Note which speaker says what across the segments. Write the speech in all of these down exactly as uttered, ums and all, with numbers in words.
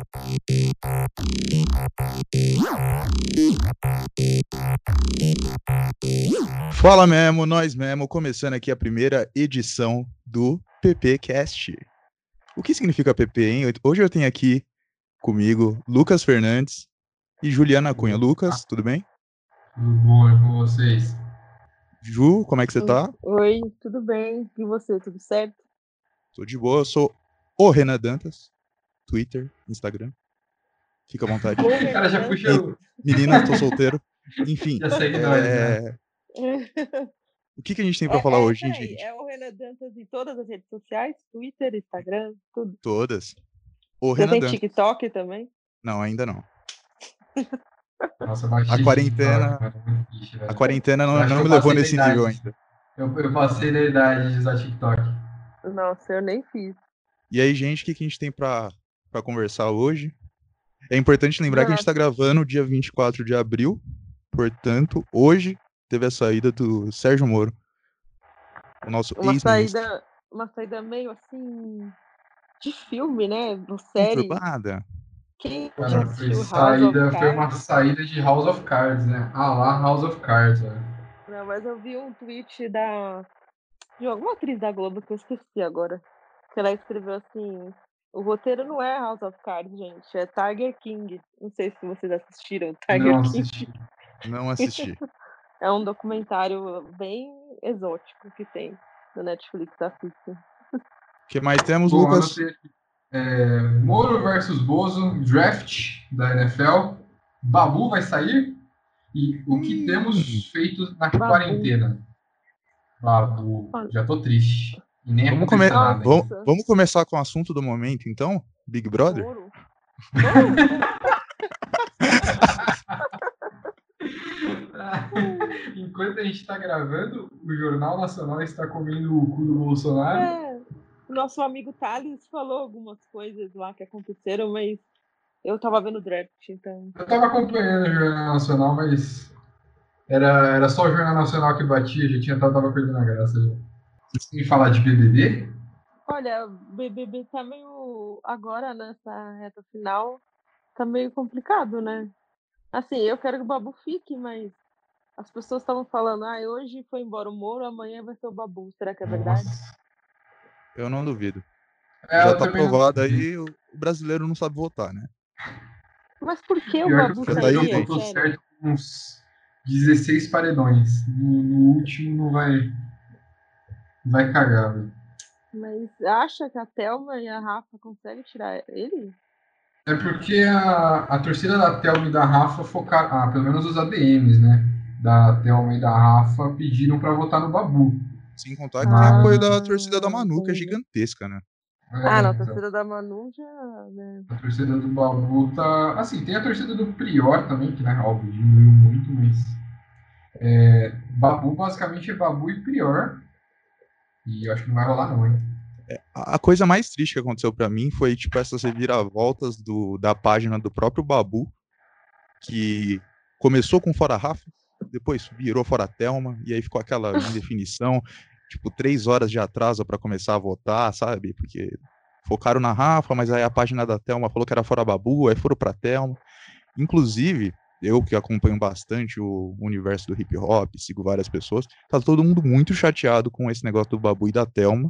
Speaker 1: Fala mesmo, nós mesmo, começando aqui a primeira edição do PPcast. O que significa P P, hein? Hoje eu tenho aqui comigo Lucas Fernandes e Juliana Cunha. Lucas, tudo bem?
Speaker 2: Tudo bom é com vocês?
Speaker 1: Ju, como é que você tá?
Speaker 3: Oi, tudo bem? E você, tudo certo?
Speaker 1: Tô de boa, eu sou o Renan Dantas, Twitter, Instagram. Fica à vontade.
Speaker 3: Ô,
Speaker 2: O cara já
Speaker 3: Renan
Speaker 2: puxa o...
Speaker 1: Meninas, tô solteiro. Enfim,
Speaker 2: Já segue nós, né?
Speaker 1: é...
Speaker 3: Dantas.
Speaker 1: o que, que a gente tem pra
Speaker 3: É,
Speaker 1: falar
Speaker 3: é,
Speaker 1: hoje, hein,
Speaker 3: peraí,
Speaker 1: gente?
Speaker 3: é o Renan Dantas em todas as redes sociais? Twitter, Instagram, tudo.
Speaker 1: Todas. O
Speaker 3: Você
Speaker 1: Renan
Speaker 3: tem
Speaker 1: Dantas.
Speaker 3: TikTok também?
Speaker 1: Não, ainda não.
Speaker 2: Nossa, baixei
Speaker 1: A quarentena,
Speaker 2: TikTok, mano, muito triste,
Speaker 1: a
Speaker 2: velho.
Speaker 1: quarentena
Speaker 2: Eu
Speaker 1: não,
Speaker 2: acho
Speaker 1: não
Speaker 2: que
Speaker 1: me
Speaker 2: eu
Speaker 1: levou
Speaker 2: passei da
Speaker 1: nesse
Speaker 2: idade.
Speaker 1: nível ainda.
Speaker 2: Eu, eu passei da idade de usar TikTok.
Speaker 3: Nossa, eu nem fiz.
Speaker 1: E aí, gente, o que, que a gente tem pra, pra conversar hoje? É importante lembrar que a gente tá
Speaker 3: Nada.
Speaker 1: gravando dia vinte e quatro de abril, portanto, hoje teve a saída do Sérgio Moro, o nosso
Speaker 3: Uma
Speaker 1: ex-ministro.
Speaker 3: saída, uma saída meio assim de filme, né? Do série.
Speaker 1: Conturbada.
Speaker 3: Quem já
Speaker 2: Cara, foi
Speaker 3: assistiu House of
Speaker 2: saída, foi uma
Speaker 3: Cards?
Speaker 2: saída de House of Cards, né? Ah lá, House of Cards, velho.
Speaker 3: Não, mas eu vi um tweet da de alguma atriz da Globo que eu esqueci agora. Que ela escreveu assim: o roteiro não é House of Cards, gente, é Tiger King. Não sei se vocês assistiram Tiger
Speaker 2: Não
Speaker 3: King.
Speaker 2: assisti.
Speaker 1: Não assisti.
Speaker 3: É um documentário bem exótico que tem no Netflix, assistam.
Speaker 1: O que mais temos,
Speaker 2: Bom,
Speaker 1: Lucas?
Speaker 2: anotei aqui. É, Moro versus Bozo, draft da N F L. Babu vai sair? E o que
Speaker 1: Hum.
Speaker 2: temos feito na
Speaker 3: Babu.
Speaker 2: quarentena? Babu, já tô triste. E nem
Speaker 1: Vamos,
Speaker 2: aconteceu
Speaker 1: come...
Speaker 2: nada.
Speaker 1: vamos,
Speaker 3: Nossa.
Speaker 1: vamos começar com o assunto do momento, então? Big Brother?
Speaker 3: Moro. Vamos?
Speaker 2: Enquanto a gente está gravando, o Jornal Nacional está comendo o cu do Bolsonaro.
Speaker 3: É, nosso amigo Thales falou algumas coisas lá que aconteceram, mas eu tava vendo o draft, então.
Speaker 2: Eu estava acompanhando o Jornal Nacional, mas era, era só o Jornal Nacional que batia, já tinha tava perdendo a graça. Já. Vocês querem falar de B B B?
Speaker 3: Olha, o B B B tá meio. Agora, nessa reta final, tá meio complicado, né? Assim, eu quero que o Babu fique, mas as pessoas estavam falando, ah, hoje foi embora o Moro, amanhã vai ser o Babu. Será que é verdade?
Speaker 2: Nossa.
Speaker 1: Eu não duvido.
Speaker 2: É,
Speaker 1: Já
Speaker 2: eu
Speaker 1: tá
Speaker 2: também não
Speaker 1: provado
Speaker 2: duvido.
Speaker 1: aí, o brasileiro não sabe votar, né?
Speaker 3: Mas por que o
Speaker 2: Pior que
Speaker 3: Babu
Speaker 2: o
Speaker 1: Já tá
Speaker 2: Brasil
Speaker 3: sairia?
Speaker 1: evidente.
Speaker 2: botou
Speaker 3: Sério?
Speaker 2: certo com uns dezesseis paredões. No, no último não vai, vai cagar, velho.
Speaker 3: Mas acha que a Thelma e a Rafa conseguem tirar ele?
Speaker 2: É porque a, a torcida da Thelma e da Rafa focaram, ah, pelo menos os A D Ms, né? Da Thelma e da Rafa pediram pra votar no Babu.
Speaker 1: Sem contar que tem apoio da
Speaker 3: Ah,
Speaker 1: torcida da Manu, que é
Speaker 3: entendi.
Speaker 1: gigantesca, né?
Speaker 2: É,
Speaker 3: Ah, não, a
Speaker 2: então,
Speaker 3: torcida da Manu já, né?
Speaker 2: a torcida do Babu tá. Assim, tem a torcida do Prior também, que né, óbvio, diminuiu muito, mas. É, Babu basicamente é Babu e Prior. E eu acho que não vai rolar, não, hein?
Speaker 1: A a coisa mais triste que aconteceu pra mim foi, tipo, essas reviravoltas do, da página do próprio Babu, que começou com Fora Rafa, depois virou Fora Thelma, e aí ficou aquela indefinição, tipo, três horas de atraso pra começar a votar, sabe? Porque focaram na Rafa, mas aí a página da Thelma falou que era Fora Babu, aí foram pra Thelma. Inclusive, eu que acompanho bastante o universo do hip hop, sigo várias pessoas, tá todo mundo muito chateado com esse negócio do Babu e da Thelma,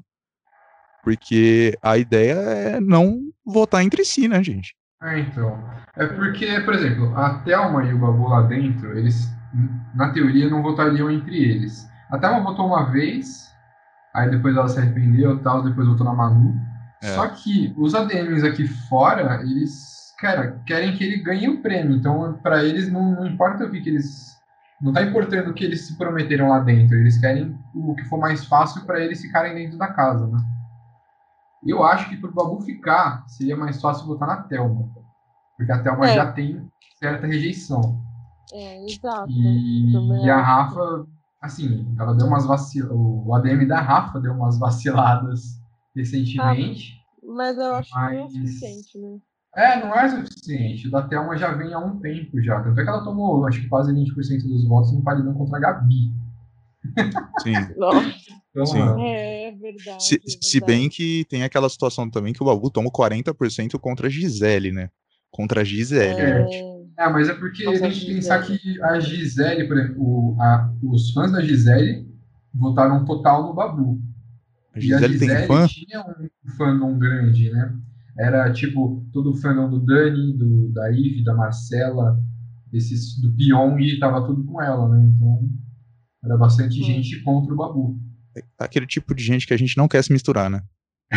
Speaker 1: porque a ideia é não votar entre si, né, gente?
Speaker 2: É, então. É porque, por exemplo, a Thelma e o Babu lá dentro, eles, na teoria, não votariam entre eles. A Thelma votou uma vez, aí depois ela se arrependeu e tal, depois votou na Manu.
Speaker 1: É.
Speaker 2: Só que os A D Ms aqui fora, eles, cara, querem que ele ganhe o prêmio. Então, pra eles, não, não importa o que, que eles. Não tá importando o que eles se prometeram lá dentro. Eles querem o que for mais fácil pra eles ficarem dentro da casa, né? Eu acho que pro Babu ficar, seria mais fácil votar na Thelma. Porque a Thelma
Speaker 3: É.
Speaker 2: já tem certa rejeição.
Speaker 3: É, exato.
Speaker 2: E,
Speaker 3: Também
Speaker 2: e a
Speaker 3: acho.
Speaker 2: Rafa, assim, ela deu umas vaciladas. O A D M da Rafa deu umas vaciladas recentemente.
Speaker 3: Mas eu acho que não é o
Speaker 2: Mas-
Speaker 3: suficiente, né?
Speaker 2: É, não é suficiente. O da Thelma já vem há um tempo já. Tanto é que ela tomou, acho que quase vinte por cento dos votos no paredão contra a Gabi.
Speaker 1: Sim.
Speaker 3: Nossa,
Speaker 2: Então,
Speaker 1: Sim.
Speaker 2: mano,
Speaker 3: é verdade.
Speaker 1: Se,
Speaker 3: é
Speaker 1: se
Speaker 3: verdade.
Speaker 1: bem que tem aquela situação também que o Babu toma quarenta por cento contra a Gisele, né? contra a Gisele.
Speaker 3: É...
Speaker 2: É, mas é porque
Speaker 3: Nossa,
Speaker 2: tem que pensar
Speaker 3: Gisele.
Speaker 2: que a Gisele, por exemplo, o- a- os fãs da Gisele votaram total no Babu.
Speaker 1: A
Speaker 2: E a
Speaker 1: Gisele tem
Speaker 2: Gisele
Speaker 1: fã?
Speaker 2: tinha um fandom grande, né? Era tipo todo o fandom do Dani, do, da Ivy, da Marcela, desses, do Pyong, tava tudo com ela, né? Então era bastante
Speaker 3: Hum.
Speaker 2: gente contra o Babu.
Speaker 1: É aquele tipo de gente que a gente não quer se misturar, né?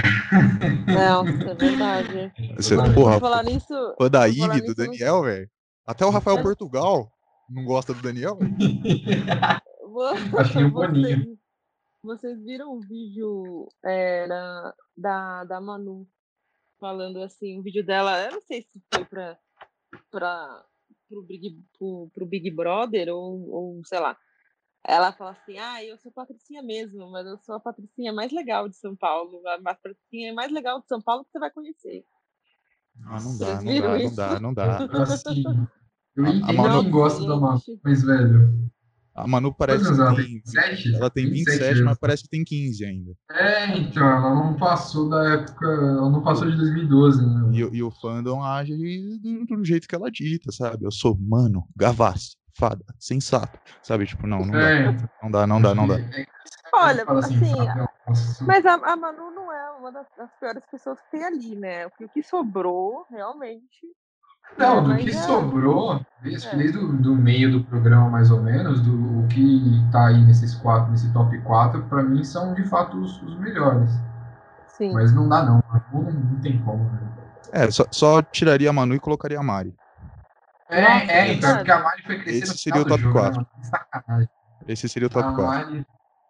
Speaker 3: Nossa, é verdade.
Speaker 1: Você,
Speaker 3: Por, por
Speaker 1: porra,
Speaker 3: falar nisso,
Speaker 1: fã da
Speaker 3: por falar
Speaker 1: Ivy, do
Speaker 3: nisso, eu não-
Speaker 1: Daniel, velho. Até o Rafael
Speaker 3: eu não-
Speaker 1: Portugal não gosta do Daniel, velho.
Speaker 2: Acho que nem o
Speaker 3: vocês,
Speaker 2: Boninho.
Speaker 3: vocês viram o vídeo é, da, da, da Manu falando assim, o vídeo dela, eu não sei se foi pra, pra, pro, Big, pro, pro Big Brother ou, ou sei lá. Ela fala assim, ah, eu sou patricinha mesmo, mas eu sou a patricinha mais legal de São Paulo, a patricinha mais legal de São Paulo que você vai conhecer.
Speaker 1: Ah, não
Speaker 3: Vocês
Speaker 1: dá, não
Speaker 3: viram
Speaker 1: dá, não
Speaker 3: isso?
Speaker 1: dá, não dá.
Speaker 2: Assim, eu
Speaker 1: A, a
Speaker 2: entendo
Speaker 1: Manu,
Speaker 2: quem
Speaker 3: Nossa,
Speaker 2: gosta da Manu,
Speaker 3: gente.
Speaker 2: mas, velho,
Speaker 1: a Manu
Speaker 2: quantos
Speaker 1: parece
Speaker 2: anos
Speaker 1: que
Speaker 2: ela tem?
Speaker 1: tem.
Speaker 2: Sete?
Speaker 1: Ela tem
Speaker 2: vinte e
Speaker 1: vinte e
Speaker 2: sete
Speaker 1: sete, mas
Speaker 2: anos.
Speaker 1: parece que tem quinze ainda.
Speaker 2: É, então, ela não passou da época, ela não passou de dois mil e doze, né?
Speaker 1: E, o- e o fandom age do, do jeito que ela dita, sabe? Eu sou mano, gavassi, fada, sensato. Sabe? Tipo, não, não dá.
Speaker 2: É, então.
Speaker 1: Não dá, não dá, não dá.
Speaker 2: É, é,
Speaker 3: Olha,
Speaker 2: fala assim,
Speaker 3: assim,
Speaker 2: Fabião, nossa,
Speaker 3: mas a, a Manu não é uma das, das piores pessoas que tem ali, né? O que, o que sobrou, realmente, né?
Speaker 2: não, do
Speaker 3: Mas
Speaker 2: que
Speaker 3: é,
Speaker 2: sobrou, desde,
Speaker 3: é,
Speaker 2: desde o do meio do programa, mais ou menos, do o que tá aí nesses quatro, nesse top quatro, pra mim são de fato os, os melhores.
Speaker 3: sim.
Speaker 2: Mas não dá, não. Não, não tem como, né?
Speaker 1: É, só, só tiraria a Manu e colocaria a Mari.
Speaker 2: É,
Speaker 3: Nossa, é
Speaker 2: é, então, é porque a
Speaker 3: verdade.
Speaker 2: Mari foi crescer no
Speaker 1: Esse seria
Speaker 2: final
Speaker 1: o
Speaker 2: do
Speaker 1: top
Speaker 2: jogo, né,
Speaker 1: quatro.
Speaker 2: mano? Que sacanagem.
Speaker 1: Esse seria o
Speaker 2: A
Speaker 1: top quatro.
Speaker 2: Mari,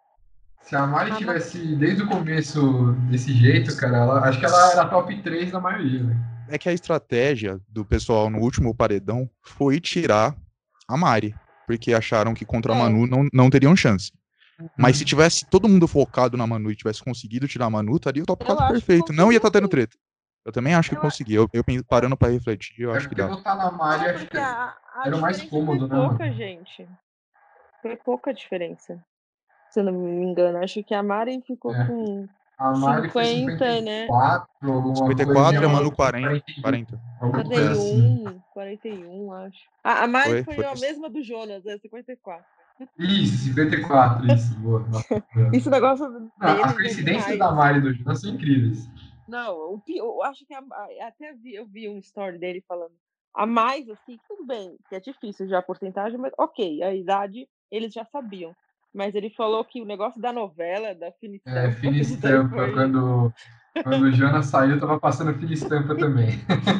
Speaker 2: se a Mari
Speaker 3: A Ma-
Speaker 2: tivesse desde o começo desse jeito, cara, ela, acho que ela era top três da maioria, né?
Speaker 1: É que a estratégia do pessoal no último paredão foi tirar a Mari. Porque acharam que contra a
Speaker 3: É,
Speaker 1: Manu não, não teriam chance. Mas se
Speaker 2: Hum.
Speaker 1: tivesse todo mundo focado na Manu e tivesse conseguido tirar a Manu, estaria o top
Speaker 3: eu
Speaker 1: quatro
Speaker 3: acho que
Speaker 1: perfeito. Não ia
Speaker 3: conseguiu
Speaker 1: estar tendo
Speaker 3: sim.
Speaker 1: treta. Eu também acho que
Speaker 3: Eu, a-
Speaker 1: consegui. Eu, eu pen- parando pra refletir, eu
Speaker 2: É
Speaker 1: acho que
Speaker 2: porque
Speaker 1: dá.
Speaker 2: votar na Mari
Speaker 3: é
Speaker 2: acho que
Speaker 3: porque a, a
Speaker 2: era o mais
Speaker 3: diferença foi
Speaker 2: cômodo, né, mano?
Speaker 3: pouca, gente. Foi pouca diferença. Se eu não me engano. Acho que a Mari ficou
Speaker 2: É.
Speaker 3: com
Speaker 2: A Mari foi
Speaker 3: cinquenta, né?
Speaker 2: cinquenta e quatro, alguma coisa, e a
Speaker 1: cinquenta e quatro e a
Speaker 2: Manu
Speaker 1: Manu
Speaker 3: É,
Speaker 1: quarenta.
Speaker 2: quarenta e um.
Speaker 1: quarenta.
Speaker 2: Alguma
Speaker 3: quarenta
Speaker 2: coisa
Speaker 3: e
Speaker 2: assim.
Speaker 3: um, quarenta e um, acho. A, a Mari
Speaker 1: Foi,
Speaker 3: foi
Speaker 1: foi
Speaker 3: a
Speaker 1: isso.
Speaker 3: mesma do Jonas, é cinquenta e quatro.
Speaker 2: Isso, cinquenta e quatro, isso. Boa. Nossa,
Speaker 3: Esse negócio
Speaker 2: não, as
Speaker 3: deles é
Speaker 2: coincidências
Speaker 3: demais.
Speaker 2: da Mari e do Jonas são incríveis.
Speaker 3: Não, o pi- eu acho que a, a- até vi, eu vi um story dele falando. A mais, assim, tudo bem, que é difícil já a porcentagem, mas ok, a idade eles já sabiam. Mas ele falou que o negócio da novela, da fina
Speaker 2: É,
Speaker 3: estampa,
Speaker 2: fina
Speaker 3: isso daí
Speaker 2: estampa.
Speaker 3: foi.
Speaker 2: Quando, quando o Jonas saiu, eu tava passando fina estampa também.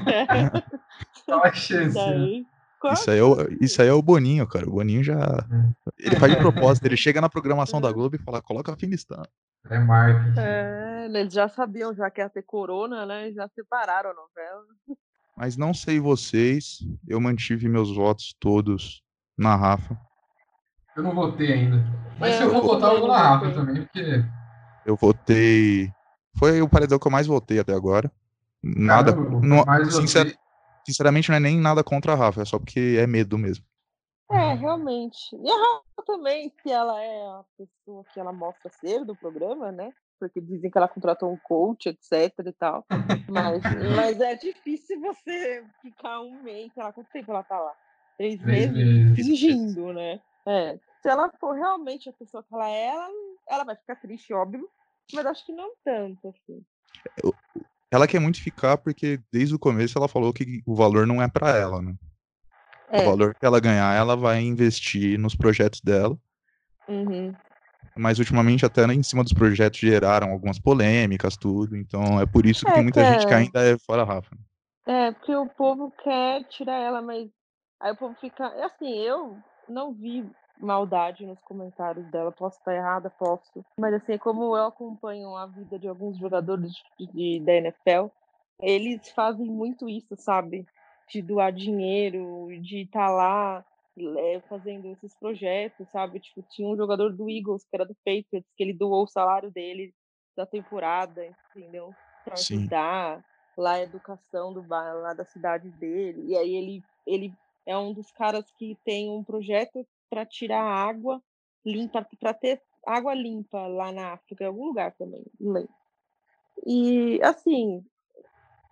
Speaker 2: Qual a
Speaker 3: Isso
Speaker 2: chance, né?
Speaker 3: daí. Qual a
Speaker 1: Isso aí, é o, isso
Speaker 3: chance?
Speaker 1: aí é o Boninho, cara. O Boninho já. Ele faz de propósito. Ele chega na programação da
Speaker 3: É,
Speaker 1: Globo e fala: coloca a Finistan.
Speaker 2: É marketing.
Speaker 3: é, eles já sabiam, já que ia ter corona, né? Já separaram a novela.
Speaker 1: Mas não sei vocês, eu mantive meus votos todos na Rafa.
Speaker 2: Eu não votei ainda. Mas se
Speaker 3: É,
Speaker 2: eu
Speaker 1: Eu,
Speaker 2: vou
Speaker 3: eu
Speaker 2: votar, eu
Speaker 3: também
Speaker 2: vou
Speaker 3: não
Speaker 2: na Rafa
Speaker 3: votei.
Speaker 2: também, porque.
Speaker 1: eu votei. Foi o paredão que eu mais votei até agora. Nada.
Speaker 2: Caramba, o que eu
Speaker 1: Não,
Speaker 2: mais
Speaker 1: sincer,
Speaker 2: votei.
Speaker 1: sinceramente, não é nem nada contra a Rafa, é só porque é medo mesmo.
Speaker 3: É, realmente. E a Rafa também, se ela é a pessoa que ela mostra ser do programa, né? Porque dizem que ela contratou um coach, etc e tal. Mas, mas é difícil você ficar um mês, sei lá, quanto tempo ela tá lá? Três
Speaker 2: Três
Speaker 3: meses
Speaker 2: meses.
Speaker 3: fingindo, né? É. Se ela for realmente a pessoa que ela é, ela, ela vai ficar triste, óbvio. Mas acho que não tanto, assim.
Speaker 1: Eu- Ela quer muito ficar porque desde o começo ela falou que o valor não é pra ela, né? O
Speaker 3: É.
Speaker 1: valor que ela ganhar, ela vai investir nos projetos dela.
Speaker 3: Uhum.
Speaker 1: Mas ultimamente até em cima dos projetos geraram algumas polêmicas, tudo. Então é por isso que tem
Speaker 3: É, que
Speaker 1: muita gente que
Speaker 3: é.
Speaker 1: ainda é fora Rafa.
Speaker 3: É, porque o povo quer tirar ela, mas aí o povo fica. É assim, eu não vi maldade nos comentários dela. Posso estar errada, posso. Mas assim, como eu acompanho a vida de alguns jogadores de, de- da N F L, eles fazem muito isso, sabe? De doar dinheiro, de estar lá é, fazendo esses projetos, sabe? Tipo, tinha um jogador do Eagles, que era do Patriots, que ele doou o salário dele da temporada, entendeu? Pra
Speaker 1: Sim,
Speaker 3: ajudar lá a educação do bairro, lá da cidade dele. E aí ele, ele é um dos caras que tem um projeto para tirar água limpa, para ter água limpa lá na África, em algum lugar também, não lembro. E assim,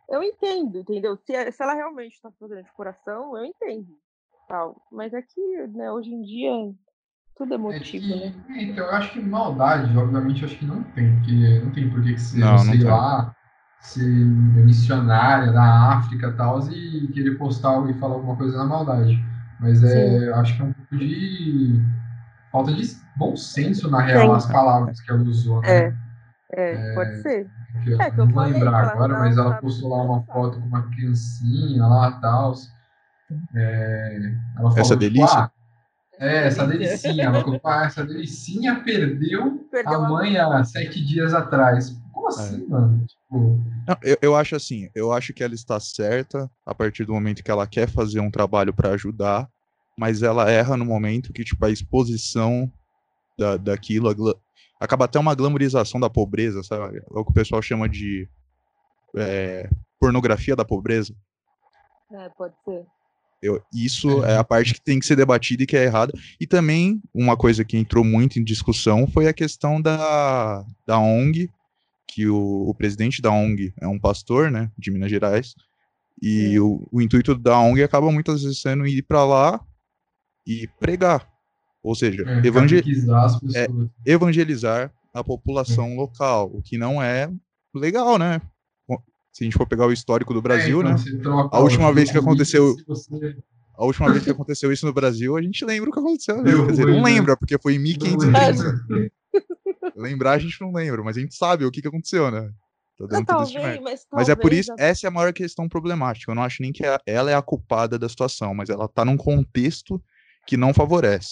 Speaker 3: eu entendo, entendeu? Se, é- se ela realmente está fazendo de coração, eu entendo, tal. Mas é que, né, hoje em dia, tudo é
Speaker 2: É
Speaker 3: motivo, né?
Speaker 2: que, é, então, eu acho que maldade, obviamente, eu acho que não tem, porque não tem por que que ser
Speaker 1: Não,
Speaker 2: você
Speaker 1: não
Speaker 2: ir
Speaker 1: tem.
Speaker 2: lá, ser missionária da África e tal, e querer postar algo e falar alguma coisa na maldade. Mas
Speaker 3: Sim.
Speaker 2: é, eu acho que é um pouco de falta de bom senso, na real,
Speaker 3: Sim.
Speaker 2: as palavras que ela usou,
Speaker 3: É,
Speaker 2: né?
Speaker 3: é, pode ser.
Speaker 2: Que eu
Speaker 3: É que eu
Speaker 2: não vou
Speaker 3: falei
Speaker 2: lembrar
Speaker 3: que ela,
Speaker 2: agora,
Speaker 3: ela
Speaker 2: mas
Speaker 3: não
Speaker 2: ela
Speaker 3: sabe
Speaker 2: postou lá uma
Speaker 3: dançar.
Speaker 2: foto com uma criancinha lá e tal. Ela
Speaker 1: Essa
Speaker 2: falou, tipo,
Speaker 1: delícia?
Speaker 2: ah,
Speaker 3: Essa
Speaker 2: é, essa
Speaker 3: delícia.
Speaker 2: delicinha. Ela colocou, ah, essa delicinha perdeu a
Speaker 3: Perdeu a
Speaker 2: mãe
Speaker 3: mãe.
Speaker 2: há sete dias atrás. Como
Speaker 1: É.
Speaker 2: assim, mano? Tipo,
Speaker 1: Não, eu, eu acho assim, eu acho que ela está certa a partir do momento que ela quer fazer um trabalho para ajudar, mas ela erra no momento que, tipo, a exposição da, daquilo a gla- acaba até uma glamorização da pobreza, sabe? É o que o pessoal chama de é, pornografia da pobreza.
Speaker 3: É, pode ser.
Speaker 1: Eu, isso é a
Speaker 2: é,
Speaker 1: parte que tem que ser debatida e que é errada. E também, uma coisa que entrou muito em discussão foi a questão da, da O N G, que o, o presidente da O N G é um pastor, né, de Minas Gerais, e
Speaker 3: Hum.
Speaker 1: o, o intuito da O N G acaba muitas vezes sendo ir para lá e pregar, ou seja,
Speaker 2: é,
Speaker 1: evangel
Speaker 2: catequizar as
Speaker 1: é,
Speaker 2: pessoas.
Speaker 1: evangelizar a
Speaker 2: É,
Speaker 1: população local, o que não é legal, né? Se a gente for pegar o histórico do
Speaker 2: É,
Speaker 1: Brasil,
Speaker 2: então,
Speaker 1: né?
Speaker 2: você
Speaker 1: A
Speaker 2: troca, ó, eu te
Speaker 1: última vez
Speaker 2: dou
Speaker 1: que
Speaker 2: comida
Speaker 1: aconteceu
Speaker 2: se você
Speaker 1: A última vez que aconteceu isso no Brasil, a gente lembra o que aconteceu, né?
Speaker 2: deu
Speaker 1: Quer dizer, não
Speaker 2: ruim, né?
Speaker 1: lembra, porque foi em
Speaker 2: Não
Speaker 1: mil quinhentos e trinta.
Speaker 2: lembro.
Speaker 1: Lembrar a gente não lembra, mas a gente sabe o que, que aconteceu, né? Tô
Speaker 3: É,
Speaker 1: dando tudo isso de
Speaker 3: talvez,
Speaker 1: merda.
Speaker 3: mas
Speaker 1: Mas é por
Speaker 3: talvez,
Speaker 1: isso, essa é a maior questão problemática. Eu não acho nem que a- ela é a culpada da situação, mas ela tá num contexto que não favorece.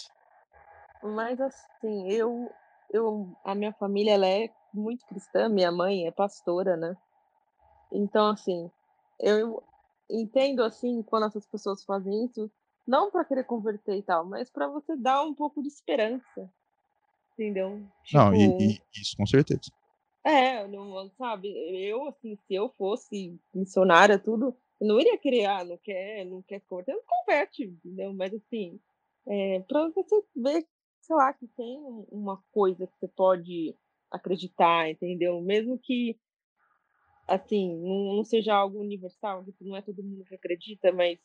Speaker 3: mas assim, eu, eu, a minha família, ela é muito cristã, minha mãe é pastora, né? Então, assim, eu entendo, assim, quando essas pessoas fazem isso, não para querer converter e tal, mas para você dar um pouco de esperança, entendeu?
Speaker 1: Não, e,
Speaker 3: Tipo,
Speaker 1: e isso com certeza.
Speaker 3: é, não, sabe, eu, assim, se eu fosse missionária, tudo, eu não iria querer, ah, não quer, não quer converter, não converte, entendeu? Mas, assim, é, para você ver, sei lá, que tem um- uma coisa que você pode acreditar, entendeu? Mesmo que, assim, não, não seja algo universal, tipo, não é todo mundo que acredita, mas,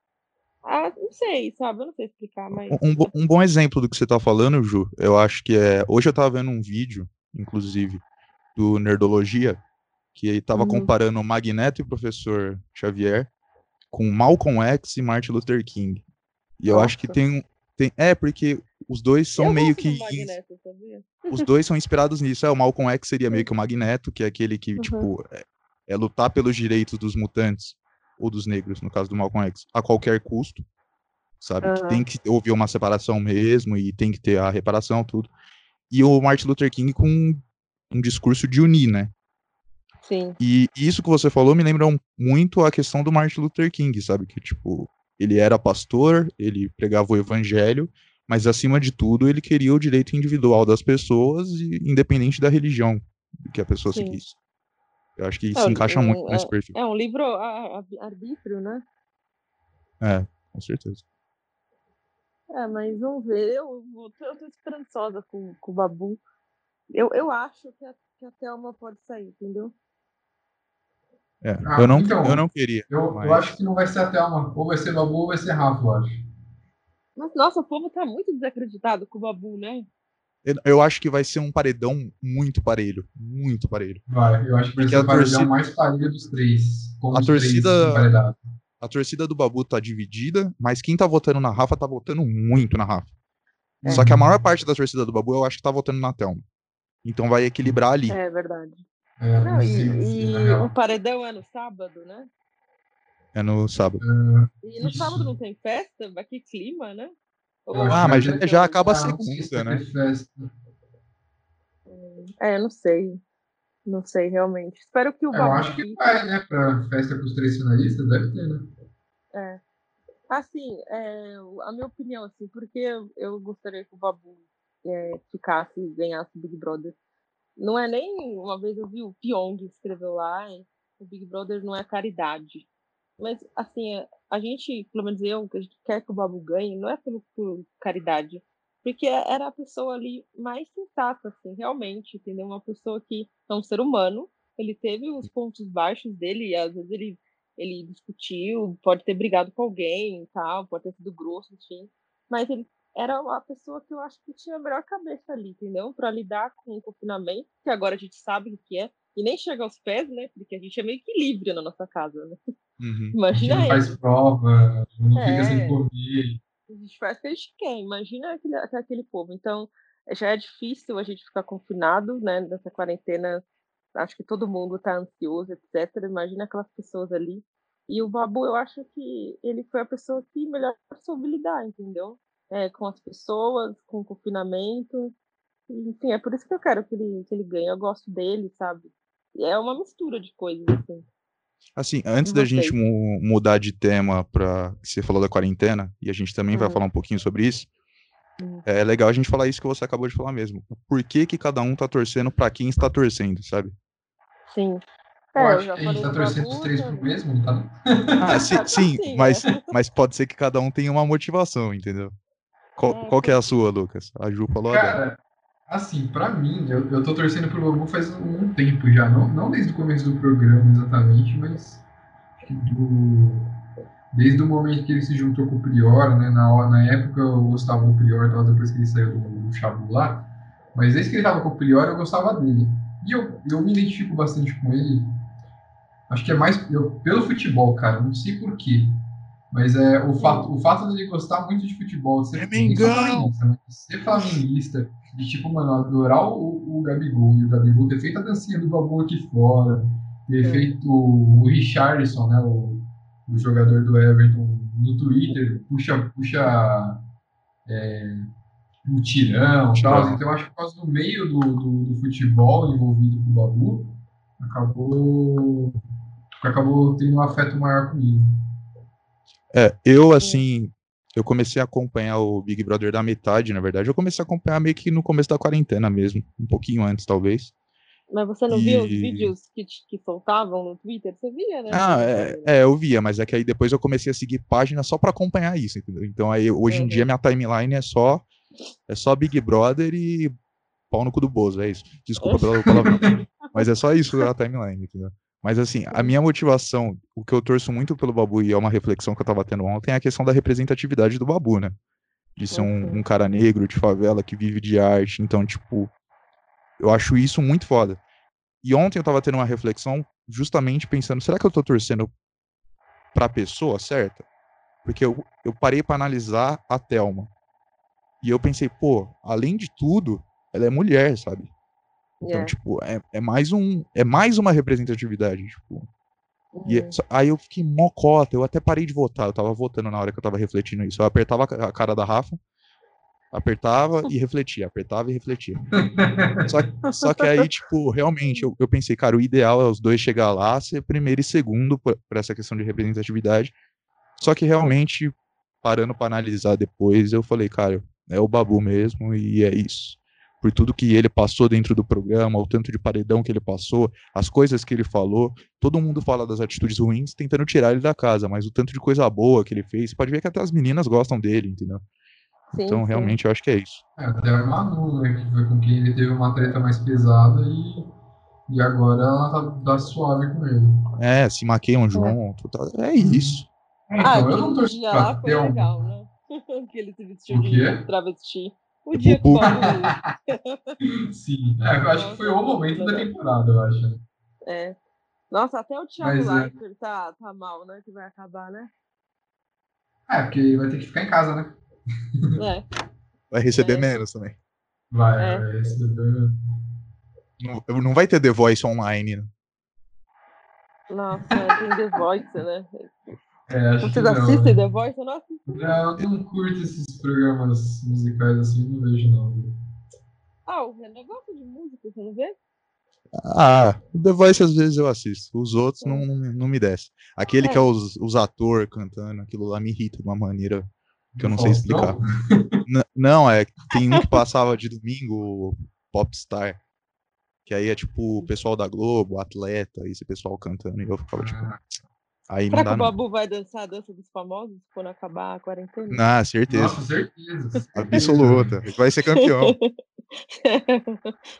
Speaker 3: ah, não sei, sabe? Eu não sei explicar, mas
Speaker 1: Um, um bo-
Speaker 3: é,
Speaker 1: um bom exemplo do que você tá falando, Ju, eu acho que é. Hoje eu tava vendo um vídeo, inclusive, do Nerdologia, que ele tava
Speaker 3: uhum.
Speaker 1: comparando o Magneto e o professor Xavier com Malcolm X e Martin Luther King. E eu acho que
Speaker 3: Nossa,
Speaker 1: tem, tem. É, porque os dois são
Speaker 3: eu
Speaker 1: meio
Speaker 3: gosto
Speaker 1: que.
Speaker 3: do
Speaker 1: ins-
Speaker 3: Magneto, sabia?
Speaker 1: Os dois são inspirados nisso. É, o Malcolm X seria meio que o Magneto, que é aquele que,
Speaker 3: Uhum.
Speaker 1: tipo, é, é lutar pelos direitos dos mutantes, ou dos negros, no caso do Malcolm X, a qualquer custo, sabe? Que tem
Speaker 3: Aham,
Speaker 1: que houver uma separação mesmo e tem que ter a reparação, tudo. E o Martin Luther King com um, um discurso de unir, né?
Speaker 3: sim.
Speaker 1: E isso que você falou me lembra um- muito a questão do Martin Luther King, sabe? Que, tipo, ele era pastor, ele pregava o evangelho, mas acima de tudo ele queria o direito individual das pessoas, e, independente da religião que a pessoa
Speaker 3: Sim.
Speaker 1: seguisse. Eu acho que
Speaker 3: É
Speaker 1: se encaixa muito
Speaker 3: um
Speaker 1: nesse
Speaker 3: é
Speaker 1: perfil.
Speaker 3: é um livro a a arbítrio, né.
Speaker 1: É, com certeza.
Speaker 3: É, mas vamos ver, eu vou eu tô esperançosa com com o Babu. Eu eu acho que a que a Thelma pode sair, entendeu.
Speaker 1: É, eu
Speaker 2: Ah,
Speaker 1: não, eu
Speaker 2: então,
Speaker 1: não queria,
Speaker 2: eu, eu acho
Speaker 1: mas
Speaker 2: que não vai ser a Thelma. Ou vai ser Babu ou vai ser Rafa, eu acho.
Speaker 3: Mas, nossa, o povo tá muito desacreditado com o Babu, né.
Speaker 1: eu, eu acho que vai ser um paredão muito parelho, muito parelho.
Speaker 2: Vai, eu acho que vai
Speaker 1: Porque
Speaker 2: ser
Speaker 1: a
Speaker 2: o paredão
Speaker 1: torcida,
Speaker 2: mais parelho dos três. Com
Speaker 1: a
Speaker 2: os três
Speaker 1: torcida
Speaker 2: emparedados.
Speaker 1: a torcida do Babu tá dividida, mas quem tá votando na Rafa tá votando muito na Rafa.
Speaker 3: É,
Speaker 1: Só que a
Speaker 2: Uhum.
Speaker 1: maior parte da torcida do Babu eu acho que tá votando na Thelma. Então vai equilibrar ali.
Speaker 3: é verdade.
Speaker 2: É, não
Speaker 3: Não,
Speaker 2: sei dizer, na
Speaker 3: e e o
Speaker 2: real.
Speaker 3: paredão é no sábado, né.
Speaker 1: É no sábado.
Speaker 2: É,
Speaker 3: E no
Speaker 2: isso.
Speaker 3: sábado não tem festa? Vai que clima, né.
Speaker 2: Eu
Speaker 3: Ou
Speaker 2: acho que
Speaker 1: Ah,
Speaker 3: acho
Speaker 2: vai
Speaker 1: mas
Speaker 3: que
Speaker 1: já,
Speaker 3: vai
Speaker 2: ter.
Speaker 3: ter
Speaker 1: já
Speaker 3: um
Speaker 1: acaba a
Speaker 2: Ah, não sei se
Speaker 1: segunda,
Speaker 2: vai ter
Speaker 1: né?
Speaker 2: festa.
Speaker 3: é, não sei, não sei realmente. Espero que o
Speaker 2: É, eu
Speaker 3: Babu
Speaker 2: acho que
Speaker 3: fique.
Speaker 2: vai, né? Pra festa com os três finalistas, deve ter, né?
Speaker 3: É. Assim, eh, a minha opinião, assim, porque eu eu gostaria que o Babu, eh, ficasse e ganhasse o Big Brother. Não é nem uma vez eu vi o Pyong escreveu lá, eh, o Big Brother não é caridade. Mas, assim, eh, a gente, pelo menos eu, que a gente quer que o Babu ganhe, não é pelo por caridade, porque era a pessoa ali mais sensata, assim, realmente, entendeu? Uma pessoa que é um ser humano, Ele teve os pontos baixos dele, e às vezes ele, ele discutiu, pode ter brigado com alguém e tal, pode ter sido grosso, enfim. Mas ele era a pessoa que eu acho que tinha a melhor cabeça ali, entendeu? Para lidar com o confinamento, que agora a gente sabe o que é, e nem chega aos pés, né? Porque a gente é meio que livre na nossa casa, né?
Speaker 1: Uhum.
Speaker 2: A gente
Speaker 3: Imagina
Speaker 2: não faz
Speaker 3: ele.
Speaker 2: prova, não fica sem
Speaker 3: É,
Speaker 2: comer.
Speaker 3: a gente faz o que a gente quer. Imagina aquele, aquele povo. Então, já é difícil a gente ficar confinado, né? Nessa quarentena, acho que todo mundo tá ansioso, etcétera. Imagina aquelas pessoas ali. E o Babu, eu acho que ele foi a pessoa que melhor soube lidar, entendeu? É, com as pessoas, com o confinamento. Enfim, é por isso que eu quero que ele, que ele ganhe. Eu gosto dele, sabe? E é uma mistura de coisas, assim.
Speaker 1: Assim,
Speaker 3: E
Speaker 1: antes da gente
Speaker 3: vocês?
Speaker 1: mu- mudar de tema para que você falou da quarentena, e a gente também vai
Speaker 3: Hum,
Speaker 1: falar um pouquinho sobre isso,
Speaker 3: hum,
Speaker 1: é legal a gente falar isso que você acabou de falar mesmo. Por que que cada um tá torcendo para quem está torcendo, sabe?
Speaker 3: sim.
Speaker 2: Eu
Speaker 3: É, eu
Speaker 2: acho
Speaker 3: já
Speaker 2: que a gente
Speaker 3: falei
Speaker 2: tá
Speaker 3: do
Speaker 2: torcendo os
Speaker 3: Babu
Speaker 2: três pro
Speaker 3: também.
Speaker 2: mesmo, não tá? Não?
Speaker 1: Ah, sim,
Speaker 3: Acho que
Speaker 1: sim,
Speaker 3: sim, é.
Speaker 1: mas, mas pode ser que cada um tenha uma motivação, entendeu? Qual,
Speaker 3: É,
Speaker 1: qual que é
Speaker 3: pode
Speaker 1: a sua, Lucas? A Ju falou a dela.
Speaker 2: Cara, assim, pra mim, eu, eu tô torcendo pro Babu faz um tempo já. Não, não desde o começo do programa exatamente, mas acho que do, desde o momento que ele se juntou com o Prior, né? Na, hora- na época eu gostava do Prior, tal, depois que ele saiu do, do Chabu lá. Mas desde que ele tava com o Prior, eu gostava dele. E eu, eu me identifico bastante com ele. Acho que é mais eu, pelo futebol, cara. Não sei por quê. Mas é o
Speaker 3: sim.
Speaker 2: fato, o fato dele gostar muito de futebol, de
Speaker 1: É
Speaker 2: ser, nem só
Speaker 1: Mengão!
Speaker 2: flamenguista, mas de ser flamenguista, de tipo, mano, adorar o, o Gabigol, e o Gabigol ter feito a dancinha do Babu aqui fora, ter
Speaker 3: É,
Speaker 2: feito o, o Richarlison, né, o, o jogador do Everton, no Twitter, puxa, puxa mutirão e tal.
Speaker 1: Tirão.
Speaker 2: Então, eu acho que por causa do meio do, do, do futebol envolvido com o Babu, acabou, acabou tendo um afeto maior comigo.
Speaker 1: É, eu,
Speaker 3: sim.
Speaker 1: assim, eu comecei a acompanhar o Big Brother da metade, na verdade. Eu comecei a acompanhar meio que no começo da quarentena mesmo, um pouquinho antes, talvez.
Speaker 3: Mas você não via os
Speaker 1: E.
Speaker 3: vídeos que, te- que soltavam no Twitter? Você via, né,
Speaker 1: Ah,
Speaker 3: também,
Speaker 1: é,
Speaker 3: imagina.
Speaker 1: é, eu via, mas é que aí depois eu comecei a seguir páginas só pra acompanhar isso, entendeu? Então aí, hoje em dia,
Speaker 3: Uhum.
Speaker 1: minha timeline é só, é só Big Brother e pau no cu do Bozo, é isso. Desculpa pelo palavrão. Mas é só isso a timeline, entendeu? Mas assim, a minha motivação, o que eu torço muito pelo Babu, e é uma reflexão que eu tava tendo ontem, é a questão da representatividade do Babu, né? De ser um,
Speaker 3: Assim,
Speaker 1: um cara negro, de favela, que vive de arte. Então, tipo, eu acho isso muito foda. E ontem eu tava tendo uma reflexão justamente pensando, será que eu tô torcendo pra pessoa certa? Porque eu, eu parei pra analisar a Thelma. E eu pensei, pô, além de tudo, ela é mulher, sabe? Então,
Speaker 3: é.
Speaker 1: tipo, é, é mais um, é mais uma representatividade, tipo. E é-
Speaker 3: Uhum.
Speaker 1: só- aí eu fiquei mocota, eu até parei de votar, eu tava votando na hora que eu tava refletindo isso. Eu apertava a ca- a cara da Rafa, apertava e refletia, apertava e refletia. Só, só que aí, tipo, realmente, eu, eu pensei, cara, o ideal é os dois chegar lá, ser primeiro e segundo por, por essa questão de representatividade. Só que realmente, parando pra analisar depois, eu falei, cara, é o Babu mesmo e é isso. Por tudo que ele passou dentro do programa, o tanto de paredão que ele passou, as coisas que ele falou, todo mundo fala das atitudes ruins tentando tirar ele da casa, mas o tanto de coisa boa que ele fez, pode ver que até as meninas gostam dele, entendeu?
Speaker 3: Sim,
Speaker 1: Então,
Speaker 3: sim.
Speaker 1: realmente, eu acho que é isso.
Speaker 2: É, até a Manu, né, que foi com quem ele teve uma treta mais pesada e, e agora ela tá, tá suave com ele.
Speaker 1: É, se maqueiam
Speaker 3: É.
Speaker 1: junto, tá? É isso.
Speaker 2: É,
Speaker 3: Ah,
Speaker 2: então, eu não
Speaker 3: aquele
Speaker 2: torço
Speaker 3: dia lá
Speaker 2: pra
Speaker 3: foi
Speaker 2: Thelma.
Speaker 3: legal, né? Que ele se vestiu
Speaker 2: O
Speaker 3: de
Speaker 2: quê?
Speaker 3: travesti. O
Speaker 1: É
Speaker 3: dia que o
Speaker 1: Bubu.
Speaker 3: Babu.
Speaker 2: Sim, é, eu acho que foi
Speaker 3: Nossa,
Speaker 2: o
Speaker 3: foi muito
Speaker 2: momento da
Speaker 3: legal.
Speaker 2: temporada, eu acho. Né?
Speaker 3: É. Nossa, até o Thiago
Speaker 2: Mas é,
Speaker 3: Leifert tá, tá mal, né? Que vai acabar, né?
Speaker 2: é, porque vai ter que ficar em casa, né?
Speaker 3: É,
Speaker 1: Vai receber
Speaker 3: é,
Speaker 1: menos também.
Speaker 2: Vai,
Speaker 3: é.
Speaker 2: vai receber.
Speaker 1: Não, não vai ter The Voice online, né?
Speaker 3: Nossa, é, tem The Voice, né?
Speaker 2: É, acho que
Speaker 3: Vocês
Speaker 2: não,
Speaker 3: assistem The
Speaker 2: né?
Speaker 3: Voice? Eu não assisto, não.
Speaker 2: Não, eu não curto esses programas musicais assim, não vejo não. Viu?
Speaker 3: Ah, o Renan gosta de música, você não vê?
Speaker 1: Ah, o The Voice às vezes eu assisto, os outros não,
Speaker 3: É.
Speaker 1: não, não me desce. Aquele que é
Speaker 3: É,
Speaker 1: os, os atores cantando, aquilo lá me irrita de uma maneira que eu
Speaker 2: Do
Speaker 1: não sei explicar.
Speaker 2: Faustão?
Speaker 1: N- não, é, tem um que passava de domingo, o Popstar, que aí é tipo o pessoal da Globo, atleta, esse pessoal cantando, e eu ficava tipo,
Speaker 2: Ah,
Speaker 1: aí não
Speaker 3: será que
Speaker 1: dá
Speaker 3: o
Speaker 1: não.
Speaker 3: Babu vai dançar a dança dos famosos quando acabar a quarentena?
Speaker 1: Ah, certeza,
Speaker 2: nossa, certeza, certeza.
Speaker 1: absoluta, vai ser campeão.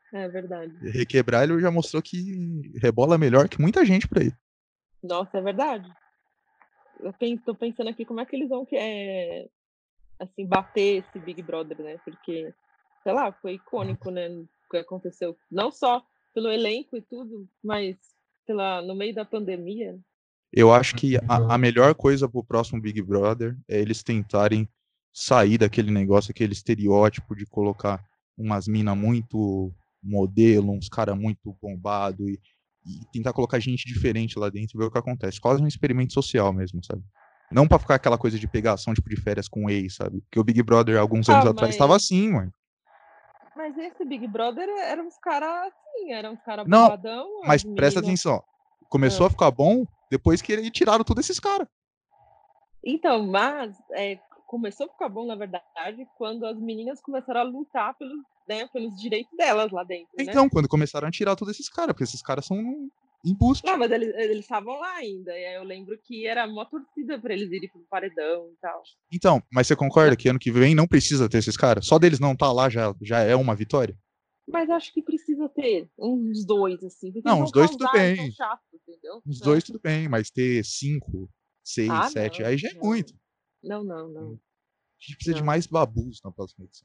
Speaker 3: É verdade.
Speaker 1: Requebrar, ele já mostrou que rebola melhor que muita gente por aí.
Speaker 3: Nossa, é verdade. Eu pen tô pensando aqui como é que eles vão que eh, assim, bater esse Big Brother, né, porque, sei lá, foi icônico, né, o que aconteceu, não só pelo elenco e tudo, mas pela no meio da pandemia.
Speaker 1: Eu acho que a a melhor coisa para o próximo Big Brother é eles tentarem sair daquele negócio, aquele estereótipo de colocar umas mina muito modelo, uns cara muito bombado e e tentar colocar gente diferente lá dentro e ver o que acontece. Quase um experimento social mesmo, sabe. Não pra ficar aquela coisa de pegação, tipo, de férias com ex, sabe. Porque o Big Brother, alguns anos
Speaker 3: Ah,
Speaker 1: atrás, estava
Speaker 3: mas
Speaker 1: assim, mano.
Speaker 3: mas esse Big Brother era uns cara assim, era uns cara
Speaker 1: Não,
Speaker 3: bombadão, as
Speaker 1: mas presta
Speaker 3: meninas
Speaker 1: atenção, começou
Speaker 3: hã.
Speaker 1: a ficar bom depois que ele tiraram tudo esses cara.
Speaker 3: Então, mas, eh, começou a ficar bom, na verdade, quando as meninas começaram a lutar pelos, né, pelos direitos delas lá dentro, né.
Speaker 1: Então, quando começaram a tirar todos esses cara, porque esses caras são
Speaker 3: Não,
Speaker 1: embuste.
Speaker 3: mas eles eles estavam lá ainda, e aí eu lembro que era mó torcida pra eles irem para o paredão e tal.
Speaker 1: Então, mas você
Speaker 3: Já
Speaker 1: concorda que ano que vem não precisa ter esses cara? Só deles não estar lá já já é uma vitória?
Speaker 3: Mas acho que precisa ter uns dois, assim, porque eles
Speaker 1: Não,
Speaker 3: vão
Speaker 1: uns dois tudo
Speaker 3: causar, eles são
Speaker 1: bem.
Speaker 3: chatos, entendeu.
Speaker 1: Uns
Speaker 3: É.
Speaker 1: dois tudo bem, mas ter cinco, seis,
Speaker 3: Ah,
Speaker 1: sete,
Speaker 3: não,
Speaker 1: aí já é
Speaker 3: não.
Speaker 1: muito.
Speaker 3: Não, não,
Speaker 1: Hum.
Speaker 3: não.
Speaker 1: A gente precisa de
Speaker 3: Não.
Speaker 1: mais Babus na próxima edição.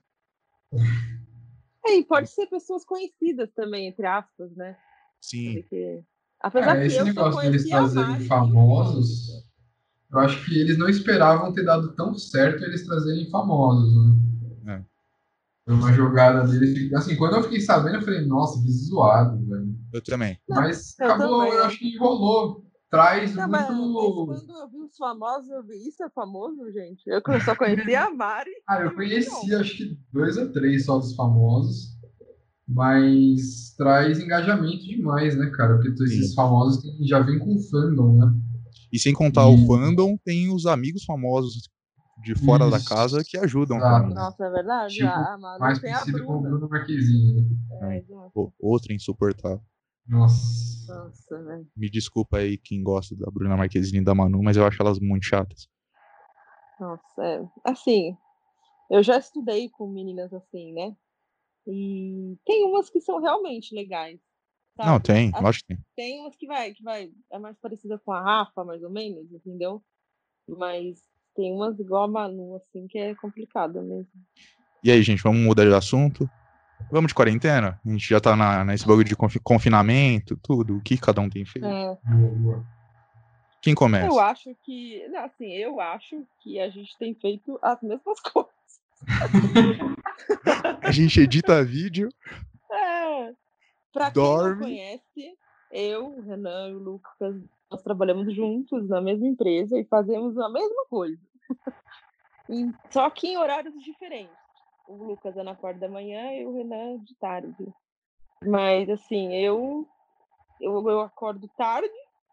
Speaker 3: É, e pode
Speaker 1: Hum.
Speaker 3: ser pessoas conhecidas também, entre aspas, né.
Speaker 1: Sim.
Speaker 3: Porque apesar
Speaker 2: É,
Speaker 3: que
Speaker 2: esse
Speaker 3: eu só
Speaker 2: negócio deles
Speaker 3: conhecia a
Speaker 2: trazerem
Speaker 3: Mari e o Mônica.
Speaker 2: famosos, eu acho que eles não esperavam ter dado tão certo eles trazerem famosos, né.
Speaker 1: É.
Speaker 2: Foi uma jogada deles que, assim, quando eu fiquei sabendo, eu falei: "Nossa, que zoado, velho".
Speaker 1: Eu também.
Speaker 3: Não,
Speaker 2: Mas
Speaker 3: eu
Speaker 2: acabou,
Speaker 3: também,
Speaker 2: eu
Speaker 3: é.
Speaker 2: acho que rolou. Traz
Speaker 3: Não, ma mas
Speaker 2: muito
Speaker 3: quando eu vi os famosos, eu vi: "Isso é famoso, gente?". Eu que só conhecia a Mari
Speaker 2: Ah, eu
Speaker 3: e o
Speaker 2: conheci
Speaker 3: Mion.
Speaker 2: acho que dois ou três só dos famosos, mas traz engajamento demais, né, cara, porque to esses
Speaker 1: Sim.
Speaker 2: famosos têm já vêm com fandom, né.
Speaker 1: E sem contar o
Speaker 2: E
Speaker 1: fandom, tem os amigos famosos de fora da
Speaker 2: Isso,
Speaker 1: casa que ajudam também,
Speaker 2: exato.
Speaker 1: né.
Speaker 3: Nossa, é verdade.
Speaker 2: Tipo,
Speaker 3: A a Manu
Speaker 2: mais
Speaker 3: tem a
Speaker 2: conhecido como
Speaker 3: Bruna.
Speaker 2: Bruno Marquezine, né.
Speaker 3: É,
Speaker 1: Ai,
Speaker 3: exato.
Speaker 1: o outra insuportável.
Speaker 2: Nossa.
Speaker 3: Nossa, velho.
Speaker 1: Me desculpa aí quem gosta da Bruna Marquezine e da Manu, mas eu acho elas muito chatas.
Speaker 3: Nossa, é. Assim, eu já estudei com meninas assim, né, e tem umas que são realmente legais,
Speaker 1: Não,
Speaker 3: sabe.
Speaker 1: tem,
Speaker 3: As
Speaker 1: lógico que tem.
Speaker 3: tem umas que vai que vai é mais parecida com a Rafa, mais ou menos, entendeu. Mas tem umas igual a Manu, assim, que é complicada mesmo.
Speaker 1: E aí, gente, vamos mudar de assunto? Vamos de quarentena? A gente já tá na nesse bagulho de confi confinamento, tudo, o que cada um tem feito.
Speaker 3: É.
Speaker 2: Boa, boa.
Speaker 1: Quem
Speaker 3: Eu
Speaker 1: começa?
Speaker 3: acho que não, assim, eu acho que a gente tem feito as mesmas coisas.
Speaker 1: A gente edita vídeo,
Speaker 3: É. Pra quem não
Speaker 1: dorme
Speaker 3: conhece, eu, o Renan e o Lucas, nós trabalhamos juntos na mesma empresa e fazemos a mesma coisa. Em só que em horários diferentes. O Lucas é na parte da manhã e o Renan de tarde. Mas, assim, eu eu eu acordo tarde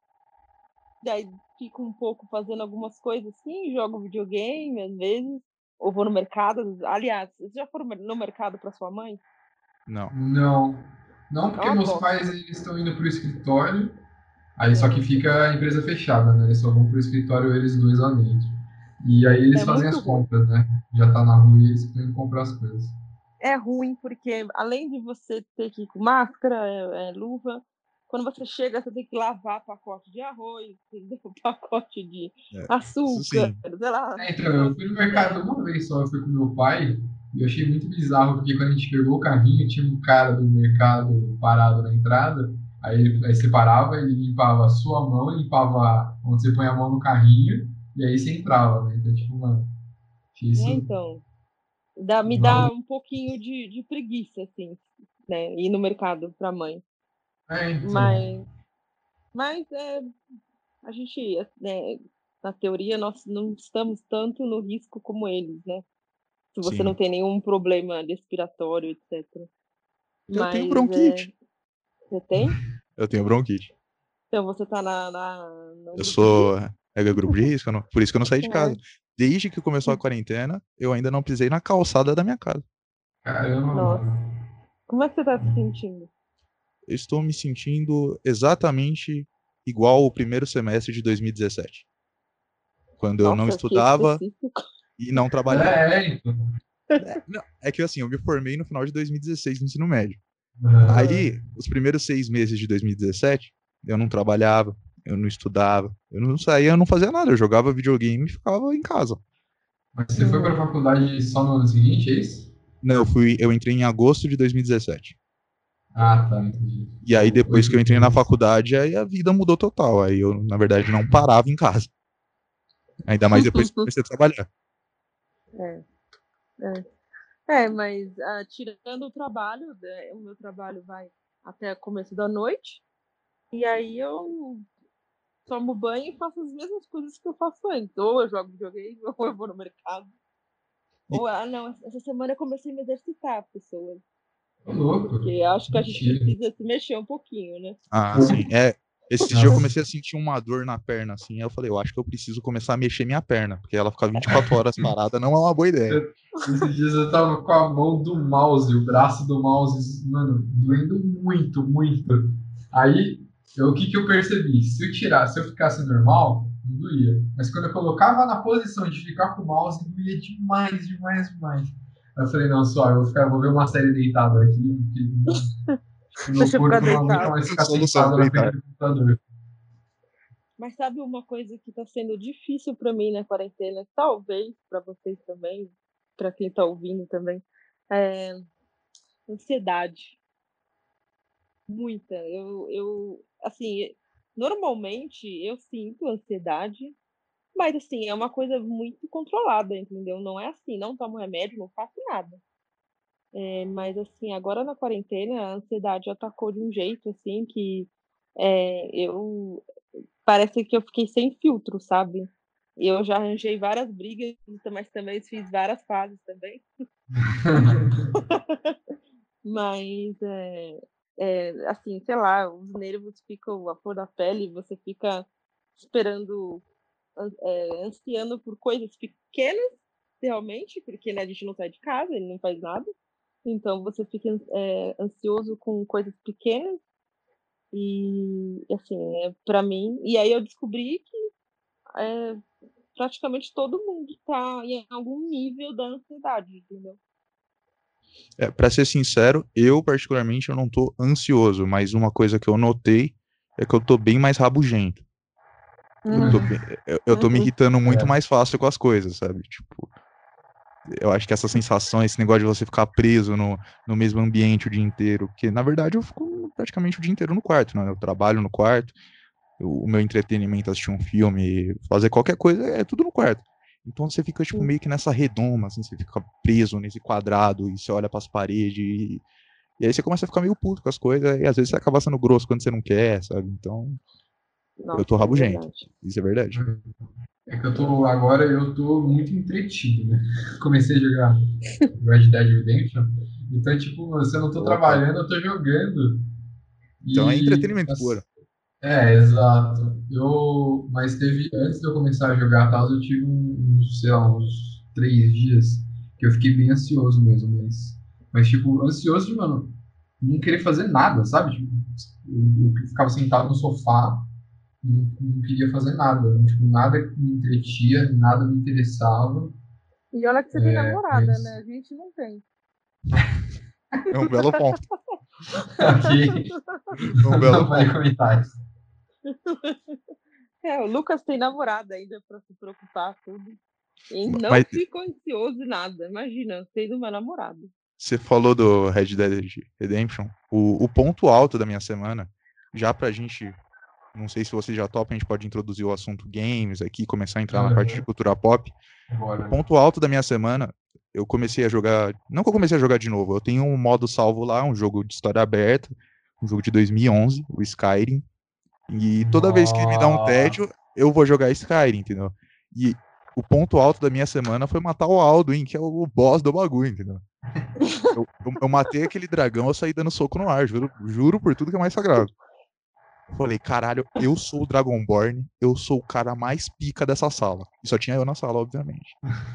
Speaker 3: daí fico um pouco fazendo algumas coisas, assim, jogo videogame, às vezes, ou vou no mercado. Aliás, vocês já foram mer no mercado pra sua mãe?
Speaker 1: Não.
Speaker 2: Não. Não,
Speaker 3: É
Speaker 2: porque
Speaker 3: uma
Speaker 2: meus
Speaker 3: bosta.
Speaker 2: pais eles estão indo para o escritório, aí só que
Speaker 3: É.
Speaker 2: fica a empresa fechada, né, eles só vão para o escritório eles dois lá dentro. E aí eles
Speaker 3: É
Speaker 2: fazem
Speaker 3: muito
Speaker 2: as
Speaker 3: ruim.
Speaker 2: compras, né, já tá na rua e eles têm que comprar as coisas.
Speaker 3: É ruim, porque além de você ter que ir com máscara, eh eh, luva, quando você chega, você tem que lavar pacote de arroz, entendeu, pacote de
Speaker 1: É, isso
Speaker 3: açúcar,
Speaker 1: sim.
Speaker 3: sei lá,
Speaker 2: É, então, eu
Speaker 3: doce
Speaker 2: fui no
Speaker 3: de
Speaker 2: mercado
Speaker 3: leite.
Speaker 2: uma vez só, eu fui com meu pai, e eu achei muito bizarro, porque quando a gente pegou o carrinho, tinha um cara do mercado parado na entrada, aí ele aí você parava, ele limpava a sua mão, limpava onde você põe a mão no carrinho, e aí você entrava, né, então tipo, mano, achei
Speaker 3: É,
Speaker 2: isso
Speaker 3: então, dá me dá
Speaker 2: maluco.
Speaker 3: um pouquinho de de preguiça, assim, né, ir no mercado pra mãe.
Speaker 2: É, então.
Speaker 3: Mas mas, eh, a gente, né, na teoria, nós não estamos tanto no risco como eles, né, se você não
Speaker 1: Sim.
Speaker 3: tem nenhum problema respiratório, etcétera.
Speaker 1: Eu tenho
Speaker 3: Mas, eh
Speaker 1: bronquite.
Speaker 3: você tem?
Speaker 1: Eu tenho bronquite.
Speaker 3: Então você tá na na no
Speaker 1: Eu
Speaker 3: grupo de
Speaker 1: sou
Speaker 3: risco.
Speaker 1: é grupo de risco, eu não por isso que eu não saí de casa.
Speaker 3: É.
Speaker 1: Desde que começou a quarentena, eu ainda não pisei na calçada da minha casa.
Speaker 2: Caramba,
Speaker 3: Nossa,
Speaker 2: mano.
Speaker 3: como é que você tá se sentindo?
Speaker 1: Eu estou me sentindo exatamente igual o primeiro semestre de dois mil e dezessete. Quando eu não
Speaker 3: Nossa, que
Speaker 1: estudava
Speaker 3: específico.
Speaker 1: e não trabalhava.
Speaker 2: É, então.
Speaker 1: É, não, é que assim, eu me formei no final de dois mil e dezesseis no ensino médio. Aí, os primeiros seis meses de dois mil e dezessete, eu não trabalhava, eu não estudava, eu não saía, eu não fazia nada, eu jogava videogame e ficava em casa.
Speaker 2: Mas você foi pra faculdade só no ano seguinte, é isso?
Speaker 1: Não, eu fui, eu entrei em agosto de dois mil e dezessete.
Speaker 2: Ah, tá, entendi.
Speaker 1: E aí, depois que eu entrei na
Speaker 2: meses.
Speaker 1: faculdade, aí a vida mudou total. Aí eu, na verdade, não parava em casa. Ainda mais depois que comecei a trabalhar.
Speaker 3: É, é. é mas ah, tirando o trabalho, né, o meu trabalho vai até o começo da noite, e aí eu tomo banho e faço as mesmas coisas que eu faço antes. Ou eu jogo videogame, ou eu vou no mercado.
Speaker 1: E-
Speaker 3: Ou, ah, não, essa semana eu comecei a me exercitar, pessoas.
Speaker 2: Ô, louco.
Speaker 3: Porque acho que a gente
Speaker 2: Mentira.
Speaker 3: precisa se mexer um pouquinho, né?
Speaker 1: Ah, sim. É, esse dia eu
Speaker 2: Nossa.
Speaker 1: comecei a sentir uma dor na perna, assim. Aí eu falei, eu acho que eu preciso começar a mexer minha perna, porque ela ficar vinte e quatro horas parada não é uma boa ideia.
Speaker 2: Esses dias eu tava com a mão do mouse, o braço do mouse, mano, doendo muito, muito. Aí, eu, o que que eu percebi? Se eu tirar, se eu ficasse normal, não doía. Mas quando eu colocava na posição de ficar com o mouse, doía demais, demais, demais. Aí eu falei, não, suave, eu vou, ficar, vou ver uma série deitada aqui, porque o meu
Speaker 3: Deixa eu
Speaker 2: corpo
Speaker 3: ficar
Speaker 2: não aguenta
Speaker 3: deitado.
Speaker 2: mais ficar
Speaker 1: Solução,
Speaker 2: sentado na frente
Speaker 1: deitar.
Speaker 2: do computador.
Speaker 3: Mas sabe uma coisa que tá sendo difícil para mim na quarentena, talvez para vocês também, para quem tá ouvindo também, é ansiedade. Muita. Eu, eu, assim, normalmente eu sinto ansiedade, mas assim, é uma coisa muito controlada, entendeu? Não é assim, não tomo remédio, não faço nada. É, mas assim, agora na quarentena, a ansiedade atacou de um jeito assim que é, eu parece que eu fiquei sem filtro, sabe? Eu já arranjei várias brigas, mas também fiz várias fases também. Mas é, é, assim, sei lá, os nervos ficam à flor da pele, você fica esperando, an- é, ansiando por coisas pequenas, realmente, porque né, a gente não sai de casa, ele não faz nada. Então você fica é, ansioso com coisas pequenas e assim, é, para mim. E aí eu descobri que é, praticamente todo mundo está em algum nível da ansiedade, entendeu?
Speaker 1: É, para ser sincero, eu particularmente eu não tô ansioso, mas uma coisa que eu notei é que eu tô bem mais rabugento. Eu tô,
Speaker 3: Uhum.
Speaker 1: bem, eu, eu tô me
Speaker 3: Uhum.
Speaker 1: irritando muito
Speaker 2: É.
Speaker 1: mais fácil com as coisas, sabe? Tipo, eu acho que essa sensação, esse negócio de você ficar preso no, no mesmo ambiente o dia inteiro, porque na verdade eu fico praticamente o dia inteiro no quarto, né? Eu trabalho no quarto, eu- o meu entretenimento é assistir um filme, fazer qualquer coisa, é tudo no quarto. Então você fica, tipo, meio que nessa redoma, assim, você fica preso nesse quadrado e você olha pras paredes e, e aí você começa a ficar meio puto com as coisas e às vezes você acaba sendo grosso quando você não quer, sabe? Então, eu tô
Speaker 3: Nossa, é
Speaker 1: rabugento.
Speaker 3: verdade.
Speaker 1: Isso é verdade.
Speaker 2: É que eu tô agora, eu tô muito entretido, né? Comecei a jogar Red Dead Redemption. Então, tipo, se eu não tô
Speaker 1: Opa.
Speaker 2: trabalhando, eu tô jogando.
Speaker 1: Então é
Speaker 2: E
Speaker 1: entretenimento puro.
Speaker 2: as- é, exato. Eu, mas teve antes de eu começar a jogar tal, eu tive um- uns, sei lá, uns três dias que eu fiquei bem ansioso mesmo, mas, mas tipo, ansioso de, mano, não querer fazer nada, sabe? Tipo, eu, eu ficava sentado no sofá, não, não queria fazer nada, tipo, nada me entretia, nada me interessava.
Speaker 3: E olha que você tem
Speaker 2: É,
Speaker 3: namorada, né?
Speaker 2: mas
Speaker 3: A gente não tem.
Speaker 1: É um belo ponto.
Speaker 2: aqui
Speaker 1: É um belo
Speaker 2: não vale
Speaker 1: ponto.
Speaker 2: comentários.
Speaker 3: É, o Lucas tem namorada ainda para se preocupar, tudo. E não
Speaker 1: Mas
Speaker 3: ficou ansioso de nada. Imagina, tendo uma namorada.
Speaker 1: você falou do Red Dead Redemption. O, o ponto alto da minha semana, já pra gente, não sei se você já topa, a gente pode introduzir o assunto games aqui, começar a entrar na parte de
Speaker 2: Uhum.
Speaker 1: cultura pop. O
Speaker 2: Bora.
Speaker 1: ponto alto da minha semana, eu comecei a jogar. Não que eu comecei a jogar de novo, eu tenho um modo salvo lá, um jogo de história aberta, um jogo de dois mil e onze, o Skyrim. E toda vez que me dá um
Speaker 2: Nossa.
Speaker 1: tédio, eu vou jogar Skyrim, entendeu? E o ponto alto da minha semana foi matar o Alduin, que é o boss do bagulho, entendeu? Eu, eu, eu matei aquele dragão, eu saí dando soco no ar, juro, juro por tudo que é mais sagrado. Eu falei, caralho, eu sou o Dragonborn, eu sou o cara mais pica dessa sala. E só tinha eu na sala, obviamente.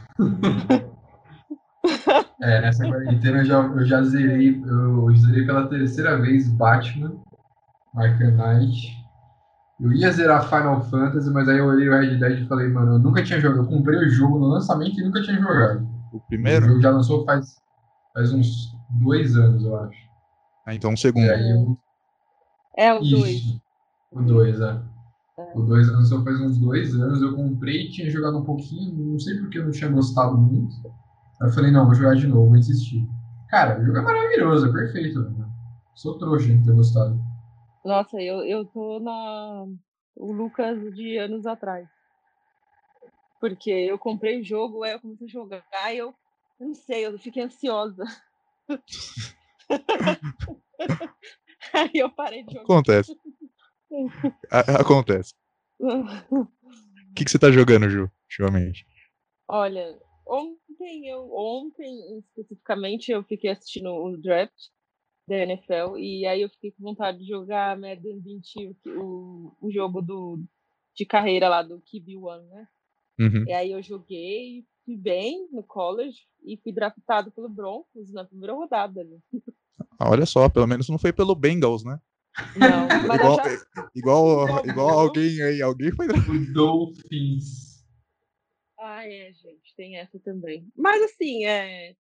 Speaker 2: É, nessa quarentena eu já, eu já zerei, eu zerei pela terceira vez Batman, Arkham Knight. Eu ia zerar Final Fantasy, mas aí eu olhei o Red Dead e falei, mano, eu nunca tinha jogado. Eu comprei o jogo no lançamento e nunca tinha jogado.
Speaker 1: O
Speaker 2: O
Speaker 1: primeiro,
Speaker 2: jogo já lançou faz, faz uns dois anos, eu acho.
Speaker 1: Ah, então o
Speaker 2: E
Speaker 1: segundo.
Speaker 2: aí eu.
Speaker 3: É o dois.
Speaker 2: Isso, o dois, é. O dois lançou faz uns dois anos, eu comprei, tinha jogado um pouquinho, não sei porque eu não tinha gostado muito. Aí eu falei, não, vou jogar de novo, vou insistir. Cara, o jogo é maravilhoso, é perfeito, né? Sou trouxa de ter gostado.
Speaker 3: Nossa, eu, eu tô na. O Lucas de anos atrás. Porque eu comprei o jogo, aí eu comecei a jogar, e eu, eu não sei, eu fiquei ansiosa. Aí eu parei de jogar.
Speaker 1: Acontece. A- acontece. O que, que você tá jogando, Ju, ultimamente?
Speaker 3: Olha, ontem eu ontem especificamente eu fiquei assistindo o draft da N F L e aí eu fiquei com vontade de jogar Madden vinte, o, que- o, o jogo do, de carreira lá do Q B um, né?
Speaker 1: Uhum.
Speaker 3: E aí eu joguei, fui bem no college e fui draftado pelo Broncos na primeira rodada ali.
Speaker 1: Ah, olha só, pelo menos não foi pelo Bengals, né?
Speaker 3: Não, mas eu
Speaker 1: Igual,
Speaker 3: já
Speaker 1: igual, igual
Speaker 3: dobrou.
Speaker 1: alguém aí, alguém foi.
Speaker 2: O Dolphins.
Speaker 3: Ah, é, gente, tem essa também. Mas assim, é,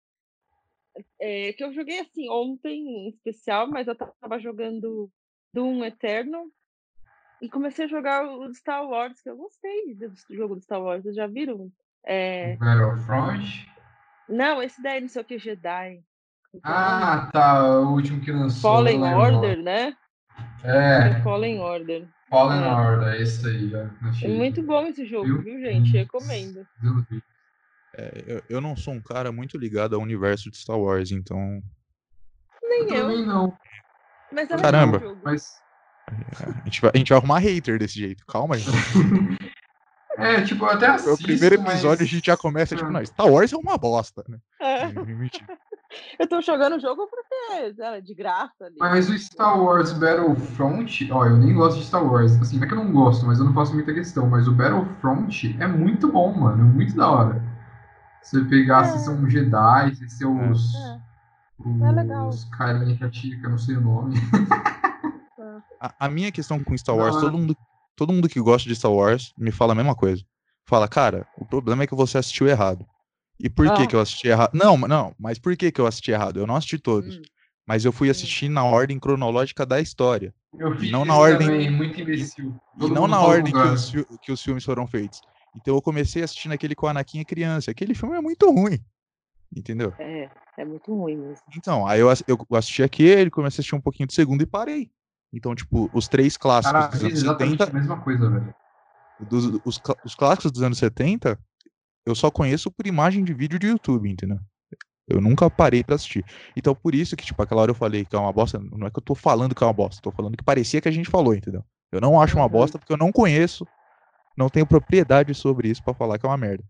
Speaker 3: é que eu joguei assim ontem em especial, mas eu tava jogando Doom Eternal e comecei a jogar o Star Wars, que eu gostei do jogo do Star Wars. Vocês já viram? É,
Speaker 2: Battlefront.
Speaker 3: não, esse daí não sei o que Jedi. Qual que é o nome?
Speaker 2: Ah, tá, o último que lançou, eu
Speaker 3: Fallen
Speaker 2: não lembro.
Speaker 3: Order, né? Acho que é
Speaker 2: É,
Speaker 3: Fallen Order.
Speaker 2: Fallen
Speaker 3: É,
Speaker 2: Order, é isso aí, ó.
Speaker 3: é
Speaker 2: Achei.
Speaker 3: muito bom esse jogo,
Speaker 2: Meu
Speaker 3: viu, gente?
Speaker 2: Deus.
Speaker 3: Recomendo.
Speaker 2: Deus Deus.
Speaker 1: É, eu, eu não sou um cara muito ligado ao universo de Star Wars, então.
Speaker 2: Eu
Speaker 3: Nem eu,
Speaker 2: também não,
Speaker 3: mas é
Speaker 2: também
Speaker 3: legal o
Speaker 2: não,
Speaker 1: Caramba,
Speaker 3: jogo.
Speaker 2: mas.
Speaker 1: a gente vai, a gente vai arrumar hater desse jeito. Calma aí.
Speaker 2: É, tipo, eu até
Speaker 1: O primeiro
Speaker 2: assisto,
Speaker 1: episódio a
Speaker 2: mas.
Speaker 1: gente já começa, tipo,
Speaker 2: Ah,
Speaker 1: não, Star Wars é uma bosta, né?
Speaker 3: É.
Speaker 1: Mentira.
Speaker 3: Eu tô jogando o jogo porque sei lá, de graça ali.
Speaker 2: mas o Star Wars Battlefront, ó, eu nem gosto de Star Wars. Assim, não é que eu não gosto, mas eu não faço muita questão. Mas o Battlefront é muito bom, mano. É muito da hora. Você pegar, você ser
Speaker 3: É,
Speaker 2: um Jedi, você ser
Speaker 1: É.
Speaker 2: os.
Speaker 3: é, é legal.
Speaker 2: Os carinha que atira, que eu não sei o nome.
Speaker 3: É.
Speaker 1: A, a minha questão com Star Wars,
Speaker 2: Não,
Speaker 1: todo mundo, todo mundo que gosta de Star Wars me fala a mesma coisa. Fala, cara, o problema é que você assistiu errado. E por que que
Speaker 3: Ah,
Speaker 1: eu assisti errado? Não, não, mas por que que eu assisti errado? Eu não assisti todos.
Speaker 3: hum,
Speaker 1: Mas eu fui
Speaker 3: hum.
Speaker 1: assistir na ordem cronológica da história.
Speaker 2: eu
Speaker 1: E
Speaker 2: fiz
Speaker 1: não na
Speaker 2: isso
Speaker 1: ordem,
Speaker 2: também, muito
Speaker 1: e,
Speaker 2: imbecil.
Speaker 1: e
Speaker 2: Todo
Speaker 1: não
Speaker 2: mundo
Speaker 1: na
Speaker 2: fala o
Speaker 1: ordem que os,
Speaker 2: contrário.
Speaker 1: fi- que os filmes foram feitos. Então eu comecei assistindo aquele com o Anakin é criança. Aquele filme é muito ruim, entendeu?
Speaker 3: É, é muito ruim mesmo.
Speaker 1: Então, aí eu, ass- eu assisti aquele, comecei a assistir um pouquinho do segundo e parei. Então, tipo, os três clássicos
Speaker 2: Cara,
Speaker 1: dos
Speaker 2: fiz
Speaker 1: anos
Speaker 2: exatamente a
Speaker 1: setenta,
Speaker 2: mesma coisa, velho.
Speaker 1: dos, os, clá- os clássicos dos anos setenta, eu só conheço por imagem de vídeo de YouTube, entendeu? Eu nunca parei pra assistir. Então, por isso que, tipo, aquela hora eu falei que é uma bosta, não é que eu tô falando que é uma bosta, tô falando que parecia que a gente falou, entendeu? Eu não acho uma
Speaker 3: Uhum.
Speaker 1: bosta porque eu não conheço, não tenho propriedade sobre isso pra falar que é uma merda.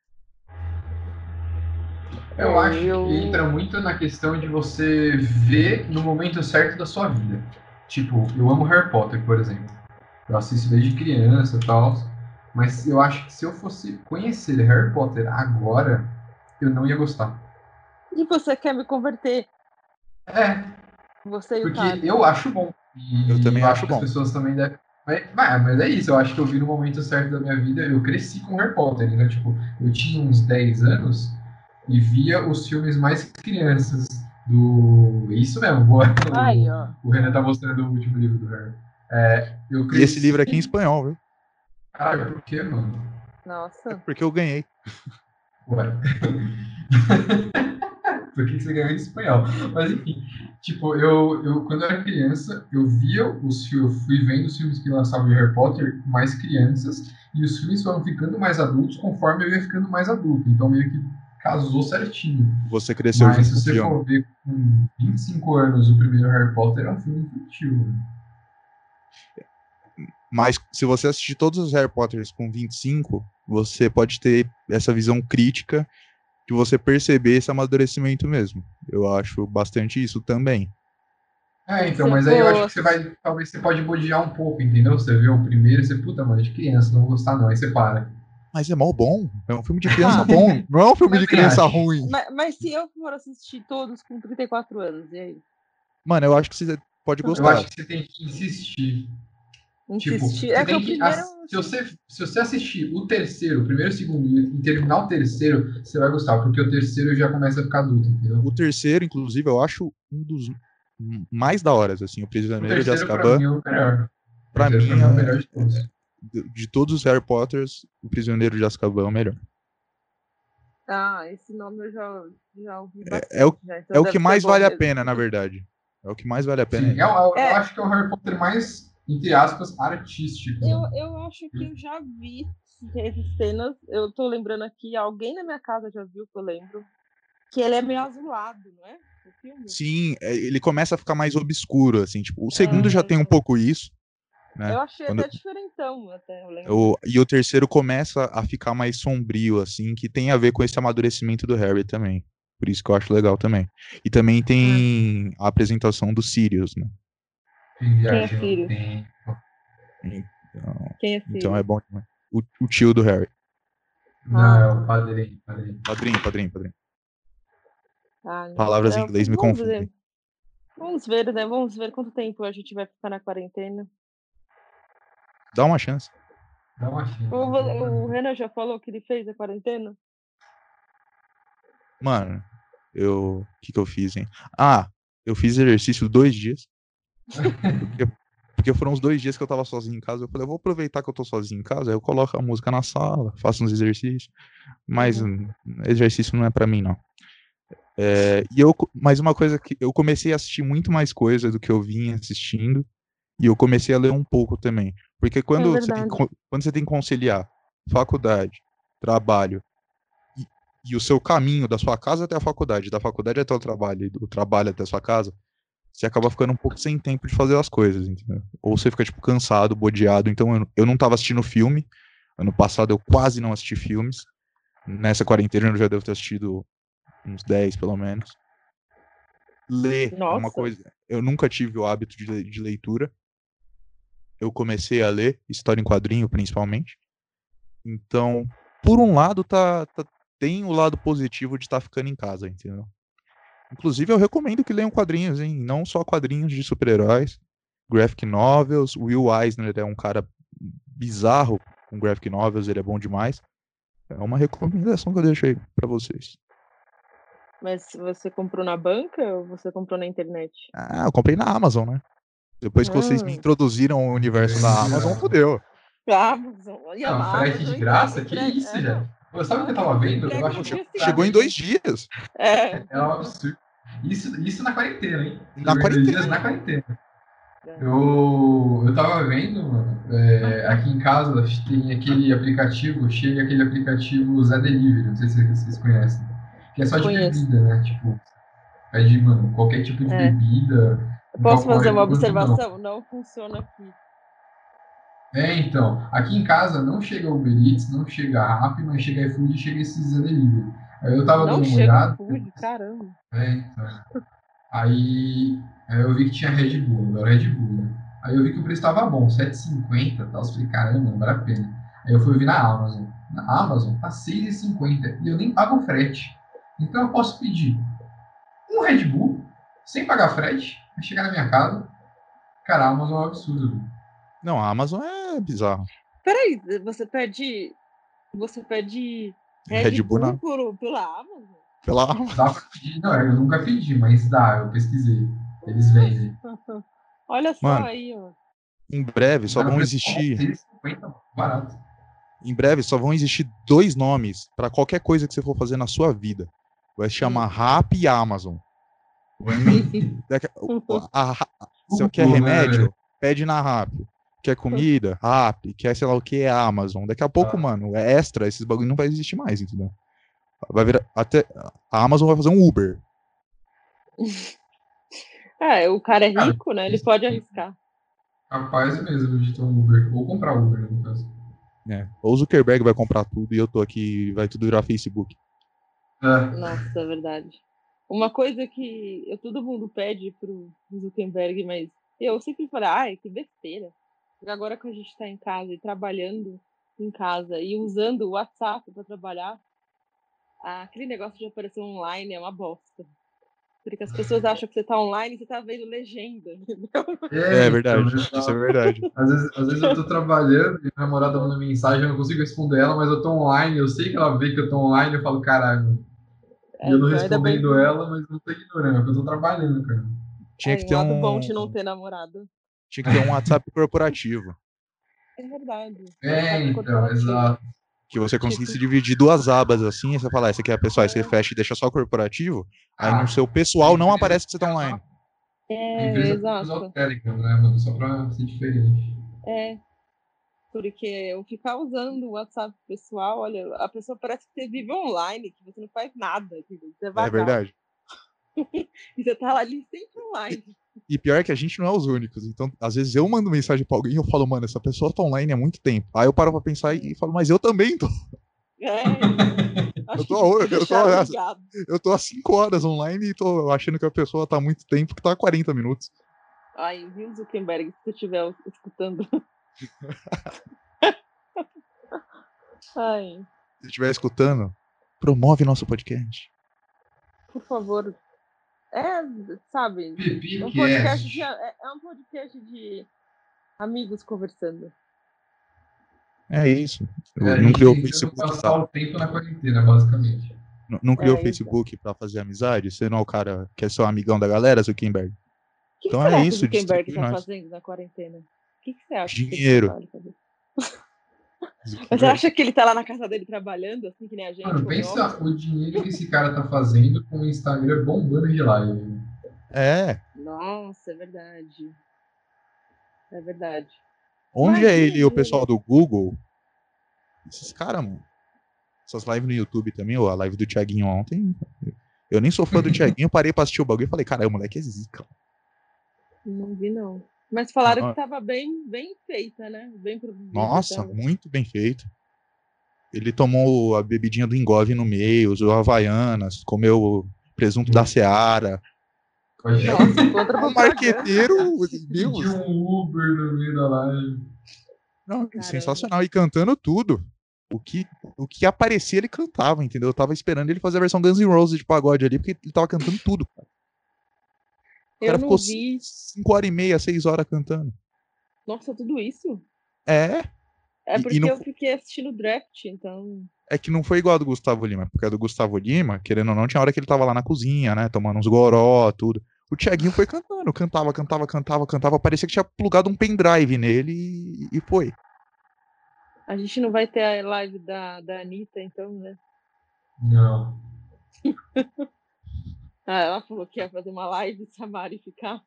Speaker 2: Eu
Speaker 3: É,
Speaker 2: acho que entra
Speaker 3: eu.
Speaker 2: muito na questão de você ver no momento certo da sua vida. Tipo, eu amo Harry Potter, por exemplo. Eu assisto desde criança e tal. Mas eu acho que se eu fosse conhecer Harry Potter agora, eu não ia gostar.
Speaker 3: E você quer me converter?
Speaker 2: É,
Speaker 3: Você e o
Speaker 2: porque
Speaker 3: Thales.
Speaker 2: eu acho bom.
Speaker 1: Eu
Speaker 2: E
Speaker 1: também
Speaker 2: eu
Speaker 1: acho
Speaker 2: acho que as
Speaker 1: bom.
Speaker 2: pessoas também devem. Mas, mas mas é isso, eu acho que eu vi no momento certo da minha vida. Eu cresci com Harry Potter, então, tipo, eu tinha uns dez anos e via os filmes mais crianças do. Isso mesmo, boa.
Speaker 3: Aí,
Speaker 2: O,
Speaker 3: ó.
Speaker 2: o Renan tá mostrando o último livro do Harry. É, eu
Speaker 1: E esse
Speaker 2: cresci.
Speaker 1: livro aqui é em espanhol, viu?
Speaker 2: Caralho, por quê, mano?
Speaker 1: É
Speaker 3: Nossa.
Speaker 1: porque eu ganhei.
Speaker 2: Ué. Por que você ganhou em espanhol? Mas enfim, tipo, eu, eu quando eu era criança, eu via os filmes, eu fui vendo os filmes que lançavam de Harry Potter mais crianças, e os filmes foram ficando mais adultos conforme eu ia ficando mais adulto. Então meio que casou certinho.
Speaker 1: Você cresceu
Speaker 2: Mas
Speaker 1: junto
Speaker 2: se
Speaker 1: com o
Speaker 2: você
Speaker 1: filme.
Speaker 2: for ver com vinte e cinco anos o primeiro Harry Potter, é um filme infantil. Né?
Speaker 1: Mas se você assistir todos os Harry Potters com vinte e cinco, você pode ter essa visão crítica de você perceber esse amadurecimento mesmo. Eu acho bastante isso também.
Speaker 2: É,
Speaker 3: E
Speaker 2: então,
Speaker 3: se eu
Speaker 2: mas aí eu
Speaker 3: for
Speaker 2: acho que você
Speaker 3: assistir.
Speaker 2: vai, talvez você pode bodear um pouco, entendeu? Você vê o primeiro e você, puta, mano, de criança, não vou gostar não, aí você para.
Speaker 1: Mas é mó bom. É um filme de criança bom. Não é um filme de
Speaker 2: Também
Speaker 1: criança
Speaker 2: acho.
Speaker 1: ruim.
Speaker 3: Mas, mas se eu for assistir todos com trinta e quatro anos, e aí?
Speaker 1: Mano, eu acho que você pode
Speaker 2: Eu acho
Speaker 1: gostar.
Speaker 2: que você tem que insistir. Tipo,
Speaker 3: Insistir.
Speaker 2: você
Speaker 3: É que o
Speaker 2: tem que.
Speaker 3: primeiro.
Speaker 2: ass- Se você, se você assistir o terceiro, o primeiro, o segundo e terminar o terceiro, você vai gostar, porque o terceiro já começa a ficar adulto, entendeu?
Speaker 1: O terceiro, inclusive, eu acho um dos mais da hora, assim, o
Speaker 2: O
Speaker 1: Prisioneiro de
Speaker 2: terceiro, pra
Speaker 1: Azkaban,
Speaker 2: mim, é o melhor. O
Speaker 1: pra
Speaker 2: terceiro,
Speaker 1: mim,
Speaker 2: pra mim, é o
Speaker 1: é,
Speaker 2: melhor de todos.
Speaker 1: de, de todos os Harry Potters, o Prisioneiro de Azkaban é o melhor.
Speaker 3: Ah, esse nome eu já, já ouvi bastante.
Speaker 1: É, é, o,
Speaker 3: já,
Speaker 1: é
Speaker 3: então
Speaker 1: o que
Speaker 3: deve ser
Speaker 1: mais
Speaker 3: bom
Speaker 1: vale a
Speaker 3: mesmo.
Speaker 1: pena, na verdade. É o que mais vale a pena.
Speaker 2: Sim,
Speaker 1: É
Speaker 2: eu, eu,
Speaker 3: É.
Speaker 2: eu acho que é o Harry Potter mais, entre aspas, artístico.
Speaker 3: Eu, eu acho que eu já vi essas cenas. Eu tô lembrando aqui, alguém na minha casa já viu, que eu lembro. Que ele é meio azulado, não é? O filme?
Speaker 1: Sim, é, ele começa a ficar mais obscuro, assim, tipo, o segundo já
Speaker 3: É,
Speaker 1: tem um pouco isso, né?
Speaker 3: eu achei
Speaker 1: Quando,
Speaker 3: até diferentão, até, eu lembro.
Speaker 1: o, e o terceiro começa a ficar mais sombrio, assim, que tem a ver com esse amadurecimento do Harry também. Por isso que eu acho legal também. E também tem a apresentação do Sirius, né?
Speaker 2: Em
Speaker 3: Quem é
Speaker 2: Viagem no
Speaker 3: Sirius?
Speaker 2: Tempo.
Speaker 1: Então,
Speaker 3: Quem é
Speaker 1: então é
Speaker 3: Sirius?
Speaker 1: bom demais. O, o tio do Harry.
Speaker 2: Não,
Speaker 3: Ah,
Speaker 2: é o
Speaker 3: tá.
Speaker 2: padrinho, padrinho.
Speaker 1: Padrinho, padrinho, padrinho.
Speaker 3: Ah, não.
Speaker 1: Palavras em
Speaker 3: É,
Speaker 1: inglês me
Speaker 3: vamos
Speaker 1: confundem.
Speaker 3: ver. Vamos ver, né? Vamos ver quanto tempo a gente vai ficar na quarentena.
Speaker 1: Dá uma chance.
Speaker 2: Dá uma chance.
Speaker 3: O, o Renan já falou que ele fez a quarentena?
Speaker 1: Mano, eu. O que, que eu fiz, hein? Ah, eu fiz exercício dois dias. Porque, porque foram os dois dias que eu tava sozinho em casa. Eu falei, eu vou aproveitar que eu tô sozinho em casa. Aí eu coloco a música na sala, faço uns exercícios. Mas
Speaker 3: Uhum.
Speaker 1: hum, exercício não é pra mim, não. É, e eu, mas uma coisa que eu comecei a assistir muito mais coisa do que eu vinha assistindo. E eu comecei a ler um pouco também. Porque
Speaker 3: É
Speaker 1: quando você tem,
Speaker 3: verdade.
Speaker 1: que- quando você tem que conciliar faculdade, trabalho e, e o seu caminho da sua casa até a faculdade, da faculdade até o trabalho, e do trabalho até a sua casa, você acaba ficando um pouco sem tempo de fazer as coisas, entendeu? Ou você fica, tipo, cansado, bodeado. Então eu, eu não tava assistindo filme. Ano passado eu quase não assisti filmes. Nessa quarentena eu já devo ter assistido uns dez, pelo menos. Ler é uma
Speaker 3: Nossa.
Speaker 1: coisa. Eu nunca tive o hábito de, le- de leitura. Eu comecei a ler história em quadrinho, principalmente. Então, por um lado, tá, tá- tem o lado positivo de estar ficando em casa, entendeu? Inclusive, eu recomendo que leiam quadrinhos, hein? Não só quadrinhos de super-heróis, graphic novels. Will Eisner é um cara bizarro com graphic novels, ele é bom demais. É uma recomendação que eu deixo aí pra vocês.
Speaker 3: Mas você comprou na banca ou você comprou na internet?
Speaker 1: Ah, eu comprei na Amazon, né? Depois que vocês me
Speaker 3: Ah,
Speaker 1: introduziram o universo da Amazon, fudeu.
Speaker 3: a Amazon. E a
Speaker 2: Não, frete
Speaker 3: Amazon
Speaker 2: de
Speaker 3: entrega,
Speaker 2: graça? Que
Speaker 3: entrega.
Speaker 2: isso,
Speaker 3: É, não.
Speaker 2: já? Pô, sabe o que eu
Speaker 3: A
Speaker 2: tava
Speaker 3: Amazon
Speaker 2: vendo? Eu
Speaker 3: entrega
Speaker 2: acho
Speaker 3: no
Speaker 1: Pô,
Speaker 2: que
Speaker 1: che-
Speaker 3: dia
Speaker 2: o
Speaker 1: chegou em
Speaker 3: seguinte.
Speaker 1: dois dias.
Speaker 3: É.
Speaker 2: é um absurdo. Isso, isso na quarentena, hein?
Speaker 1: Na
Speaker 2: Chegou em dois dias
Speaker 1: quarentena.
Speaker 2: na quarentena.
Speaker 3: É.
Speaker 2: Eu, eu tava vendo, mano, é, aqui em casa tem aquele aplicativo, chega aquele aplicativo Zé Delivery, não sei se vocês conhecem, que é só de
Speaker 3: Conheço.
Speaker 2: bebida, né? Tipo, pede, mano, qualquer tipo de
Speaker 3: É.
Speaker 2: bebida,
Speaker 3: Eu
Speaker 2: tanto
Speaker 3: posso fazer uma
Speaker 2: alcoólico quanto não.
Speaker 3: observação? Não funciona aqui.
Speaker 2: É, então, aqui em casa não chega Uber Eats, não chega Rappi, mas chega iFood e chega esses Zé Delivery. Aí eu tava
Speaker 3: Não
Speaker 2: dando uma
Speaker 3: chega
Speaker 2: olhada,
Speaker 3: iFood, caramba.
Speaker 2: é, então, aí, aí eu vi que tinha Red Bull, agora Red Bull, né? Aí eu vi que o preço estava bom, sete e cinquenta e tal. Eu falei, caramba, não vale a pena. Aí eu fui ver na Amazon. Na Amazon tá seis e cinquenta e eu nem pago frete. Então eu posso pedir um Red Bull sem pagar frete, vai chegar na minha casa. Cara, a Amazon é um absurdo.
Speaker 1: Não, a Amazon é bizarro.
Speaker 3: Peraí, você pede. Você pede Red,
Speaker 1: Red Bull
Speaker 3: Bull
Speaker 1: na,
Speaker 3: por, pela Amazon?
Speaker 1: pela Amazon.
Speaker 2: Dá pra pedir? Não, eu nunca pedi, mas dá, eu pesquisei. Eles vendem.
Speaker 3: Olha só
Speaker 1: Mano,
Speaker 3: aí, ó.
Speaker 1: em breve só
Speaker 2: Mas no
Speaker 1: vão
Speaker 2: preço bom,
Speaker 1: existir.
Speaker 2: seis e cinquenta, barato.
Speaker 1: Em breve só vão existir dois nomes pra qualquer coisa que você for fazer na sua vida. Vai se chamar Rappi e Amazon. Daqui- a- a- Você quer
Speaker 2: Google, né, velho?
Speaker 1: remédio? Pede na Rappi. Quer comida? Rappi. Quer sei lá o que? É Amazon. Daqui a pouco,
Speaker 2: Ah.
Speaker 1: mano, é extra, esses bagulho não vai existir mais, entendeu? Vai virar até a Amazon vai fazer um Uber.
Speaker 3: É, o cara é
Speaker 2: Cara,
Speaker 3: rico, né? Ele pode arriscar.
Speaker 2: capaz mesmo de ter um Uber. Ou comprar Uber, né, no caso.
Speaker 1: É. Ou o Zuckerberg vai comprar tudo e eu tô aqui, vai tudo virar Facebook.
Speaker 2: É.
Speaker 3: Nossa, é verdade. Uma coisa que eu, todo mundo pede pro Zuckerberg, mas eu sempre falo, ai, que besteira. Porque agora que a gente tá em casa e trabalhando em casa e usando o WhatsApp para trabalhar, aquele negócio de aparecer online é uma bosta. Porque as pessoas acham que você tá online e você tá vendo legenda, entendeu?
Speaker 2: É,
Speaker 1: É
Speaker 2: então,
Speaker 1: verdade, isso é
Speaker 2: exato.
Speaker 1: verdade.
Speaker 2: Às vezes, às vezes eu tô trabalhando e minha namorada manda mensagem, eu não consigo responder ela, mas eu tô online, eu sei que ela vê que eu tô online, eu falo, caralho. E
Speaker 3: É,
Speaker 2: eu não
Speaker 3: então, ainda bem
Speaker 2: respondendo
Speaker 3: que
Speaker 2: ela, mas não tô ignorando, porque eu tô trabalhando, cara.
Speaker 1: Tinha
Speaker 3: Ai,
Speaker 1: que
Speaker 3: um
Speaker 1: ter
Speaker 3: lado bom
Speaker 1: um.
Speaker 3: de não ter namorado.
Speaker 1: Tinha que ter um WhatsApp corporativo.
Speaker 3: É verdade.
Speaker 2: É,
Speaker 3: WhatsApp
Speaker 2: então,
Speaker 3: corporativo.
Speaker 2: exato.
Speaker 1: Que você
Speaker 3: Tipo,
Speaker 1: conseguisse dividir duas abas assim, e você falar, essa aqui é a pessoal, aí você
Speaker 3: é,
Speaker 1: fecha e deixa só corporativo, aí
Speaker 2: Ah,
Speaker 1: no seu
Speaker 2: a
Speaker 1: pessoal não
Speaker 2: empresa
Speaker 1: aparece que você tá
Speaker 2: podia
Speaker 1: online.
Speaker 2: usar, a
Speaker 3: é,
Speaker 2: empresa podia usar o
Speaker 3: exato.
Speaker 2: Telegram, né, mano? Só pra ser diferente.
Speaker 3: É, porque eu ficar usando o WhatsApp pessoal, olha, a pessoa parece que você vive online, que você não faz nada, entendeu? Você é
Speaker 1: É
Speaker 3: vagal.
Speaker 1: verdade.
Speaker 3: E você tá ali sempre online.
Speaker 1: E pior é que a gente não é os únicos. Então, às vezes eu mando mensagem pra alguém e eu falo, mano, essa pessoa tá online há muito tempo. Aí eu paro pra pensar e falo, mas eu também tô.
Speaker 3: É, então.
Speaker 1: Eu
Speaker 3: Acho que
Speaker 1: tô, eu tô,
Speaker 3: deixaram ligado.
Speaker 1: eu tô há cinco horas online e tô achando que a pessoa tá há muito tempo, que tá há quarenta minutos.
Speaker 3: Ai, viu, Zuckerberg, se você estiver escutando. Ai,
Speaker 1: Se estiver escutando, promove nosso podcast.
Speaker 3: por favor. É, sabe, um podcast de,
Speaker 2: Pipicast.
Speaker 3: é, é um podcast de amigos conversando.
Speaker 1: É isso.
Speaker 2: É, a
Speaker 1: Não
Speaker 2: gente
Speaker 1: criou o
Speaker 2: tentando
Speaker 1: Facebook
Speaker 2: passar
Speaker 1: pra,
Speaker 2: o tempo na quarentena, basicamente.
Speaker 1: não, não criou o
Speaker 3: É, então.
Speaker 1: Facebook pra fazer amizade? Você não é o cara que é seu amigão da galera, Zuckerberg?
Speaker 3: O que,
Speaker 1: Então
Speaker 3: que
Speaker 1: é
Speaker 3: será que o
Speaker 1: isso,
Speaker 3: Zuckerberg
Speaker 1: distribui
Speaker 3: tá
Speaker 1: nós.
Speaker 3: fazendo na quarentena? O que, que você acha que ele
Speaker 1: Dinheiro.
Speaker 3: trabalha fazendo? Você
Speaker 1: Zuckerberg.
Speaker 3: acha que ele tá lá na casa dele trabalhando, assim que nem a gente?
Speaker 2: Mano,
Speaker 3: home
Speaker 2: pensa
Speaker 3: office?
Speaker 2: o dinheiro que esse cara tá fazendo com o Instagram bombando de live.
Speaker 1: É.
Speaker 3: Nossa, é verdade. É verdade.
Speaker 1: Onde
Speaker 3: Mas
Speaker 1: é ele e o
Speaker 3: dinheirinho,
Speaker 1: pessoal
Speaker 3: né?
Speaker 1: do Google? Esses caras, mano. Essas lives no YouTube também, ou a live do Thiaguinho ontem. Eu nem sou fã do Thiaguinho, parei pra assistir o bagulho e falei, cara, o moleque é zica.
Speaker 3: Não vi, não. Mas falaram
Speaker 1: Não,
Speaker 3: que tava bem, bem feita, né? Bem produzida.
Speaker 1: nossa,
Speaker 3: Tava.
Speaker 1: muito bem feito. Ele tomou a bebidinha do Engove no meio, usou Havaianas, comeu presunto da Seara.
Speaker 2: Pode
Speaker 3: Nossa, contra
Speaker 1: Um
Speaker 3: propaganda.
Speaker 1: marqueteiro,
Speaker 2: pedir
Speaker 1: Deus.
Speaker 2: um Uber no meio da live.
Speaker 1: Não,
Speaker 3: Caramba.
Speaker 1: sensacional. E cantando tudo. O que, o que aparecia, ele cantava, entendeu? Eu tava esperando ele fazer a versão Guns N' Roses de pagode ali, porque ele tava cantando tudo. Cara. O
Speaker 3: Eu
Speaker 1: cara
Speaker 3: não
Speaker 1: ficou
Speaker 3: vi.
Speaker 1: cinco horas e meia, seis horas cantando.
Speaker 3: Nossa, tudo isso?
Speaker 1: É.
Speaker 3: É
Speaker 1: E, e
Speaker 3: porque
Speaker 1: não,
Speaker 3: eu fiquei assistindo o draft, então.
Speaker 1: é que não foi igual a do Gustavo Lima, porque a do Gustavo Lima, querendo ou não, tinha hora que ele tava lá na cozinha, né? Tomando uns goró, tudo. O Thiaguinho foi cantando, cantava, cantava, cantava, cantava. Parecia que tinha plugado um pendrive nele e, e foi.
Speaker 3: A gente não vai ter a live da, da Anitta, então, né?
Speaker 2: Não.
Speaker 3: Ah, ela falou que ia fazer uma live se a Mari ficar.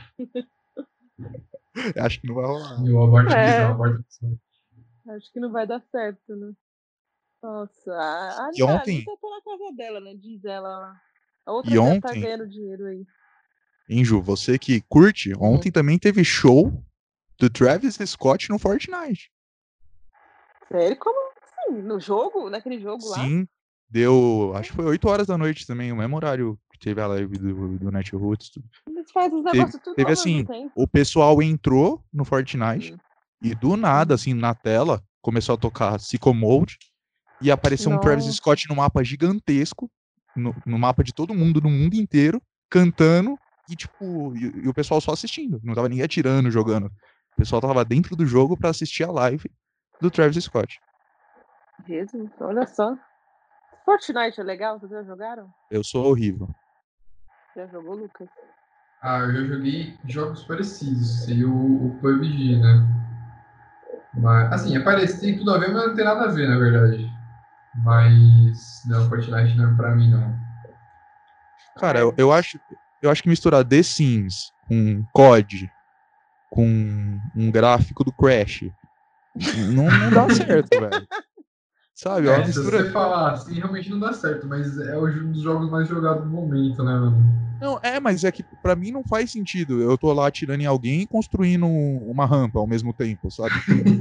Speaker 1: Acho que não vai rolar.
Speaker 2: Meu, aborta a
Speaker 3: É.
Speaker 2: missão, aborta a missão.
Speaker 3: Acho que não vai dar certo, né? Nossa, a, a,
Speaker 1: E
Speaker 3: a
Speaker 1: ontem,
Speaker 3: Anitta tá na casa dela, né? Diz ela lá. A outra
Speaker 1: e
Speaker 3: deve estar
Speaker 1: ontem,
Speaker 3: ganhando dinheiro aí.
Speaker 1: Inju, você que curte,
Speaker 3: Hum.
Speaker 1: ontem também teve show do Travis Scott no Fortnite.
Speaker 3: Sério? Como assim? No jogo? Naquele jogo lá?
Speaker 1: Sim, deu, acho que foi oito horas da noite também, o mesmo horário que teve a live do, do Netroots. tudo.
Speaker 3: Eles fazem os
Speaker 1: Teve,
Speaker 3: negócios tudo
Speaker 1: teve
Speaker 3: ao
Speaker 1: assim,
Speaker 3: mesmo tempo.
Speaker 1: o pessoal entrou no Fortnite
Speaker 3: Hum.
Speaker 1: e do nada,
Speaker 3: Hum.
Speaker 1: assim, na tela, começou a tocar Sicko Mode e apareceu um Travis
Speaker 3: Nossa.
Speaker 1: Scott no mapa gigantesco, no, no mapa de todo mundo, no mundo inteiro, cantando e, tipo, e, e o pessoal só assistindo. Não tava ninguém atirando, jogando. O pessoal tava dentro do jogo pra assistir a live do Travis Scott.
Speaker 3: Jesus, olha só. Fortnite é legal? Vocês já jogaram?
Speaker 1: Eu sou horrível.
Speaker 3: Já jogou, Lucas?
Speaker 2: Ah, eu já joguei jogos parecidos, e o, o P U B G, né? Mas, assim, é parecido, tem tudo a ver, mas não tem nada a ver, na verdade. Mas, não, Fortnite não é pra mim, não.
Speaker 1: Cara,
Speaker 3: Ah,
Speaker 1: eu, eu, acho, eu acho que misturar The Sims com C O D, com um gráfico do Crash, não, não dá certo, velho. Sabe? É uma
Speaker 2: É, se
Speaker 1: mistura.
Speaker 2: você falar assim, realmente não dá certo, mas é um dos jogos mais jogados do momento, né, mano?
Speaker 1: Não, é, mas é que pra mim não faz sentido. Eu tô lá atirando em alguém e construindo uma rampa ao mesmo tempo, sabe?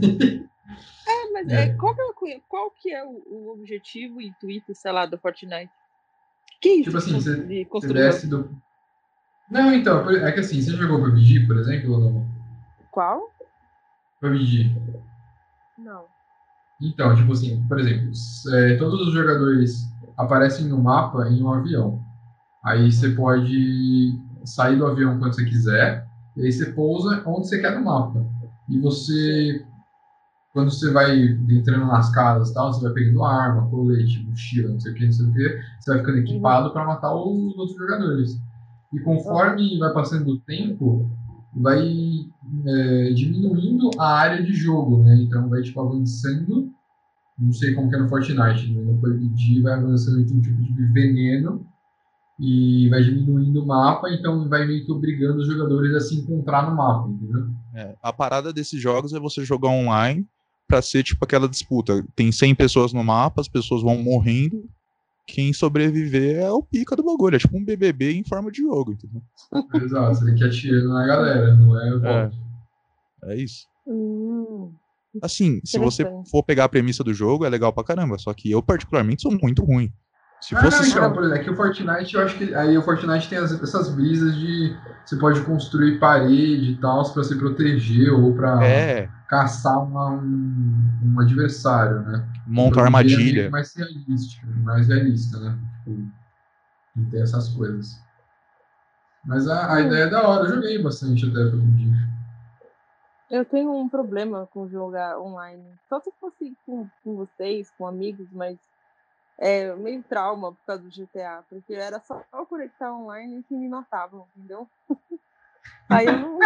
Speaker 3: É, mas é,
Speaker 2: É.
Speaker 3: qual, que é, o- qual que é o, o objetivo e intuito, sei lá, do Fortnite? Que isso
Speaker 2: Tipo assim,
Speaker 3: de
Speaker 2: você,
Speaker 3: de
Speaker 2: você
Speaker 3: construir
Speaker 2: desce
Speaker 3: rampa?
Speaker 2: do. Não, então, é que assim, você jogou P U B G, por exemplo, ou não?
Speaker 3: Qual?
Speaker 2: P U B G.
Speaker 3: Não.
Speaker 2: Então, tipo assim, por exemplo, é, todos os jogadores aparecem no mapa em um avião. Aí você pode sair do avião quando você quiser, e aí você pousa onde você quer no mapa. E você, quando você vai entrando nas casas e tal, você vai pegando arma, colete, mochila, não sei o que, não sei o que, você vai ficando equipado para matar os outros jogadores. E conforme vai passando o tempo, vai é, diminuindo a área de jogo, né? Então vai tipo avançando, não sei como que é no Fortnite, né? No P U B G vai avançando de um tipo de veneno e vai diminuindo o mapa, então vai meio que obrigando os jogadores a se encontrar no mapa, entendeu?
Speaker 1: É, a parada desses jogos é você jogar online pra ser tipo aquela disputa. Tem cem pessoas no mapa, as pessoas vão morrendo. Quem sobreviver é o pica do bagulho. É tipo um B B B em forma de jogo, entendeu?
Speaker 2: Exato, você tem que ir atirando na galera, não é voto.
Speaker 1: É, é isso.
Speaker 3: Hum,
Speaker 1: Assim, se você
Speaker 3: interessante.
Speaker 1: for pegar a premissa do jogo, é legal pra caramba. Só que eu, particularmente, sou muito ruim. Se
Speaker 2: Ah, não,
Speaker 1: fosse
Speaker 2: então,
Speaker 1: só.
Speaker 2: por exemplo, é que o Fortnite, eu acho que aí o Fortnite tem as- essas brisas de você pode construir parede e tal pra se proteger ou pra
Speaker 1: É,
Speaker 2: caçar uma- um, um adversário, né? O
Speaker 1: monta uma
Speaker 2: P U B G é meio que
Speaker 1: armadilha.
Speaker 2: mais realístico, mais realista, né? Tipo, não tem essas coisas. Mas a, a
Speaker 3: Hum,
Speaker 2: ideia é da hora, eu joguei bastante até P U B G.
Speaker 3: eu tenho um problema com jogar online. Só se fosse com, com vocês, com amigos, mas é meio trauma por causa do G T A, porque era só eu conectar online que me matavam, entendeu? Aí eu não.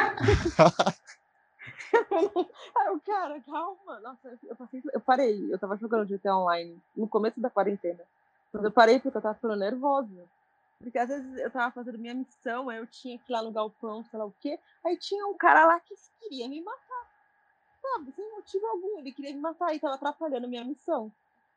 Speaker 3: Aí eu, cara, calma. Nossa, eu, eu, passei, eu parei. Eu tava jogando G T A Online no começo da quarentena. Mas eu parei porque eu tava ficando nervosa. Porque às vezes eu tava fazendo minha missão, aí eu tinha que ir lá no galpão, sei lá o quê. Aí tinha um cara lá que queria me matar, sabe? Sem motivo algum. Ele queria me matar e tava atrapalhando minha missão.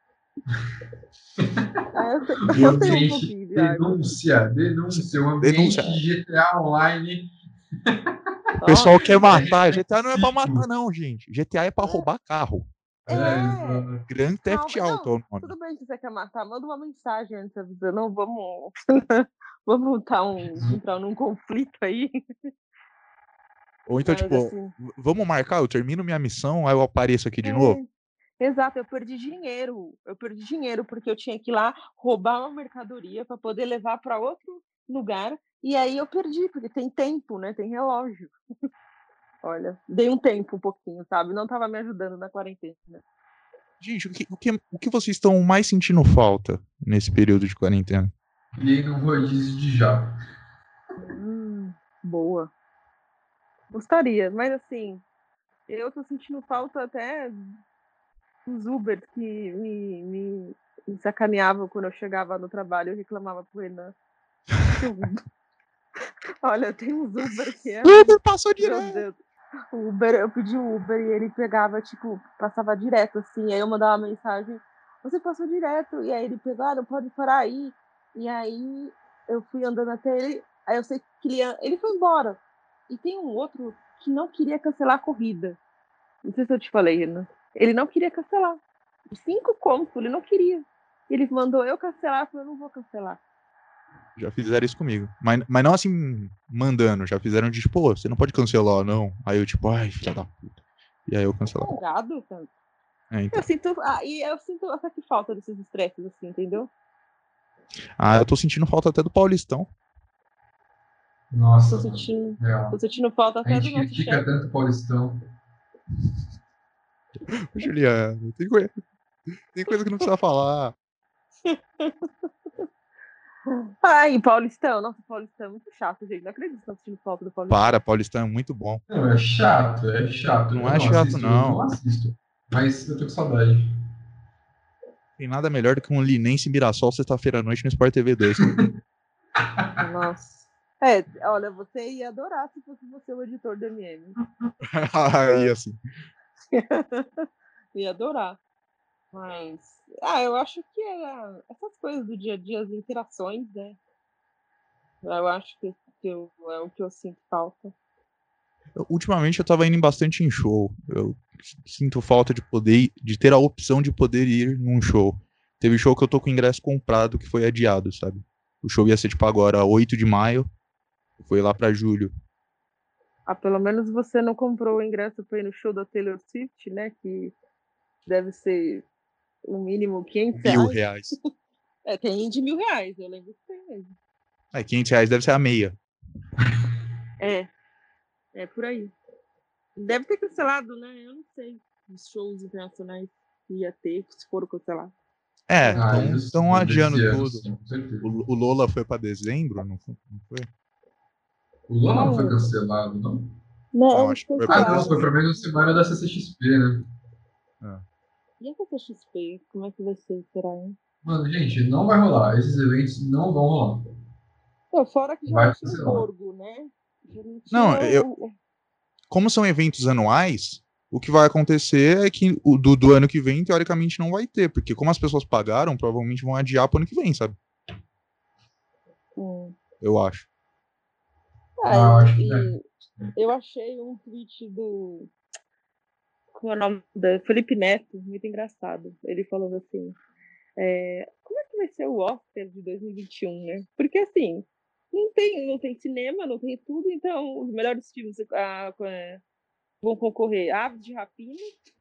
Speaker 3: Aí eu, te-
Speaker 2: O
Speaker 3: eu tenho um
Speaker 2: ambiente,
Speaker 3: pouquinho de raiva.
Speaker 2: denúncia, denúncia, o ambiente
Speaker 1: Denúncia.
Speaker 2: de G T A Online
Speaker 1: O pessoal quer
Speaker 3: Nossa,
Speaker 1: matar.
Speaker 2: é
Speaker 1: G T A não é pra matar,
Speaker 2: agressivo.
Speaker 1: não, gente. G T A é pra roubar carro.
Speaker 2: É,
Speaker 3: é.
Speaker 2: exato.
Speaker 1: Grand Theft
Speaker 3: Calma.
Speaker 1: Auto
Speaker 3: Não,
Speaker 1: é o nome.
Speaker 3: tudo bem que você quer matar. Manda uma mensagem antes avisando. Não, vamos. vamos tá um, entrar num conflito aí.
Speaker 1: Ou então,
Speaker 3: Mas
Speaker 1: tipo,
Speaker 3: assim.
Speaker 1: v- vamos marcar, eu termino minha missão, aí eu apareço aqui de novo.
Speaker 3: É. Exato, eu perdi dinheiro. Eu perdi dinheiro porque eu tinha que ir lá roubar uma mercadoria para poder levar para outro lugar. E aí eu perdi, porque tem tempo, né? Tem relógio. Olha, dei um tempo um pouquinho, sabe? Não estava me ajudando na quarentena.
Speaker 1: Gente, o que, o que, o que vocês estão mais sentindo falta nesse período de quarentena?
Speaker 2: E aí no rodízio de já.
Speaker 3: Hum, boa. Gostaria, mas assim, eu tô sentindo falta até dos Uber que me, me, me sacaneavam quando eu chegava no trabalho e reclamava pro Renan. Olha, tem uns Uber que é.
Speaker 1: Uber passou
Speaker 3: Meu
Speaker 1: direto!
Speaker 3: Deus. O Uber, eu pedi o Uber e ele pegava, tipo, passava direto, assim. Aí eu mandava uma mensagem, você passou direto. E aí ele pegou, ah, não pode parar aí. E aí eu fui andando até ele, aí eu sei que ele, ele foi embora. E tem um outro que não queria cancelar a corrida. Não sei se eu te falei, Renan. Ele não queria cancelar. Cinco contos, ele não queria. Ele mandou eu cancelar, eu falei, eu não vou cancelar.
Speaker 1: Já fizeram isso comigo. Mas, mas não assim, mandando. Já fizeram de, tipo, pô, você não pode cancelar, não. Aí eu, tipo, ai, filha da puta. E aí eu cancelava.
Speaker 3: Folgado, cara.
Speaker 1: É, então.
Speaker 3: Eu sinto, ah, e eu sinto até que falta desses estresses, assim, entendeu?
Speaker 1: Ah, eu tô sentindo falta até do Paulistão.
Speaker 2: Nossa,
Speaker 3: Tô
Speaker 2: mano.
Speaker 3: sentindo,
Speaker 2: Real.
Speaker 3: tô sentindo falta
Speaker 2: A
Speaker 3: até do
Speaker 2: gente
Speaker 3: nosso
Speaker 2: critica
Speaker 3: chefe.
Speaker 2: tanto o Paulistão.
Speaker 1: Juliana, tem coisa, tem coisa que não precisa falar.
Speaker 3: Ai, Paulistão. Nossa, Paulistão é muito chato, gente. Não acredito que tô sentindo falta do Paulistão.
Speaker 1: Para, Paulistão é muito bom.
Speaker 2: Não, é chato, é chato.
Speaker 1: Não
Speaker 2: Eu
Speaker 1: é
Speaker 2: não
Speaker 1: chato,
Speaker 2: assisto, eu
Speaker 1: não.
Speaker 2: não assisto. Mas eu tô com saudade.
Speaker 1: Tem nada melhor do que um Linense Mirassol sexta-feira à noite no Sport T V dois.
Speaker 3: Nossa. É, olha, você ia adorar se fosse você o editor do M M.
Speaker 1: Aí, assim.
Speaker 3: Ia adorar. Mas, ah, eu acho que é essas coisas do dia a dia, as interações, né? Eu acho que, que eu, é o que eu sinto falta.
Speaker 1: Eu, ultimamente eu tava indo bastante em show. Eu sinto falta de poder, de ter a opção de poder ir num show. Teve show que eu tô com o ingresso comprado que foi adiado, sabe? O show ia ser tipo agora, oito de maio, foi lá pra julho.
Speaker 3: Ah, pelo menos você não comprou o ingresso para ir no show da Taylor Swift, né? Que deve ser no mínimo quinhentos
Speaker 1: Mil
Speaker 3: reais.
Speaker 1: reais.
Speaker 3: É, tem de mil reais, eu lembro que tem mesmo.
Speaker 1: É, quinhentos reais deve ser a meia.
Speaker 3: É, é por aí. Deve ter cancelado, né? Eu não sei. Os shows internacionais que ia ter, se foram cancelados.
Speaker 1: É,
Speaker 2: Ah,
Speaker 1: estão
Speaker 2: isso
Speaker 1: tão adiando
Speaker 2: desse ano,
Speaker 1: tudo.
Speaker 2: sim, com certeza.
Speaker 1: O, o Lola foi pra dezembro, não foi? Não foi?
Speaker 2: O Lola não foi
Speaker 3: Maluco.
Speaker 2: cancelado, não?
Speaker 3: Não,
Speaker 1: Não,
Speaker 3: eles
Speaker 1: acho que foi
Speaker 2: Ah,
Speaker 1: pra
Speaker 2: não, foi
Speaker 3: cancelaram.
Speaker 2: pra mesma semana da C C X P, né?
Speaker 1: É.
Speaker 3: E a C C X P? Como é que vai ser, será, hein?
Speaker 2: Mano, gente, não vai rolar. Esses eventos não vão rolar.
Speaker 3: Não, fora que já
Speaker 2: Vai
Speaker 3: não tinha o
Speaker 2: cancelar.
Speaker 3: Borgo, né? Já não
Speaker 1: Não,
Speaker 3: tinha
Speaker 1: eu,
Speaker 3: o.
Speaker 1: como são eventos anuais, o que vai acontecer é que o do, do ano que vem, teoricamente, não vai ter, porque como as pessoas pagaram, provavelmente vão adiar pro ano que vem, sabe?
Speaker 3: Hum.
Speaker 1: Eu acho.
Speaker 3: Ah,
Speaker 2: Ah, eu acho que é.
Speaker 3: e, e eu achei um tweet do. Como é o nome? Da Felipe Neto, muito engraçado. Ele falando assim: é, como é que vai ser o Oscar de dois mil e vinte e um, né? Porque assim, não tem, não tem cinema, não tem tudo, então os melhores filmes ah, é, vão concorrer Aves de Rapina,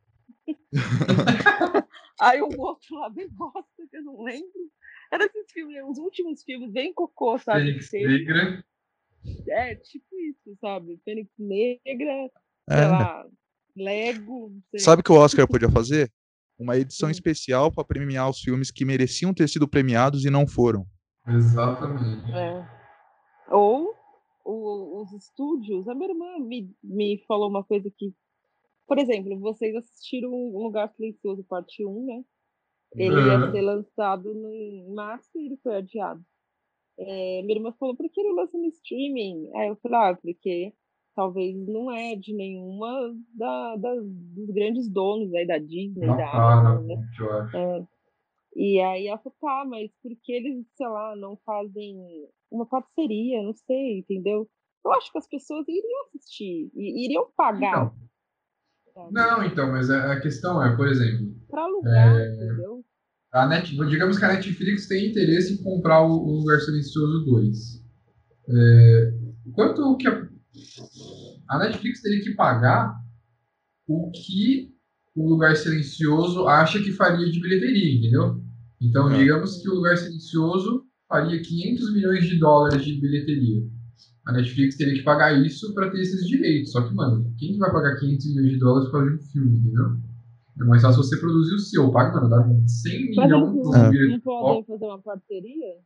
Speaker 3: aí um outro lá bem bosta, que eu não lembro. Era esses filmes, os últimos filmes bem cocô, sabe? Que
Speaker 2: Fênix
Speaker 3: teve.
Speaker 2: Negra.
Speaker 3: É, tipo isso, sabe? Fênix Negra, sei
Speaker 1: É.
Speaker 3: lá, Lego, não
Speaker 1: Sabe
Speaker 3: sei.
Speaker 1: o que o Oscar podia fazer? Uma edição
Speaker 3: Hum.
Speaker 1: especial para premiar os filmes que mereciam ter sido premiados e não foram.
Speaker 2: Exatamente.
Speaker 3: É. Ou o- os estúdios. A minha irmã me, me falou uma coisa que, por exemplo, vocês assistiram Um Lugar Silencioso, parte um, né? Ele ia ser
Speaker 2: Uhum.
Speaker 3: lançado no, em março e ele foi adiado. É, minha irmã falou, por que ele lança no streaming? Aí eu falei, ah, porque talvez não é de nenhuma da, das, dos grandes donos aí da Disney,
Speaker 2: Uma
Speaker 3: da Amazon, né?
Speaker 2: Paramount, eu acho.
Speaker 3: É, e aí ela falou, tá, mas por que eles, sei lá, não fazem uma parceria? Não sei, entendeu? Eu acho que as pessoas iriam assistir, e iriam pagar,
Speaker 2: Então,
Speaker 3: sabe?
Speaker 2: não, então, mas a, a questão é, por exemplo,
Speaker 3: Pra alugar, entendeu?
Speaker 2: a Net, digamos que a Netflix tem interesse em comprar o, o Lugar Silencioso dois. É, quanto que a, a Netflix teria que pagar o que o Lugar Silencioso acha que faria de bilheteria, entendeu? Então,
Speaker 1: É.
Speaker 2: digamos que o Lugar Silencioso faria quinhentos milhões de dólares de bilheteria. A Netflix teria que pagar isso para ter esses direitos. Só que, mano, quem que vai pagar quinhentos milhões de dólares por causa de um filme, entendeu? É mais fácil você produzir o seu. Paga, mano, dá cem
Speaker 3: Mas eles
Speaker 2: milhões para um
Speaker 3: não,
Speaker 1: É.
Speaker 3: não
Speaker 2: diretor
Speaker 3: podem
Speaker 2: pop.
Speaker 3: fazer uma parceria?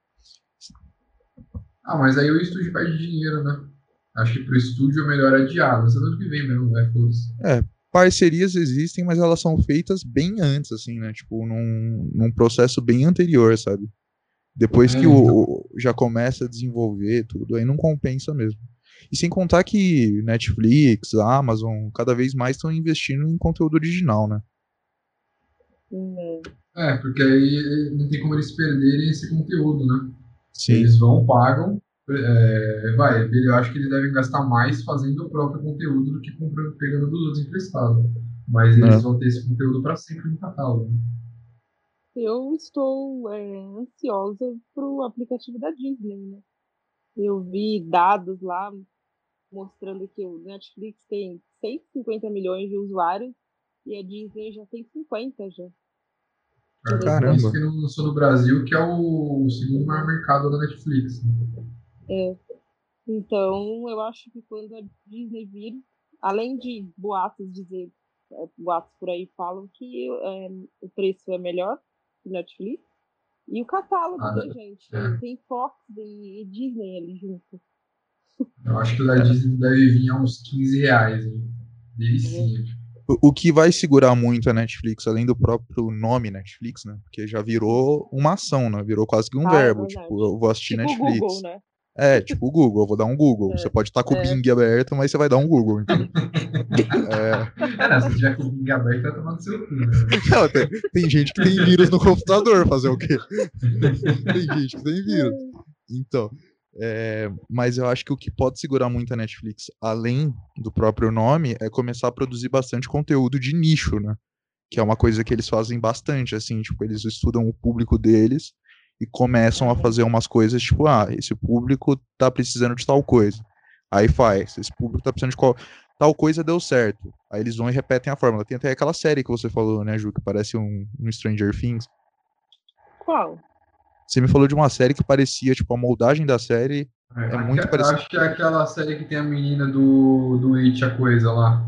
Speaker 2: Ah, mas aí o estúdio perde dinheiro, né? Acho que pro estúdio é melhor adiar. Mas é ano que vem mesmo, vai, foda-se.
Speaker 1: É, parcerias existem, mas elas são feitas bem antes, assim, né? Tipo, num, num processo bem anterior, sabe? Depois que
Speaker 2: É,
Speaker 1: o,
Speaker 2: então.
Speaker 1: o- já começa a desenvolver tudo, aí não compensa mesmo. E sem contar que Netflix, Amazon, cada vez mais estão investindo em conteúdo original, né?
Speaker 3: Hum,
Speaker 2: É, porque aí não tem como eles perderem esse conteúdo, né?
Speaker 1: Sim.
Speaker 2: Eles vão, pagam. É, vai, eu acho que eles devem gastar mais fazendo o próprio conteúdo do que comprando, pegando dos outros emprestado. Mas eles
Speaker 1: Né?
Speaker 2: vão ter esse conteúdo para sempre no catálogo, né?
Speaker 3: eu estou é, ansiosa pro aplicativo da Disney, né? Eu vi dados lá mostrando que o Netflix tem cento e cinquenta milhões de usuários e a Disney já tem cinquenta já. Entendeu?
Speaker 2: É,
Speaker 3: Então,
Speaker 2: isso
Speaker 1: Caramba.
Speaker 2: que não lançou no Brasil, que é o segundo maior mercado da Netflix, né?
Speaker 3: é, então eu acho que quando a Disney vir, além de boatos dizer, é, boatos por aí falam que é, o preço é melhor que o Netflix, e o catálogo,
Speaker 2: Ah,
Speaker 3: né, gente? Tem,
Speaker 2: é.
Speaker 3: tem Fox e, e Disney ali junto.
Speaker 2: Eu acho que o da Disney deve vir a uns quinze reais, hein?
Speaker 3: Né?
Speaker 2: Delicinha.
Speaker 1: O, o que vai segurar muito a Netflix, além do próprio nome Netflix, né? Porque já virou uma ação, né? Virou quase que um
Speaker 3: Ah, é
Speaker 1: verbo.
Speaker 3: verdade.
Speaker 1: Tipo, eu vou assistir
Speaker 3: Tipo o Google,
Speaker 1: Netflix.
Speaker 3: né?
Speaker 1: É, tipo o Google, eu vou dar um Google. Você
Speaker 3: É,
Speaker 1: pode estar com o
Speaker 3: é.
Speaker 1: Bing aberto, mas você vai dar um Google, entendeu? É,
Speaker 2: É, não, se tiver com o Bing aberto, vai tomar no seu cu, né?
Speaker 1: não, tem, tem gente que tem vírus no computador, fazer o quê? Tem gente que tem vírus. Então, é, mas eu acho que o que pode segurar muito a Netflix, além do próprio nome, é começar a produzir bastante conteúdo de nicho, né? Que é uma coisa que eles fazem bastante, assim, tipo, eles estudam o público deles e começam a
Speaker 3: Uhum.
Speaker 1: fazer umas coisas, tipo, ah, esse público tá precisando de tal coisa. Aí faz, esse público tá precisando de qual... Tal coisa deu certo. Aí eles vão e repetem a fórmula. Tem até aquela série que você falou, né, Ju, que parece um, um Stranger Things.
Speaker 3: Qual?
Speaker 1: Você me falou de uma série que parecia, tipo, a moldagem da série
Speaker 2: É,
Speaker 1: é
Speaker 2: aque-
Speaker 1: muito parecida.
Speaker 2: acho que é aquela série que tem a menina do, do It, a coisa lá.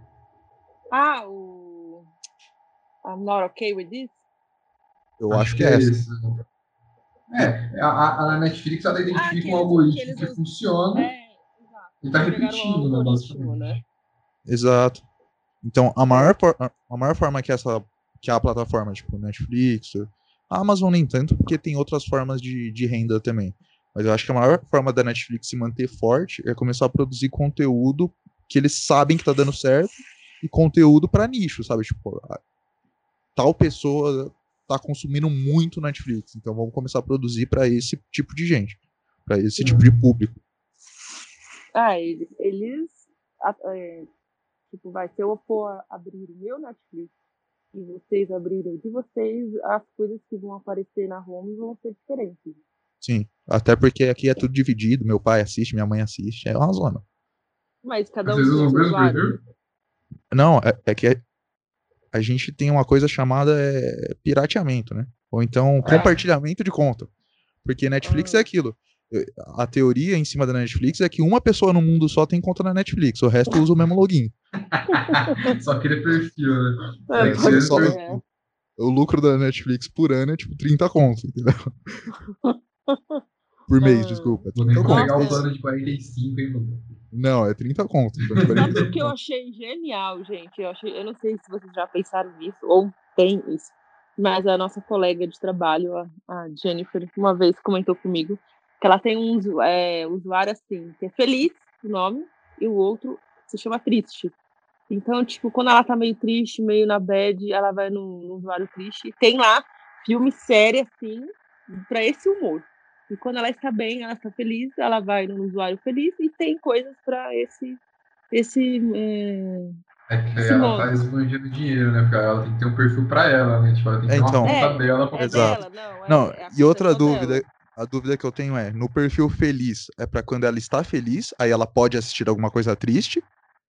Speaker 3: Ah, o I'm Not Okay With This?
Speaker 1: Eu
Speaker 2: Acho
Speaker 1: acho
Speaker 2: que
Speaker 1: que é
Speaker 2: é
Speaker 1: essa.
Speaker 2: esse.
Speaker 1: E,
Speaker 2: É, a, a a Netflix ela
Speaker 3: Ah,
Speaker 2: identifica
Speaker 3: que
Speaker 2: um
Speaker 3: eles, que
Speaker 2: algoritmo
Speaker 3: eles
Speaker 2: que
Speaker 3: us-
Speaker 2: funciona.
Speaker 3: é, exato.
Speaker 2: Ele tá
Speaker 3: pegaram o
Speaker 2: repetindo, né,
Speaker 3: algoritmo, né?
Speaker 2: basicamente.
Speaker 1: Exato. Então, a maior, for- a maior forma que essa que a plataforma, tipo Netflix, a Amazon nem tanto, porque tem outras formas de, de renda também. Mas eu acho que a maior forma da Netflix se manter forte é começar a produzir conteúdo que eles sabem que tá dando certo e conteúdo pra nicho, sabe? Tipo, a- tal pessoa tá consumindo muito Netflix, então vamos começar a produzir pra esse tipo de gente, pra esse tipo de público.
Speaker 3: Ah, eles, eles a- é, tipo, vai, se eu for abrir o meu Netflix e vocês abrirem o de vocês, as coisas que vão aparecer na home vão ser diferentes.
Speaker 1: Sim, até porque aqui é tudo dividido, meu pai assiste, minha mãe assiste, é uma zona.
Speaker 3: Mas cada um
Speaker 2: Vocês
Speaker 3: tem
Speaker 2: usam o
Speaker 3: seu
Speaker 2: mesmo
Speaker 3: usuário.
Speaker 2: perfil?
Speaker 1: Não, é, é que a gente tem uma coisa chamada é, pirateamento, né? Ou então compartilhamento de conta. Porque Netflix é
Speaker 3: Ah.
Speaker 1: aquilo. A teoria em cima da Netflix é que uma pessoa no mundo só tem conta na Netflix, o resto usa o mesmo login.
Speaker 2: Só aquele perfil, né?
Speaker 3: É,
Speaker 2: É que
Speaker 3: pode
Speaker 2: você
Speaker 1: só-
Speaker 3: ser, é.
Speaker 1: O lucro da Netflix por ano é tipo trinta contos, entendeu? Por mês,
Speaker 3: Ah.
Speaker 1: desculpa.
Speaker 2: Vou
Speaker 1: trinta
Speaker 2: nem
Speaker 1: contos.
Speaker 2: pegar o
Speaker 3: Nossa,
Speaker 2: plano de quarenta e cinco, hein, mano?
Speaker 1: Não, é trinta contos. Plano de
Speaker 3: Sabe
Speaker 1: quarenta e
Speaker 3: o que eu
Speaker 1: cinco.
Speaker 3: achei genial, gente? Eu, achei, eu não sei se vocês já pensaram nisso ou tem isso, mas a nossa colega de trabalho, a, a Jennifer, uma vez comentou comigo que ela tem um usu- é, usuário assim, que é feliz, o nome, e o outro se chama triste. Então, tipo, quando ela tá meio triste, meio na bad, ela vai no, no usuário triste e tem lá filme sério, assim, pra esse humor. E quando ela está bem, ela está feliz, ela vai no usuário feliz e tem coisas pra esse esse é,
Speaker 2: É que aí
Speaker 3: esse
Speaker 2: ela
Speaker 3: modo.
Speaker 2: tá esbanjando dinheiro, né? Porque ela tem que ter um perfil pra ela, né? Tipo, ela tem que
Speaker 1: É,
Speaker 2: ter uma
Speaker 1: então,
Speaker 2: conta
Speaker 3: É,
Speaker 2: dela pra
Speaker 3: é
Speaker 2: poder.
Speaker 1: exato.
Speaker 3: dela, não,
Speaker 1: Não,
Speaker 3: é, a
Speaker 1: e
Speaker 3: conta é
Speaker 1: outra
Speaker 3: só
Speaker 1: dúvida,
Speaker 3: dela.
Speaker 1: a dúvida que eu tenho é, no perfil feliz, é pra quando ela está feliz, aí ela pode assistir alguma coisa triste,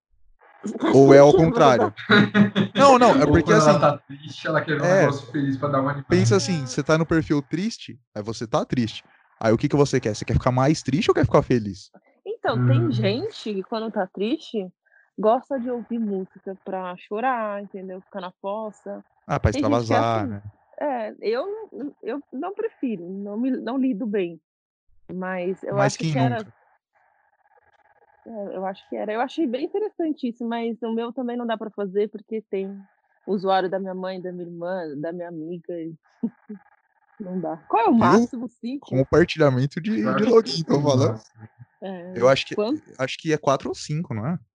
Speaker 1: ou é ao contrário? Não, não, é
Speaker 2: Ou
Speaker 1: porque
Speaker 2: quando ela
Speaker 1: assim,
Speaker 2: tá triste, ela quer ver um
Speaker 1: é,
Speaker 2: negócio feliz pra dar uma
Speaker 1: pensa
Speaker 2: animada.
Speaker 1: assim, você tá no perfil triste, aí você tá triste. Aí o que que você quer? Você quer ficar mais triste ou quer ficar feliz?
Speaker 3: Então, tem
Speaker 2: Hum,
Speaker 3: gente que quando tá triste, gosta de ouvir música pra chorar, entendeu? Ficar na fossa.
Speaker 1: Ah, pra
Speaker 3: Tem gente que é
Speaker 1: extravasar,
Speaker 3: assim.
Speaker 1: né?
Speaker 3: É, eu, não- eu não prefiro, não, me, não lido bem. Mas eu
Speaker 1: Mais
Speaker 3: acho
Speaker 1: quem
Speaker 3: que era.
Speaker 1: nunca.
Speaker 3: é, eu acho que era. Eu achei bem interessante isso, mas o meu também não dá pra fazer porque tem o usuário da minha mãe, da minha irmã, da minha amiga. e Não dá. Qual é o
Speaker 1: Viu?
Speaker 3: máximo? Cinco?
Speaker 1: Compartilhamento
Speaker 2: eu
Speaker 1: de, de
Speaker 2: acho
Speaker 1: login,
Speaker 2: que é
Speaker 1: tô
Speaker 2: o
Speaker 1: falando.
Speaker 2: máximo.
Speaker 1: Eu
Speaker 3: É,
Speaker 1: acho que,
Speaker 3: quanto?
Speaker 1: acho que é quatro ou cinco, não é?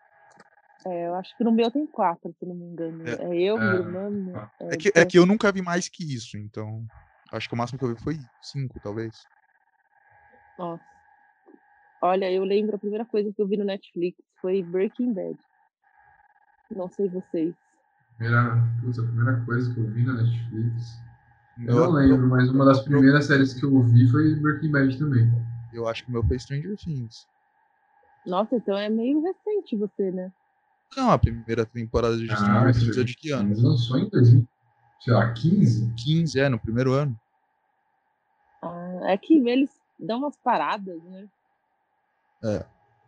Speaker 3: É, eu acho que no meu tem quatro, se não me engano.
Speaker 1: É,
Speaker 3: É eu, minha
Speaker 2: É,
Speaker 3: irmã, minha-
Speaker 1: é
Speaker 3: é,
Speaker 1: que, é
Speaker 3: então,
Speaker 1: que eu nunca vi mais que isso, então. Acho que o máximo que eu vi foi cinco, talvez.
Speaker 3: nossa. Olha, eu lembro a primeira coisa que eu vi no Netflix foi Breaking Bad. Não sei vocês.
Speaker 2: primeira, putz, a primeira coisa que eu vi na Netflix. Eu
Speaker 1: Eu,
Speaker 2: não
Speaker 1: eu,
Speaker 2: lembro, mas uma das
Speaker 1: eu,
Speaker 2: primeiras séries que eu vi foi Breaking Bad também.
Speaker 1: eu acho que o meu foi Stranger Things.
Speaker 3: Nossa, então é meio recente você, né?
Speaker 1: Não, a primeira temporada de
Speaker 2: Ah,
Speaker 1: Stranger Things é
Speaker 2: Stranger
Speaker 1: de que ano?
Speaker 2: Things lançou em dois mil, sei lá, quinze?
Speaker 1: quinze, é, no primeiro ano.
Speaker 3: Ah, é que eles dão umas paradas, né?
Speaker 1: É.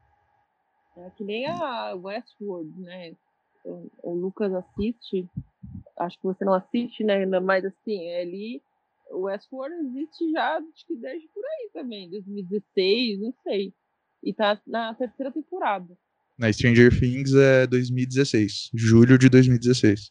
Speaker 3: É que nem a Westworld, né? O, o Lucas assiste, acho que você não assiste, né? Mas assim, ele. O Westworld existe já, acho que desde por aí também, dois mil e dezesseis, não sei. E tá na terceira temporada.
Speaker 1: Na Stranger Things é dois mil e dezesseis. Julho de dois mil e dezesseis.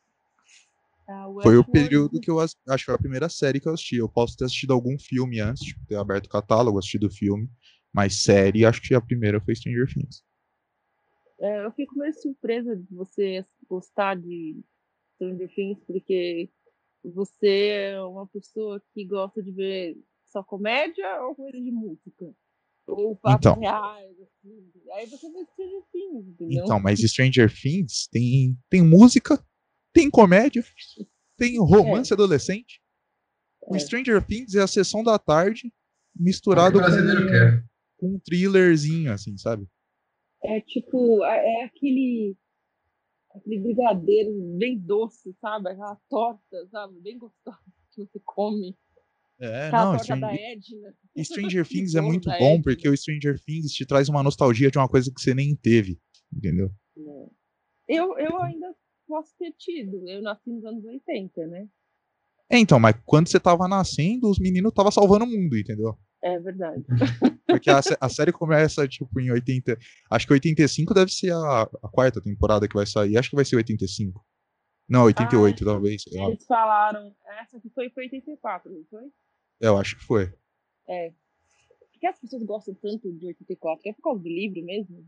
Speaker 3: A
Speaker 1: Foi o
Speaker 3: Westworld.
Speaker 1: período que eu ass- acho que foi a primeira série que eu assisti. Eu posso ter assistido algum filme antes, tipo, ter aberto o catálogo, assistido o filme. Mas série, acho que a primeira foi Stranger Things.
Speaker 3: É, eu fico meio surpresa de você gostar de Stranger Things, porque você é uma pessoa que gosta de ver só comédia ou coisa de música? Ou fatos
Speaker 1: Então,
Speaker 3: reais, assim. Aí você vê Stranger Things, entendeu?
Speaker 1: então, mas Stranger Things tem, tem música, tem comédia, tem
Speaker 3: É,
Speaker 1: romance adolescente. O
Speaker 3: é.
Speaker 1: Stranger Things é a sessão da tarde
Speaker 2: É o que o
Speaker 1: misturado
Speaker 2: brasileiro
Speaker 1: com,
Speaker 2: quer.
Speaker 1: com um thrillerzinho, assim, sabe?
Speaker 3: É tipo, é é aquele, aquele brigadeiro bem doce, sabe? Aquela torta, sabe? Bem gostosa que você come.
Speaker 1: É,
Speaker 3: Aquela
Speaker 1: não,
Speaker 3: torta da
Speaker 1: Stranger,
Speaker 3: Edna.
Speaker 1: Stranger
Speaker 3: Aquele
Speaker 1: Things é
Speaker 3: bolo
Speaker 1: muito
Speaker 3: da
Speaker 1: bom porque
Speaker 3: Edna.
Speaker 1: o Stranger Things te traz uma nostalgia de uma coisa que você nem teve, entendeu?
Speaker 3: Né? Eu, eu ainda posso ter tido. Eu nasci nos anos oitenta, né?
Speaker 1: É, então, mas quando você tava nascendo, os meninos tava salvando o mundo, entendeu?
Speaker 3: É verdade.
Speaker 1: Porque a, sé- a série começa, tipo, em oitenta. Acho que oitenta e cinco deve ser a, a quarta temporada que vai sair. Acho que vai ser oitenta e cinco. Não, oitenta e
Speaker 3: Ah,
Speaker 1: oito talvez. Sei lá.
Speaker 3: eles falaram. Essa que foi, foi oitenta e quatro, não foi?
Speaker 1: É, eu acho que foi.
Speaker 3: É. Por que as pessoas gostam tanto de oitenta e quatro? É por causa do livro mesmo?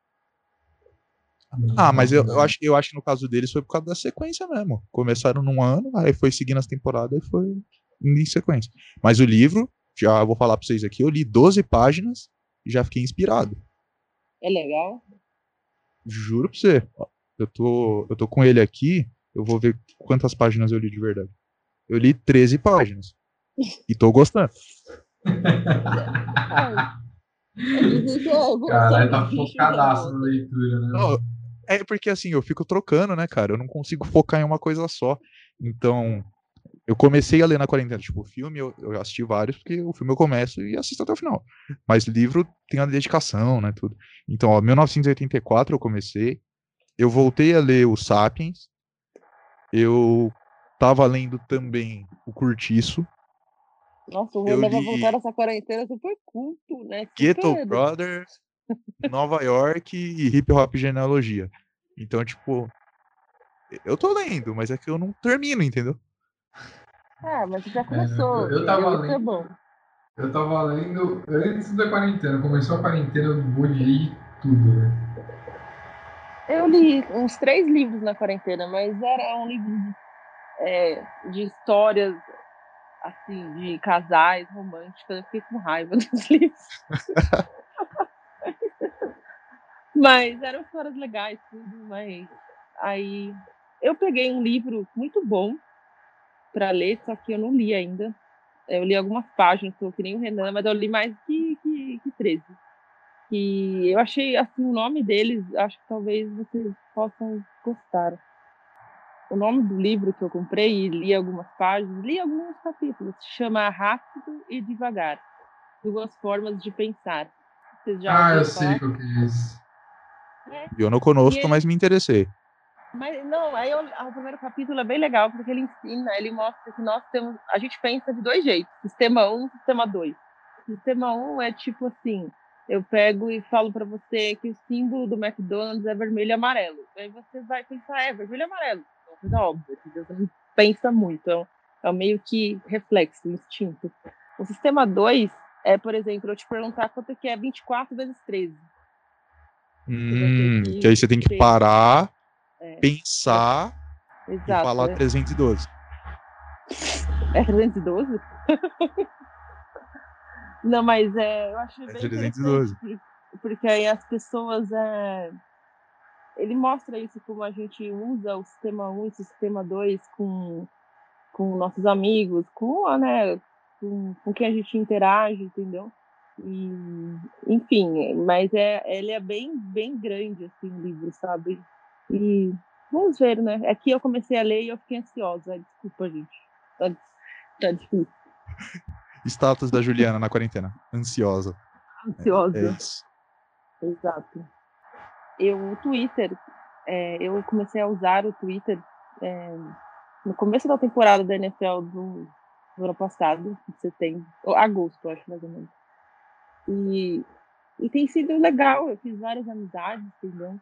Speaker 1: Ah, mas eu, eu, acho, eu acho que no caso deles foi por causa da sequência mesmo. Começaram num ano, aí foi seguindo as temporadas e foi indo em sequência. Mas o livro, já vou falar pra vocês aqui, eu li doze páginas e já fiquei inspirado.
Speaker 3: É legal?
Speaker 1: Juro pra você. Ó, Eu tô, eu tô com ele aqui, eu vou ver quantas páginas eu li de verdade. Eu li treze páginas. E tô gostando.
Speaker 3: É, dizem que a evolução
Speaker 2: Caralho,
Speaker 3: dos
Speaker 2: tá
Speaker 3: bichos é
Speaker 2: focadaço
Speaker 3: boa
Speaker 2: na
Speaker 3: também.
Speaker 2: leitura, né?
Speaker 1: Não, é porque assim, eu fico trocando, né, cara? Eu não consigo focar em uma coisa só. Então, eu comecei a ler na quarentena. Tipo, filme eu, eu assisti vários, porque o filme eu começo e assisto até o final. Mas livro tem a dedicação, né, tudo. Então, ó, mil novecentos e oitenta e quatro eu comecei. Eu voltei a ler o Sapiens. Eu tava lendo também o Curtiço.
Speaker 3: Nossa, o
Speaker 1: Eu
Speaker 3: Renan vai voltar
Speaker 1: li
Speaker 3: nessa quarentena super culto, né?
Speaker 1: Ghetto
Speaker 3: Super.
Speaker 1: Brothers, Nova York e Hip Hop Genealogia. Então, tipo, eu tô lendo, mas é que eu não termino, entendeu?
Speaker 3: Ah, mas você já
Speaker 2: É,
Speaker 3: começou,
Speaker 2: eu, eu
Speaker 3: entendeu?
Speaker 2: tava
Speaker 3: Isso é
Speaker 2: lendo,
Speaker 3: bom.
Speaker 2: eu tava lendo antes da quarentena. Começou a quarentena, eu odiei tudo, né?
Speaker 3: Eu li uns três livros na quarentena, mas eram livros é, de histórias, assim, de casais românticas. Eu fiquei com raiva dos livros. Mas eram histórias legais, tudo, mas aí eu peguei um livro muito bom para ler, só que eu não li ainda. Eu li algumas páginas, tô que nem o Renan, mas eu li mais que, que, que treze. E eu achei, assim, o nome deles, acho que talvez vocês possam gostar. O nome do livro que eu comprei e li algumas páginas, li alguns capítulos, se chama Rápido e Devagar, Duas Formas de Pensar. Vocês já
Speaker 2: Ah, eu
Speaker 3: ouviram
Speaker 2: sei
Speaker 3: falar?
Speaker 2: qual que é isso.
Speaker 3: É.
Speaker 1: Eu não
Speaker 3: E
Speaker 1: conosco,
Speaker 3: ele,
Speaker 1: mas me interessei.
Speaker 3: mas não, aí eu, o primeiro capítulo é bem legal, porque ele ensina, ele mostra que nós temos, a gente pensa de dois jeitos, sistema um e sistema dois. Sistema um é tipo assim, eu pego e falo para você que o símbolo do McDonald's é vermelho e amarelo. Aí você vai pensar, é vermelho e amarelo. É uma coisa óbvia, entendeu? Você não pensa muito, é, um, é um meio que reflexo, instinto. O sistema dois é, por exemplo, eu te perguntar quanto é que é vinte e quatro vezes treze. Você vai ter
Speaker 1: Hum, que
Speaker 3: que
Speaker 1: aí você tem que
Speaker 3: ter,
Speaker 1: parar,
Speaker 3: é,
Speaker 1: pensar e
Speaker 3: exato,
Speaker 1: falar
Speaker 3: é,
Speaker 1: trezentos e doze.
Speaker 3: é trezentos e doze? Não, mas é, eu achei
Speaker 1: É
Speaker 3: bem
Speaker 1: trezentos e
Speaker 3: interessante,
Speaker 1: doze.
Speaker 3: porque, porque aí as pessoas. É, ele mostra isso como a gente usa o sistema um e o sistema dois com, com nossos amigos, com, né, com, com quem a gente interage, entendeu? E, enfim, mas é, ele é bem, bem grande, assim, o livro, sabe? E vamos ver, né? Aqui eu comecei a ler e eu fiquei ansiosa. Desculpa, gente. Tá, tá difícil.
Speaker 1: Status da Juliana na quarentena. Ansiosa. É, é
Speaker 3: Ansiosa.
Speaker 1: isso.
Speaker 3: Exato. Eu, o Twitter, é, eu comecei a usar o Twitter é, no começo da temporada da N F L do, do ano passado, em setembro, ou agosto, acho, mais ou menos. E, e tem sido legal, eu fiz várias amizades, entendeu?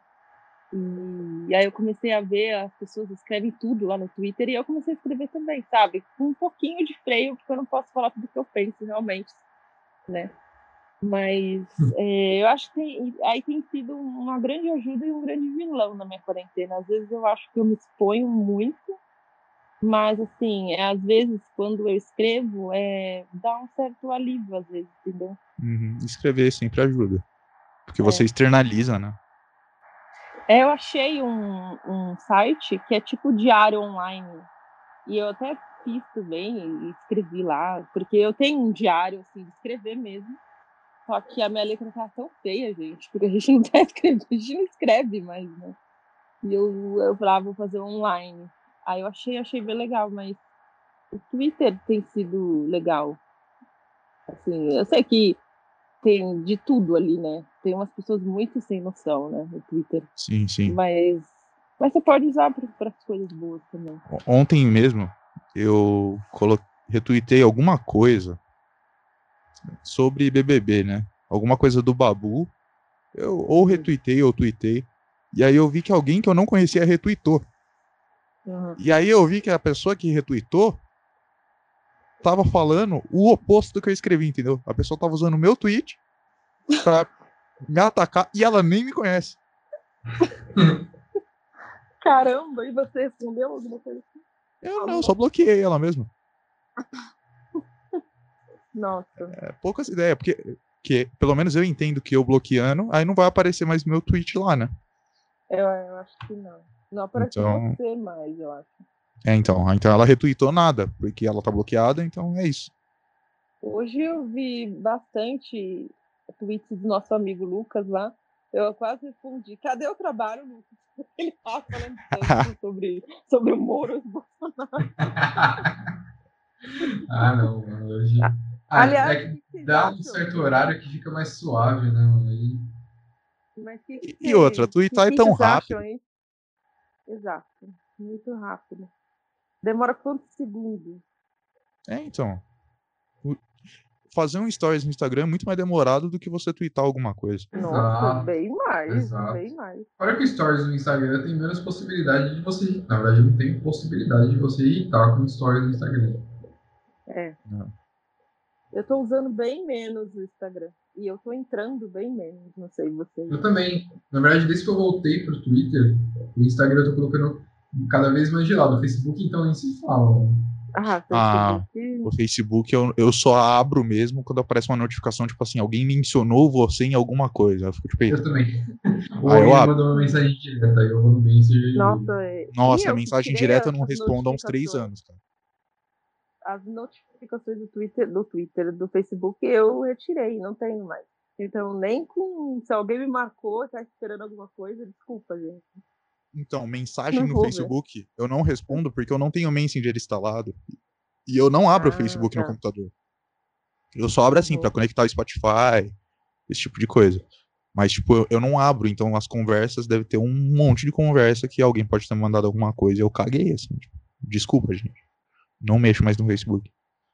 Speaker 3: E, e aí eu comecei a ver as pessoas escrevem tudo lá no Twitter e eu comecei a escrever também, sabe? Com um pouquinho de freio, porque eu não posso falar tudo que eu penso realmente, né? Mas é, eu acho que tem, aí tem sido uma grande ajuda e um grande vilão na minha quarentena. Às vezes eu acho que eu me exponho muito, mas assim, é, às vezes quando eu escrevo, é, dá um certo alívio, às vezes, entendeu?
Speaker 1: Uhum. Escrever sempre ajuda. Porque você
Speaker 3: É.
Speaker 1: externaliza, né?
Speaker 3: É, eu achei um, um site que é tipo diário online. E eu até fiz também e escrevi lá, porque eu tenho um diário assim, de escrever mesmo. Só que a minha letra tá tão feia, gente, porque a gente não tá escrevendo, a gente não escreve mais, né? E eu, eu falava, vou fazer online. Aí eu achei, achei bem legal, mas o Twitter tem sido legal. Assim, eu sei que tem de tudo ali, né? Tem umas pessoas muito sem noção, né, no Twitter.
Speaker 1: Sim, sim.
Speaker 3: Mas, mas você pode usar para as coisas boas também.
Speaker 1: Ontem mesmo eu colo... retuitei alguma coisa sobre B B B, né? Alguma coisa do Babu. Eu ou retuitei ou tuitei. E aí eu vi que alguém que eu não conhecia retweetou.
Speaker 3: Uhum.
Speaker 1: E aí eu vi que a pessoa que retweetou tava falando o oposto do que eu escrevi, entendeu? A pessoa tava usando o meu tweet pra me atacar e ela nem me conhece.
Speaker 3: Caramba, e você respondeu alguma coisa assim?
Speaker 1: Eu não, só bloqueei ela mesmo.
Speaker 3: Nossa.
Speaker 1: É, poucas ideias, porque que, pelo menos eu entendo que eu bloqueando, aí não vai aparecer mais meu tweet lá, né?
Speaker 3: Eu, eu acho que não. Não aparece
Speaker 1: Então,
Speaker 3: você mais, eu acho.
Speaker 1: é, então, então ela retweetou nada, porque ela tá bloqueada, então é isso.
Speaker 3: Hoje eu vi bastante tweets do nosso amigo Lucas lá. Eu quase respondi, cadê o trabalho, Lucas? Ele tava falando tanto sobre, sobre o Moro e Bolsonaro.
Speaker 2: Ah, não, mano. Hoje. Ah,
Speaker 3: Aliás,
Speaker 2: é
Speaker 3: o
Speaker 2: que
Speaker 3: que vocês
Speaker 2: dá um
Speaker 3: acham?
Speaker 2: certo horário que fica mais suave, né, mano? Aí...
Speaker 3: Mas que,
Speaker 1: E,
Speaker 3: que,
Speaker 1: e outra,
Speaker 3: que,
Speaker 1: tweetar é
Speaker 3: que
Speaker 1: tão
Speaker 3: vocês acham,
Speaker 1: rápido.
Speaker 3: hein? Exato. Muito rápido. Demora quantos segundos?
Speaker 1: É, então. o- Fazer um stories no Instagram é muito mais demorado do que você tweetar alguma coisa.
Speaker 3: Nossa,
Speaker 2: Exato,
Speaker 3: bem mais,
Speaker 2: exato.
Speaker 3: bem mais.
Speaker 2: Fora que o Stories no Instagram tem menos possibilidade de você irritar. Na verdade, não tem possibilidade de você irritar com Stories no Instagram.
Speaker 3: É.
Speaker 1: Não.
Speaker 3: Eu tô usando bem menos o Instagram. E eu tô entrando bem menos, não sei vocês.
Speaker 2: Eu também. Na verdade, desde que eu voltei pro Twitter, o Instagram eu tô colocando cada vez mais de lado. O Facebook, então, nem se fala. Mano.
Speaker 3: Ah,
Speaker 1: Ah,
Speaker 3: Facebook.
Speaker 1: o Facebook eu, eu só abro mesmo quando aparece uma notificação, tipo assim, alguém mencionou você em alguma coisa. Eu fico tipo,
Speaker 2: Eu
Speaker 1: eita.
Speaker 2: também. Ou
Speaker 1: Aí eu
Speaker 2: alguém me
Speaker 1: abro.
Speaker 2: mandou uma mensagem direta, aí eu vou no Messenger e vejo.
Speaker 3: Nossa, é- e
Speaker 1: Nossa, a
Speaker 3: eu que
Speaker 1: mensagem
Speaker 3: tirei
Speaker 1: direta eu
Speaker 3: as
Speaker 1: não respondo há uns três
Speaker 3: notificações.
Speaker 1: anos, cara.
Speaker 3: As notificações do Twitter, do Twitter, do Facebook, eu retirei, não tenho mais. Então, nem com. Se alguém me marcou, tá esperando alguma coisa, desculpa, gente.
Speaker 1: Então, mensagem
Speaker 3: Não
Speaker 1: no
Speaker 3: vou ver.
Speaker 1: Facebook eu não respondo porque eu não tenho Messenger instalado. E eu não abro o
Speaker 3: Ah,
Speaker 1: Facebook no
Speaker 3: tá.
Speaker 1: computador. Eu só abro assim, pra
Speaker 3: Uhum.
Speaker 1: conectar o Spotify, esse tipo de coisa. Mas, tipo, eu, eu não abro, então as conversas deve ter um monte de conversa que alguém pode ter mandado alguma coisa e eu caguei, assim. Tipo, desculpa, gente. Não mexo mais no Facebook.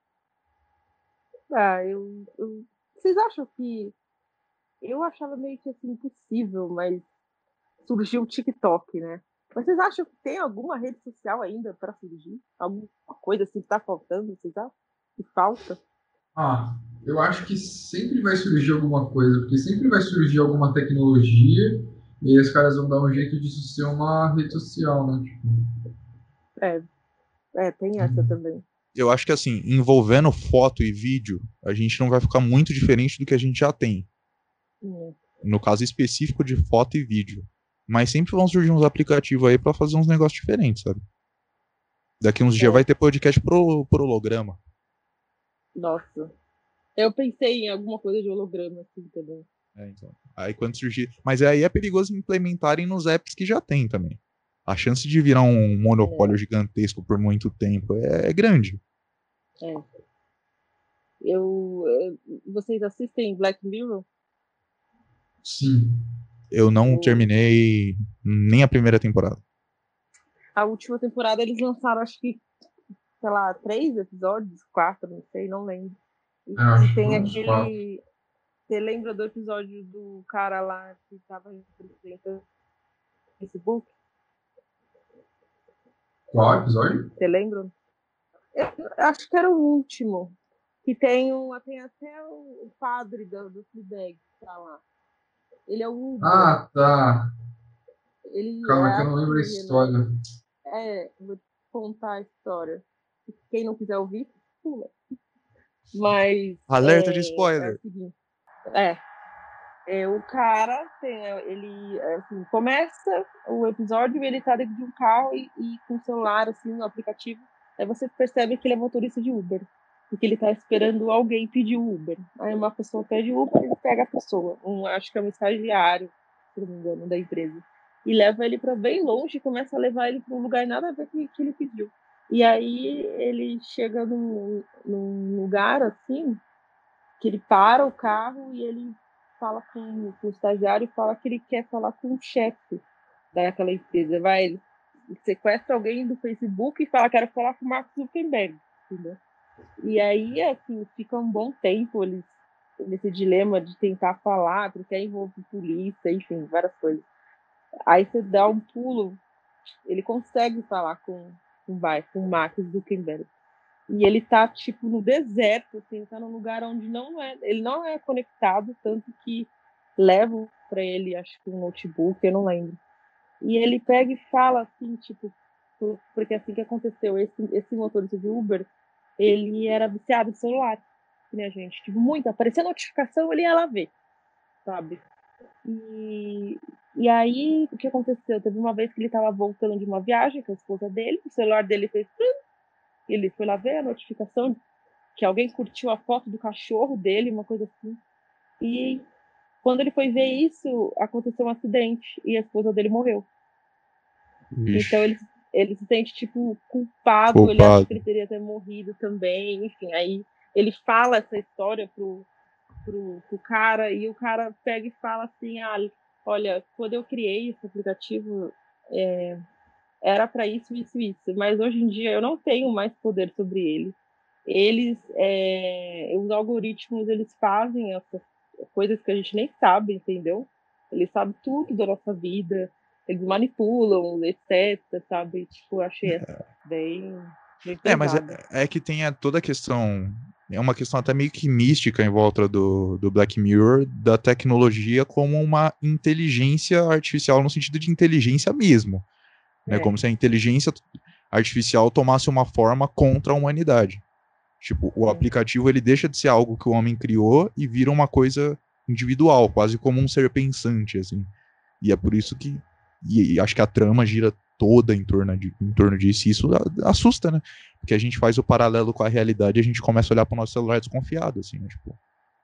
Speaker 3: Ah, eu, eu. Vocês acham que. Eu achava meio que assim, impossível, mas surgiu o TikTok, né? Mas vocês acham que tem alguma rede social ainda para surgir? Alguma coisa assim que tá faltando, vocês acham? Que falta?
Speaker 2: Ah, eu acho que sempre vai surgir alguma coisa, porque sempre vai surgir alguma tecnologia e aí os caras vão dar um jeito disso ser uma rede social, né? Tipo,
Speaker 3: É, é, tem essa também.
Speaker 1: Eu acho que, assim, envolvendo foto e vídeo, a gente não vai ficar muito diferente do que a gente já tem.
Speaker 3: Hum.
Speaker 1: No caso específico de foto e vídeo. Mas sempre vão surgir uns aplicativos aí pra fazer uns negócios diferentes, sabe? Daqui uns dias
Speaker 3: É,
Speaker 1: vai ter podcast pro, pro holograma.
Speaker 3: nossa. Eu pensei em alguma coisa de holograma assim também.
Speaker 1: É, então. Aí quando surgir. Mas aí é perigoso implementarem nos apps que já tem também. A chance de virar um monopólio
Speaker 3: É,
Speaker 1: gigantesco por muito tempo é, é grande.
Speaker 3: é. Eu, eu- vocês assistem Black Mirror?
Speaker 2: sim.
Speaker 1: Eu não
Speaker 3: O,
Speaker 1: terminei nem a primeira temporada.
Speaker 3: a última temporada eles lançaram, acho que, sei lá, três episódios, quatro, não sei, não lembro. E,
Speaker 2: Eu acho
Speaker 3: e
Speaker 2: que
Speaker 3: tem
Speaker 2: foi uns quatro.
Speaker 3: aquele. Você lembra do episódio do cara lá que estava representando o Facebook?
Speaker 2: Qual episódio?
Speaker 3: Você lembra? Eu acho que era o último. Que tem, um, tem até o, o padre do, do Fleabag que tá lá. Ele é o Uber.
Speaker 2: Ah, tá.
Speaker 3: Ele
Speaker 2: Calma,
Speaker 3: é
Speaker 2: que eu não lembro a
Speaker 3: assim, Renan.
Speaker 2: história.
Speaker 3: É, vou te contar a história. Quem não quiser ouvir, pula. Mas
Speaker 1: Alerta de
Speaker 3: é, é o
Speaker 1: spoiler.
Speaker 3: seguinte. É, é, o cara tem, ele assim, começa o episódio e ele tá dentro de um carro e, e com o celular assim no aplicativo. Aí você percebe que ele é motorista de Uber, porque ele tá esperando alguém pedir o Uber. Aí uma pessoa pede o Uber, ele pega a pessoa, um, acho que é um estagiário, se não me engano, da empresa, e leva ele para bem longe e começa a levar ele para um lugar nada a ver com o que ele pediu. E aí ele chega num, num lugar assim que ele para o carro e ele fala com, com o estagiário e fala que ele quer falar com o chefe daquela empresa. Vai, ele sequestra alguém do Facebook e fala que quero falar com o Mark Zuckerberg, entendeu? E aí, assim, fica um bom tempo eles nesse dilema de tentar falar, porque aí envolve polícia, enfim, várias coisas. Aí você dá um pulo, ele consegue falar com, com, com o Mark Zuckerberg. E ele tá, tipo, no deserto, assim, tá num lugar onde não é, ele não é conectado, tanto que levam para ele, acho que um notebook, eu não lembro. E ele pega e fala assim, tipo, porque assim que aconteceu, esse, esse motorista de Uber, ele era viciado em celular, que nem a gente, tipo, muito, aparecia notificação, ele ia lá ver, sabe? E, e aí, o que aconteceu? Teve uma vez que ele tava voltando de uma viagem com a esposa dele, o celular dele fez... Ele foi lá ver a notificação que alguém curtiu a foto do cachorro dele, uma coisa assim. E quando ele foi ver isso, aconteceu um acidente e a esposa dele morreu. Ixi. Então ele, ele se sente, tipo, culpado, culpado, ele acha que ele teria ter morrido também, enfim. Aí ele fala essa história pro, pro, pro cara e o cara pega e fala assim, ah, olha, quando eu criei esse aplicativo, é, era para isso, isso, isso, mas hoje em dia eu não tenho mais poder sobre ele. Eles, é, os algoritmos, eles fazem essas coisas que a gente nem sabe, entendeu? Eles sabem tudo da nossa vida, eles manipulam, etcétera, sabe? Tipo, eu achei é. bem, bem pesado.
Speaker 1: É, mas é, é que tem a, toda a questão, é uma questão até meio que mística em volta do, do Black Mirror, da tecnologia como uma inteligência artificial no sentido de inteligência mesmo. Né? É. Como se a inteligência artificial tomasse uma forma contra a humanidade. Tipo, o Sim. aplicativo ele deixa de ser algo que o homem criou e vira uma coisa individual, quase como um ser pensante, assim. E é por isso que e, e acho que a trama gira toda em torno, de, em torno disso, e isso assusta, né? Porque a gente faz o paralelo com a realidade e a gente começa a olhar pro nosso celular desconfiado, assim, né? Tipo,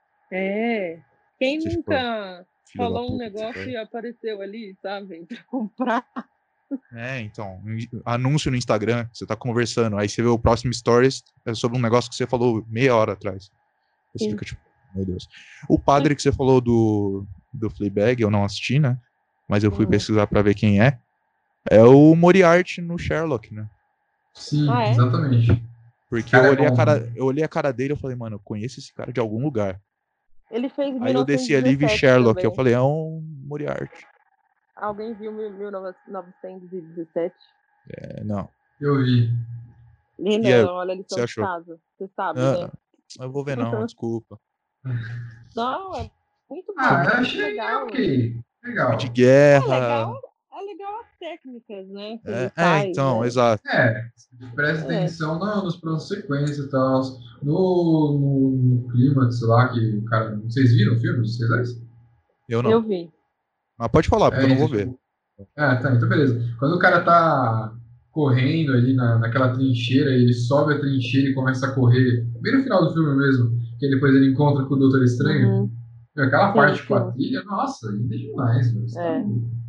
Speaker 3: é. Quem nunca tipo, falou um negócio e apareceu ali, sabe? Pra comprar.
Speaker 1: É, então, anúncio no Instagram, você tá conversando, aí você vê o próximo stories é sobre um negócio que você falou meia hora atrás. Você fica tipo, meu Deus. O padre que você falou do, do Fleabag, eu não assisti, né? Mas eu fui uhum. pesquisar pra ver quem é. É o Moriarty no Sherlock, né?
Speaker 2: Sim, ah, é? Exatamente.
Speaker 1: Porque eu olhei, é bom, a cara, eu olhei a cara dele e falei, mano, eu conheço esse cara de algum lugar.
Speaker 3: Ele fez
Speaker 1: Aí eu desci ali e vi Sherlock,
Speaker 3: também.
Speaker 1: eu falei, é um Moriarty.
Speaker 3: Alguém viu mil novecentos e dezessete?
Speaker 1: É, não.
Speaker 2: Eu vi.
Speaker 3: E não,
Speaker 1: aí,
Speaker 3: olha a lição
Speaker 1: você
Speaker 3: de casa. Você sabe,
Speaker 1: ah,
Speaker 3: né?
Speaker 1: Eu vou ver não, desculpa.
Speaker 3: Não, é muito bom.
Speaker 2: Ah,
Speaker 3: eu
Speaker 2: achei
Speaker 3: legal.
Speaker 2: ok. Legal.
Speaker 1: De guerra.
Speaker 3: É legal, é legal as técnicas, né? Que
Speaker 1: É,
Speaker 3: ele
Speaker 1: é
Speaker 3: faz,
Speaker 1: então,
Speaker 3: né?
Speaker 1: exato.
Speaker 2: É, presta é. atenção não, nos planos de sequência e tal. No, no, no clímax lá, que o cara. Vocês viram o filme? Vocês dois?
Speaker 1: Eu não.
Speaker 3: Eu vi.
Speaker 1: Mas pode falar, porque é, eu não vou ver.
Speaker 2: Ah, tá, então beleza. Quando o cara tá correndo ali na, naquela trincheira, ele sobe a trincheira e começa a correr, bem no final do filme mesmo, que depois ele encontra com o Doutor Estranho. Uhum. Aquela sim, parte sim. com a trilha, nossa, linda demais, velho.
Speaker 3: É.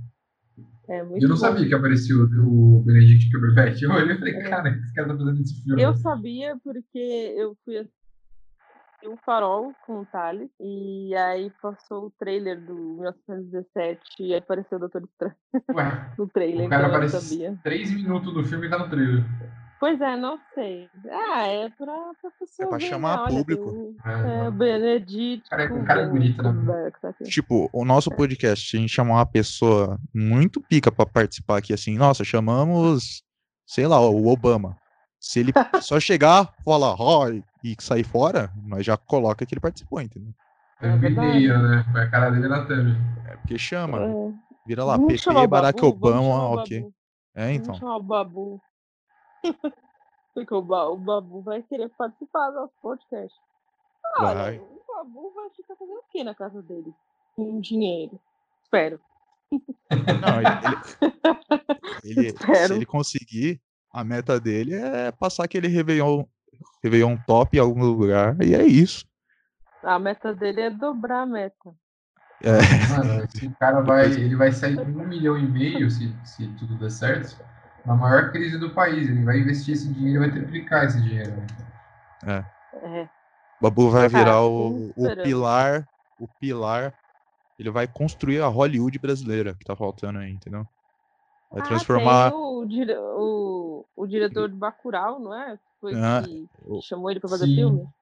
Speaker 3: É muito
Speaker 2: e eu não
Speaker 3: bom.
Speaker 2: sabia que aparecia o, o Benedict Cumberbatch. Eu olhei e falei, é. cara, esse cara tá fazendo esse filme.
Speaker 3: Eu sabia porque eu fui assistir o Farol com o Thales, e aí passou o trailer do mil novecentos e dezessete e aí apareceu o Doutor Estranho no trailer,
Speaker 2: o cara
Speaker 3: então eu
Speaker 2: aparece
Speaker 3: sabia.
Speaker 2: três minutos do filme e tá no trailer.
Speaker 3: Pois é, não sei. Ah, é pra, pra pessoa
Speaker 1: É pra
Speaker 3: ver,
Speaker 1: chamar
Speaker 3: né? Olha,
Speaker 1: público.
Speaker 3: o é, Benedict
Speaker 2: cara, o cara é bonito, né?
Speaker 3: Tá aqui.
Speaker 1: Tipo, o nosso podcast, a gente chamar uma pessoa muito pica pra participar aqui, assim, nossa, chamamos, sei lá, o Obama. Se ele só chegar, falar, ó, oh, e sair fora, nós já coloca que ele participou, entendeu?
Speaker 2: É verdade. né? Foi a cara dele na thumb.
Speaker 1: É porque chama. É. Vira lá,
Speaker 3: vamos
Speaker 1: P T, Barack
Speaker 3: Babu,
Speaker 1: Obama, ok. É, então.
Speaker 3: Vamos chamar o Babu. Porque o, ba o Babu vai querer participar do nosso podcast. Olha,
Speaker 1: vai.
Speaker 3: o Babu vai ficar fazendo o que na casa dele? Com dinheiro. Espero.
Speaker 1: Não, ele, ele, ele se ele conseguir, a meta dele é passar aquele Réveillon, Réveillon top em algum lugar, e é isso.
Speaker 3: A meta dele é dobrar a meta.
Speaker 1: É.
Speaker 2: Mano, esse cara vai, ele vai sair com um milhão e meio, se, se tudo der certo, na maior crise do país. Ele vai investir esse dinheiro e vai triplicar esse dinheiro.
Speaker 1: É.
Speaker 3: É.
Speaker 1: Babu vai virar ah, o, o pilar, o pilar, ele vai construir a Hollywood brasileira que tá faltando aí, entendeu? Vai
Speaker 3: ah,
Speaker 1: transformar...
Speaker 3: tem o, dire... o, o diretor de Bacurau, não é? Foi
Speaker 1: ah,
Speaker 3: que
Speaker 1: o...
Speaker 3: chamou ele pra fazer
Speaker 2: Sim.
Speaker 3: filme?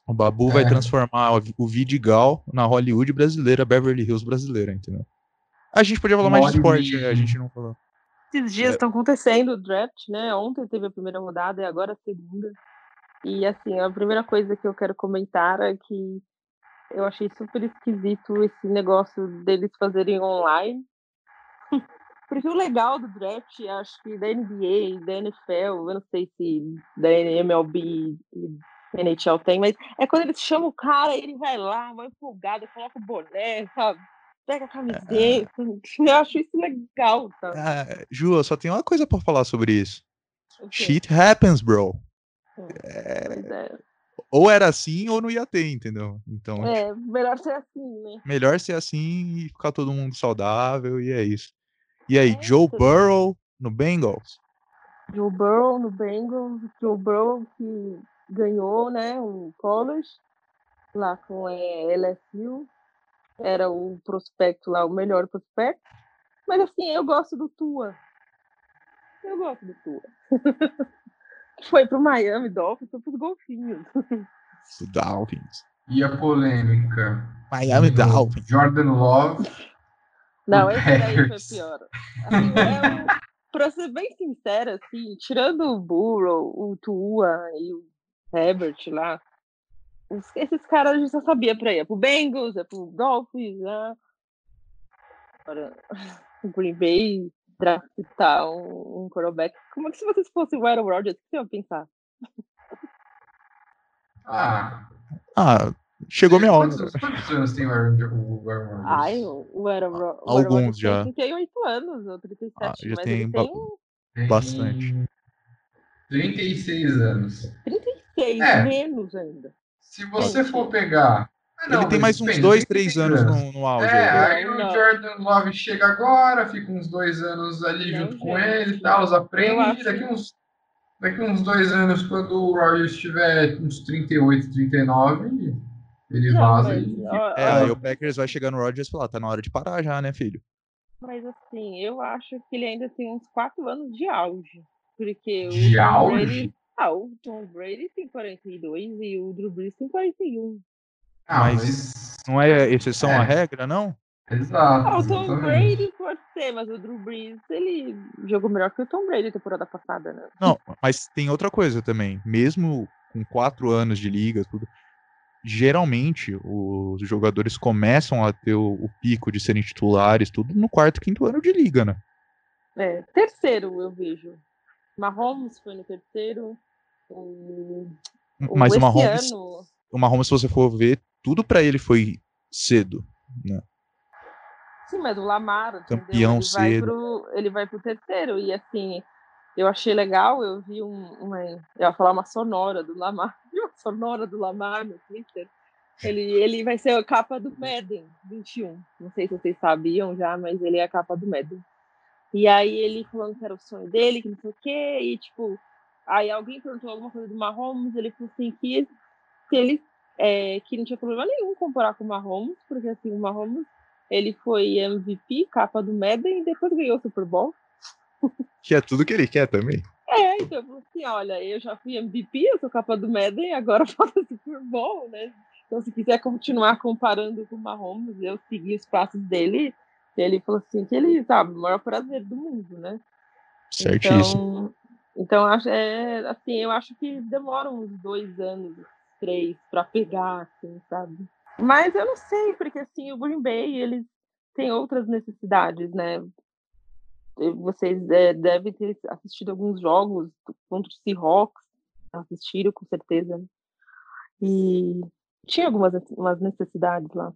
Speaker 1: O Babu
Speaker 2: É.
Speaker 1: vai transformar o, o Vidigal na Hollywood brasileira, Beverly Hills brasileira, entendeu? A gente podia falar mais de esporte, a gente não falou.
Speaker 3: Esses dias estão é. acontecendo o draft, né? Ontem teve a primeira rodada e agora a segunda. E, assim, a primeira coisa que eu quero comentar é que eu achei super esquisito esse negócio deles fazerem online. Porque o legal do draft, acho que da N B A, da N F L, eu não sei se da M L B e N H L tem, mas é quando eles chamam o cara, ele vai lá, vai empolgado, coloca o boné, sabe? Pega a camiseta. É... Eu acho isso legal, sabe?
Speaker 1: É, Ju, eu só tenho uma coisa pra falar sobre isso. Shit happens, bro.
Speaker 3: É... É.
Speaker 1: Ou era assim ou não ia ter, entendeu? Então,
Speaker 3: é, melhor ser assim, né?
Speaker 1: Melhor ser assim e ficar todo mundo saudável, e é isso. E aí,
Speaker 3: é
Speaker 1: Joe
Speaker 3: isso.
Speaker 1: Burrow no Bengals?
Speaker 3: Joe Burrow no Bengals, Joe Burrow que ganhou, né, um college lá com a L S U, era o prospecto lá, o melhor prospecto. Mas assim, eu gosto do Tua. Eu gosto do Tua. Foi pro Miami Dolphins, foi pros golfinhos.
Speaker 1: O Dolphins.
Speaker 2: E a polêmica?
Speaker 1: Miami Dolphins.
Speaker 2: Jordan Love.
Speaker 3: Não, esse daí foi pior. Assim, é, pra ser bem sincera, assim, tirando o Burrow, o Tua e o Herbert lá, esses caras a gente já sabia pra ir. É pro Bengals, é pro Dolphins, né? Agora, o Green Bay draftar um, um quarterback. Como é que se vocês fossem o Aaron Rodgers, o que você ia pensar?
Speaker 2: Ah,
Speaker 1: ah chegou minha hora.
Speaker 2: Quantos, quantos anos tem o Aaron, o Aaron Rodgers?
Speaker 3: Ai, o Aaron, o
Speaker 1: Alguns
Speaker 3: Aaron Rodgers
Speaker 1: já.
Speaker 3: tem trinta e oito anos, ou trinta e sete,
Speaker 1: Ah, já
Speaker 3: mas
Speaker 1: tem
Speaker 3: ele
Speaker 1: ba
Speaker 3: tem...
Speaker 1: bastante.
Speaker 2: trinta e seis anos.
Speaker 3: trinta e seis,
Speaker 2: é.
Speaker 3: menos ainda.
Speaker 2: Se você Gente. for pegar...
Speaker 1: Ah, não, ele tem mais uns pensa, dois, três anos, anos no, no auge.
Speaker 2: É, aí, aí não, o Jordan Love chega agora, fica uns dois anos ali não, junto com gente. ele e tal, os aprende, daqui uns, daqui uns dois anos, quando o Rodgers tiver uns trinta e oito, trinta e nove, ele não, vaza mas, e...
Speaker 1: Ó, é, ó, aí o Packers vai chegar no Rodgers e falar, tá na hora de parar já, né, filho?
Speaker 3: Mas assim, eu acho que ele ainda tem uns quatro anos de auge. Porque
Speaker 2: de
Speaker 3: o Tom
Speaker 2: auge?
Speaker 3: Brady... Ah, o Tom Brady tem quarenta e dois e o Drew Brees tem quarenta e um.
Speaker 1: Ah, mas, mas não é exceção é. à regra, não?
Speaker 2: Exato.
Speaker 3: Ah, o Tom exatamente. Brady pode ser, mas o Drew Brees, ele jogou melhor que o Tom Brady na temporada passada, né?
Speaker 1: Não, mas tem outra coisa também. Mesmo com quatro anos de liga, tudo, geralmente os jogadores começam a ter o, o pico de serem titulares, tudo no quarto, quinto ano de liga, né?
Speaker 3: É, terceiro eu vejo. Mahomes foi no terceiro. O,
Speaker 1: mas
Speaker 3: o
Speaker 1: o Mahomes,
Speaker 3: ano...
Speaker 1: o Mahomes, se você for ver, tudo pra ele foi cedo, né?
Speaker 3: Sim, mas o Lamar,
Speaker 1: campeão
Speaker 3: ele
Speaker 1: cedo.
Speaker 3: vai pro, ele vai pro terceiro, e assim, eu achei legal, eu vi um, uma, eu ia falar uma sonora do Lamar, uma sonora do Lamar no Twitter, ele, ele vai ser a capa do Madden vinte e um, não sei se vocês sabiam já, mas ele é a capa do Madden. E aí ele falando que era o sonho dele, que não sei o quê, e tipo, aí alguém perguntou alguma coisa do Mahomes, ele falou assim, que, que ele, é, que não tinha problema nenhum comparar com o Mahomes, porque assim, o Mahomes, ele foi M V P, capa do Madden, e depois ganhou o Super Bowl.
Speaker 1: Que é tudo que ele quer também.
Speaker 3: É, então eu falei assim, olha, eu já fui M V P, eu sou capa do Madden, agora falta Super Bowl, né? Então se quiser continuar comparando com o Mahomes, eu segui os passos dele, e ele falou assim, que ele, sabe, o maior prazer do mundo, né?
Speaker 1: Certíssimo.
Speaker 3: Então, então acho, é, assim, eu acho que demora uns dois anos, três, pra pegar, assim, sabe? Mas eu não sei, porque assim, o Green Bay, eles têm outras necessidades, né? Vocês é, devem ter assistido alguns jogos contra o Seahawks, assistiram com certeza, né? E tinha algumas umas necessidades lá.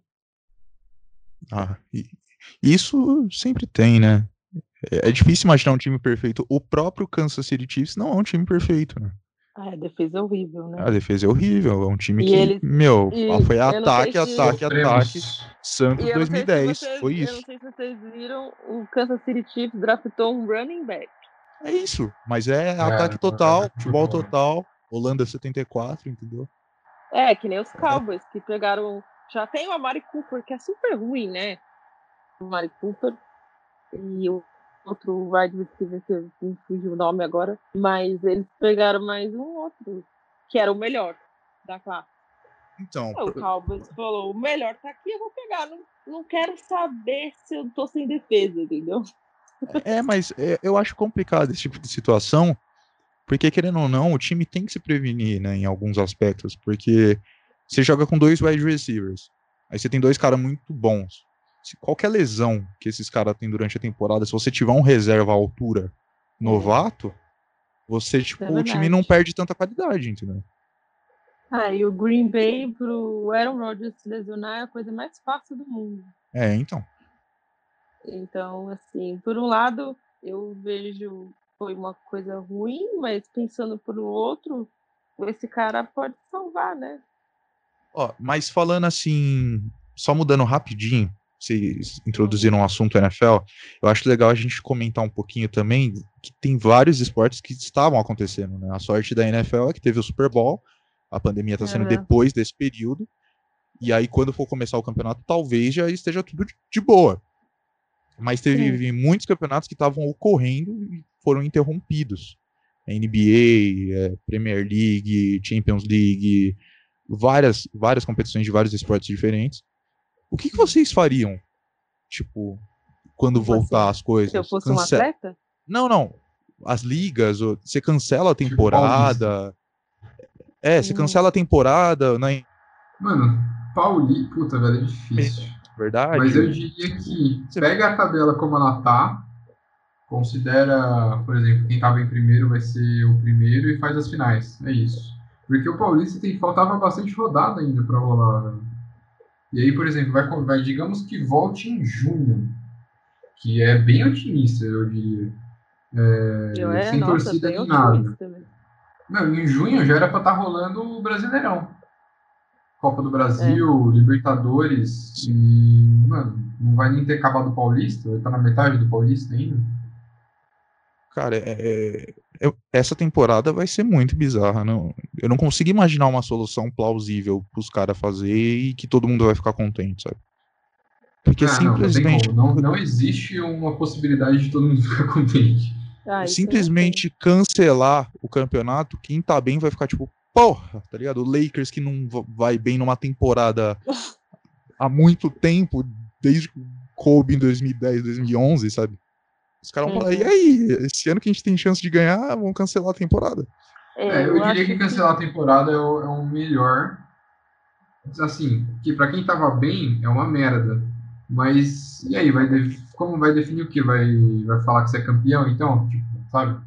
Speaker 1: Ah, isso sempre tem, né? É difícil imaginar um time perfeito. O próprio Kansas City Chiefs não é um time perfeito, né?
Speaker 3: Ah, a defesa é horrível, né?
Speaker 1: A defesa é horrível. É um time
Speaker 3: e
Speaker 1: que,
Speaker 3: eles,
Speaker 1: meu,
Speaker 3: e,
Speaker 1: foi ataque,
Speaker 3: se...
Speaker 1: ataque, ataque. Santos
Speaker 3: e
Speaker 1: dois mil e dez.
Speaker 3: Vocês,
Speaker 1: foi isso.
Speaker 3: Eu não sei se vocês viram, o Kansas City Chiefs draftou um running back.
Speaker 1: É isso. Mas é,
Speaker 2: é
Speaker 1: ataque total, é futebol total. Holanda setenta e quatro, entendeu?
Speaker 3: É, que nem os Cowboys, é. que pegaram... Já tem o Amari Cooper, que é super ruim, né? O Amari Cooper. E o outro wide receiver, que eu não fugiu o nome agora, mas eles pegaram mais um outro, que era o melhor da classe.
Speaker 1: Então,
Speaker 3: O Cowboys falou, o melhor tá aqui, eu vou pegar. Não, não quero saber se eu tô sem defesa, entendeu?
Speaker 1: É, mas é, eu acho complicado esse tipo de situação, porque querendo ou não, o time tem que se prevenir, né, em alguns aspectos, porque você joga com dois wide receivers, aí você tem dois caras muito bons. Se qualquer lesão que esses caras têm durante a temporada, se você tiver um reserva à altura novato, você, tipo,
Speaker 3: É
Speaker 1: o time não
Speaker 3: verdade.
Speaker 1: perde tanta qualidade, entendeu?
Speaker 3: Ah, e o Green Bay pro Aaron Rodgers se lesionar é a coisa mais fácil do mundo.
Speaker 1: É, então.
Speaker 3: Então, assim, por um lado, eu vejo foi uma coisa ruim, mas pensando por outro, esse cara pode salvar, né?
Speaker 1: Ó, mas falando assim, só mudando rapidinho, vocês introduziram um
Speaker 3: Uhum.
Speaker 1: assunto N F L, eu acho legal a gente comentar um pouquinho também que tem vários esportes que estavam acontecendo, né? A sorte da N F L é que teve o Super Bowl, a pandemia está sendo
Speaker 3: Uhum.
Speaker 1: depois desse período, e aí quando for começar o campeonato, talvez já esteja tudo de, de boa. Mas teve
Speaker 3: Sim.
Speaker 1: muitos campeonatos que estavam ocorrendo e foram interrompidos. N B A, é, Premier League, Champions League, várias, várias competições de vários esportes diferentes. O que, que vocês fariam, tipo, quando
Speaker 3: Como
Speaker 1: voltar
Speaker 3: assim?
Speaker 1: as
Speaker 3: Se eu
Speaker 1: coisas?
Speaker 3: fosse um
Speaker 1: Cance...
Speaker 3: atleta?
Speaker 1: Não, não. As ligas, ou- você cancela a
Speaker 2: Tipo Paulista.
Speaker 1: temporada. É, você
Speaker 3: Hum.
Speaker 1: cancela a temporada, né?
Speaker 2: Mano, Pauli, puta, velho, é difícil. Mas eu
Speaker 1: Verdade.
Speaker 2: diria que
Speaker 1: Você...
Speaker 2: pega a tabela como ela tá, considera, por exemplo, quem tava em primeiro vai ser o primeiro e faz as finais. É isso. Porque o Paulista tem, faltava bastante rodada ainda pra rolar, velho. E aí, por exemplo, vai, vai, digamos que volte em junho, que é bem otimista, eu diria.
Speaker 3: Eu
Speaker 2: É,
Speaker 3: é,
Speaker 2: sem
Speaker 3: nossa,
Speaker 2: torcida
Speaker 3: bem
Speaker 2: nem nada.
Speaker 3: otimista mesmo.
Speaker 2: Não, em junho já era pra estar rolando o Brasileirão. Copa do
Speaker 3: É.
Speaker 2: Brasil, Libertadores, e, mano, não vai nem ter acabado o Paulista, vai estar na metade do Paulista ainda.
Speaker 1: Cara, é, é- eu- essa temporada vai ser muito bizarra. Não, eu não consigo imaginar uma solução plausível pros caras fazer e que todo mundo vai ficar contente, sabe? Porque
Speaker 2: Ah, não, não tem
Speaker 1: simplesmente,
Speaker 2: como. Não, não existe uma possibilidade de todo mundo ficar contente.
Speaker 3: Ah, isso não tem.
Speaker 1: simplesmente cancelar o campeonato, quem tá bem vai ficar tipo, porra, tá ligado? O Lakers que não va- vai bem numa temporada há muito tempo, desde o Kobe em dois mil e dez, dois mil e onze, sabe? Os caras vão falar, e
Speaker 3: Uhum.
Speaker 1: aí, esse ano que a gente tem chance de ganhar, vamos cancelar a temporada.
Speaker 2: É,
Speaker 3: É,
Speaker 2: eu
Speaker 3: eu
Speaker 2: diria
Speaker 3: acho
Speaker 2: que
Speaker 3: que
Speaker 2: cancelar a temporada é o, é o melhor. Assim, que pra quem tava bem é uma merda. Mas e aí, vai def- como vai definir o que? Vai, vai falar que você é campeão, então? Tipo, sabe?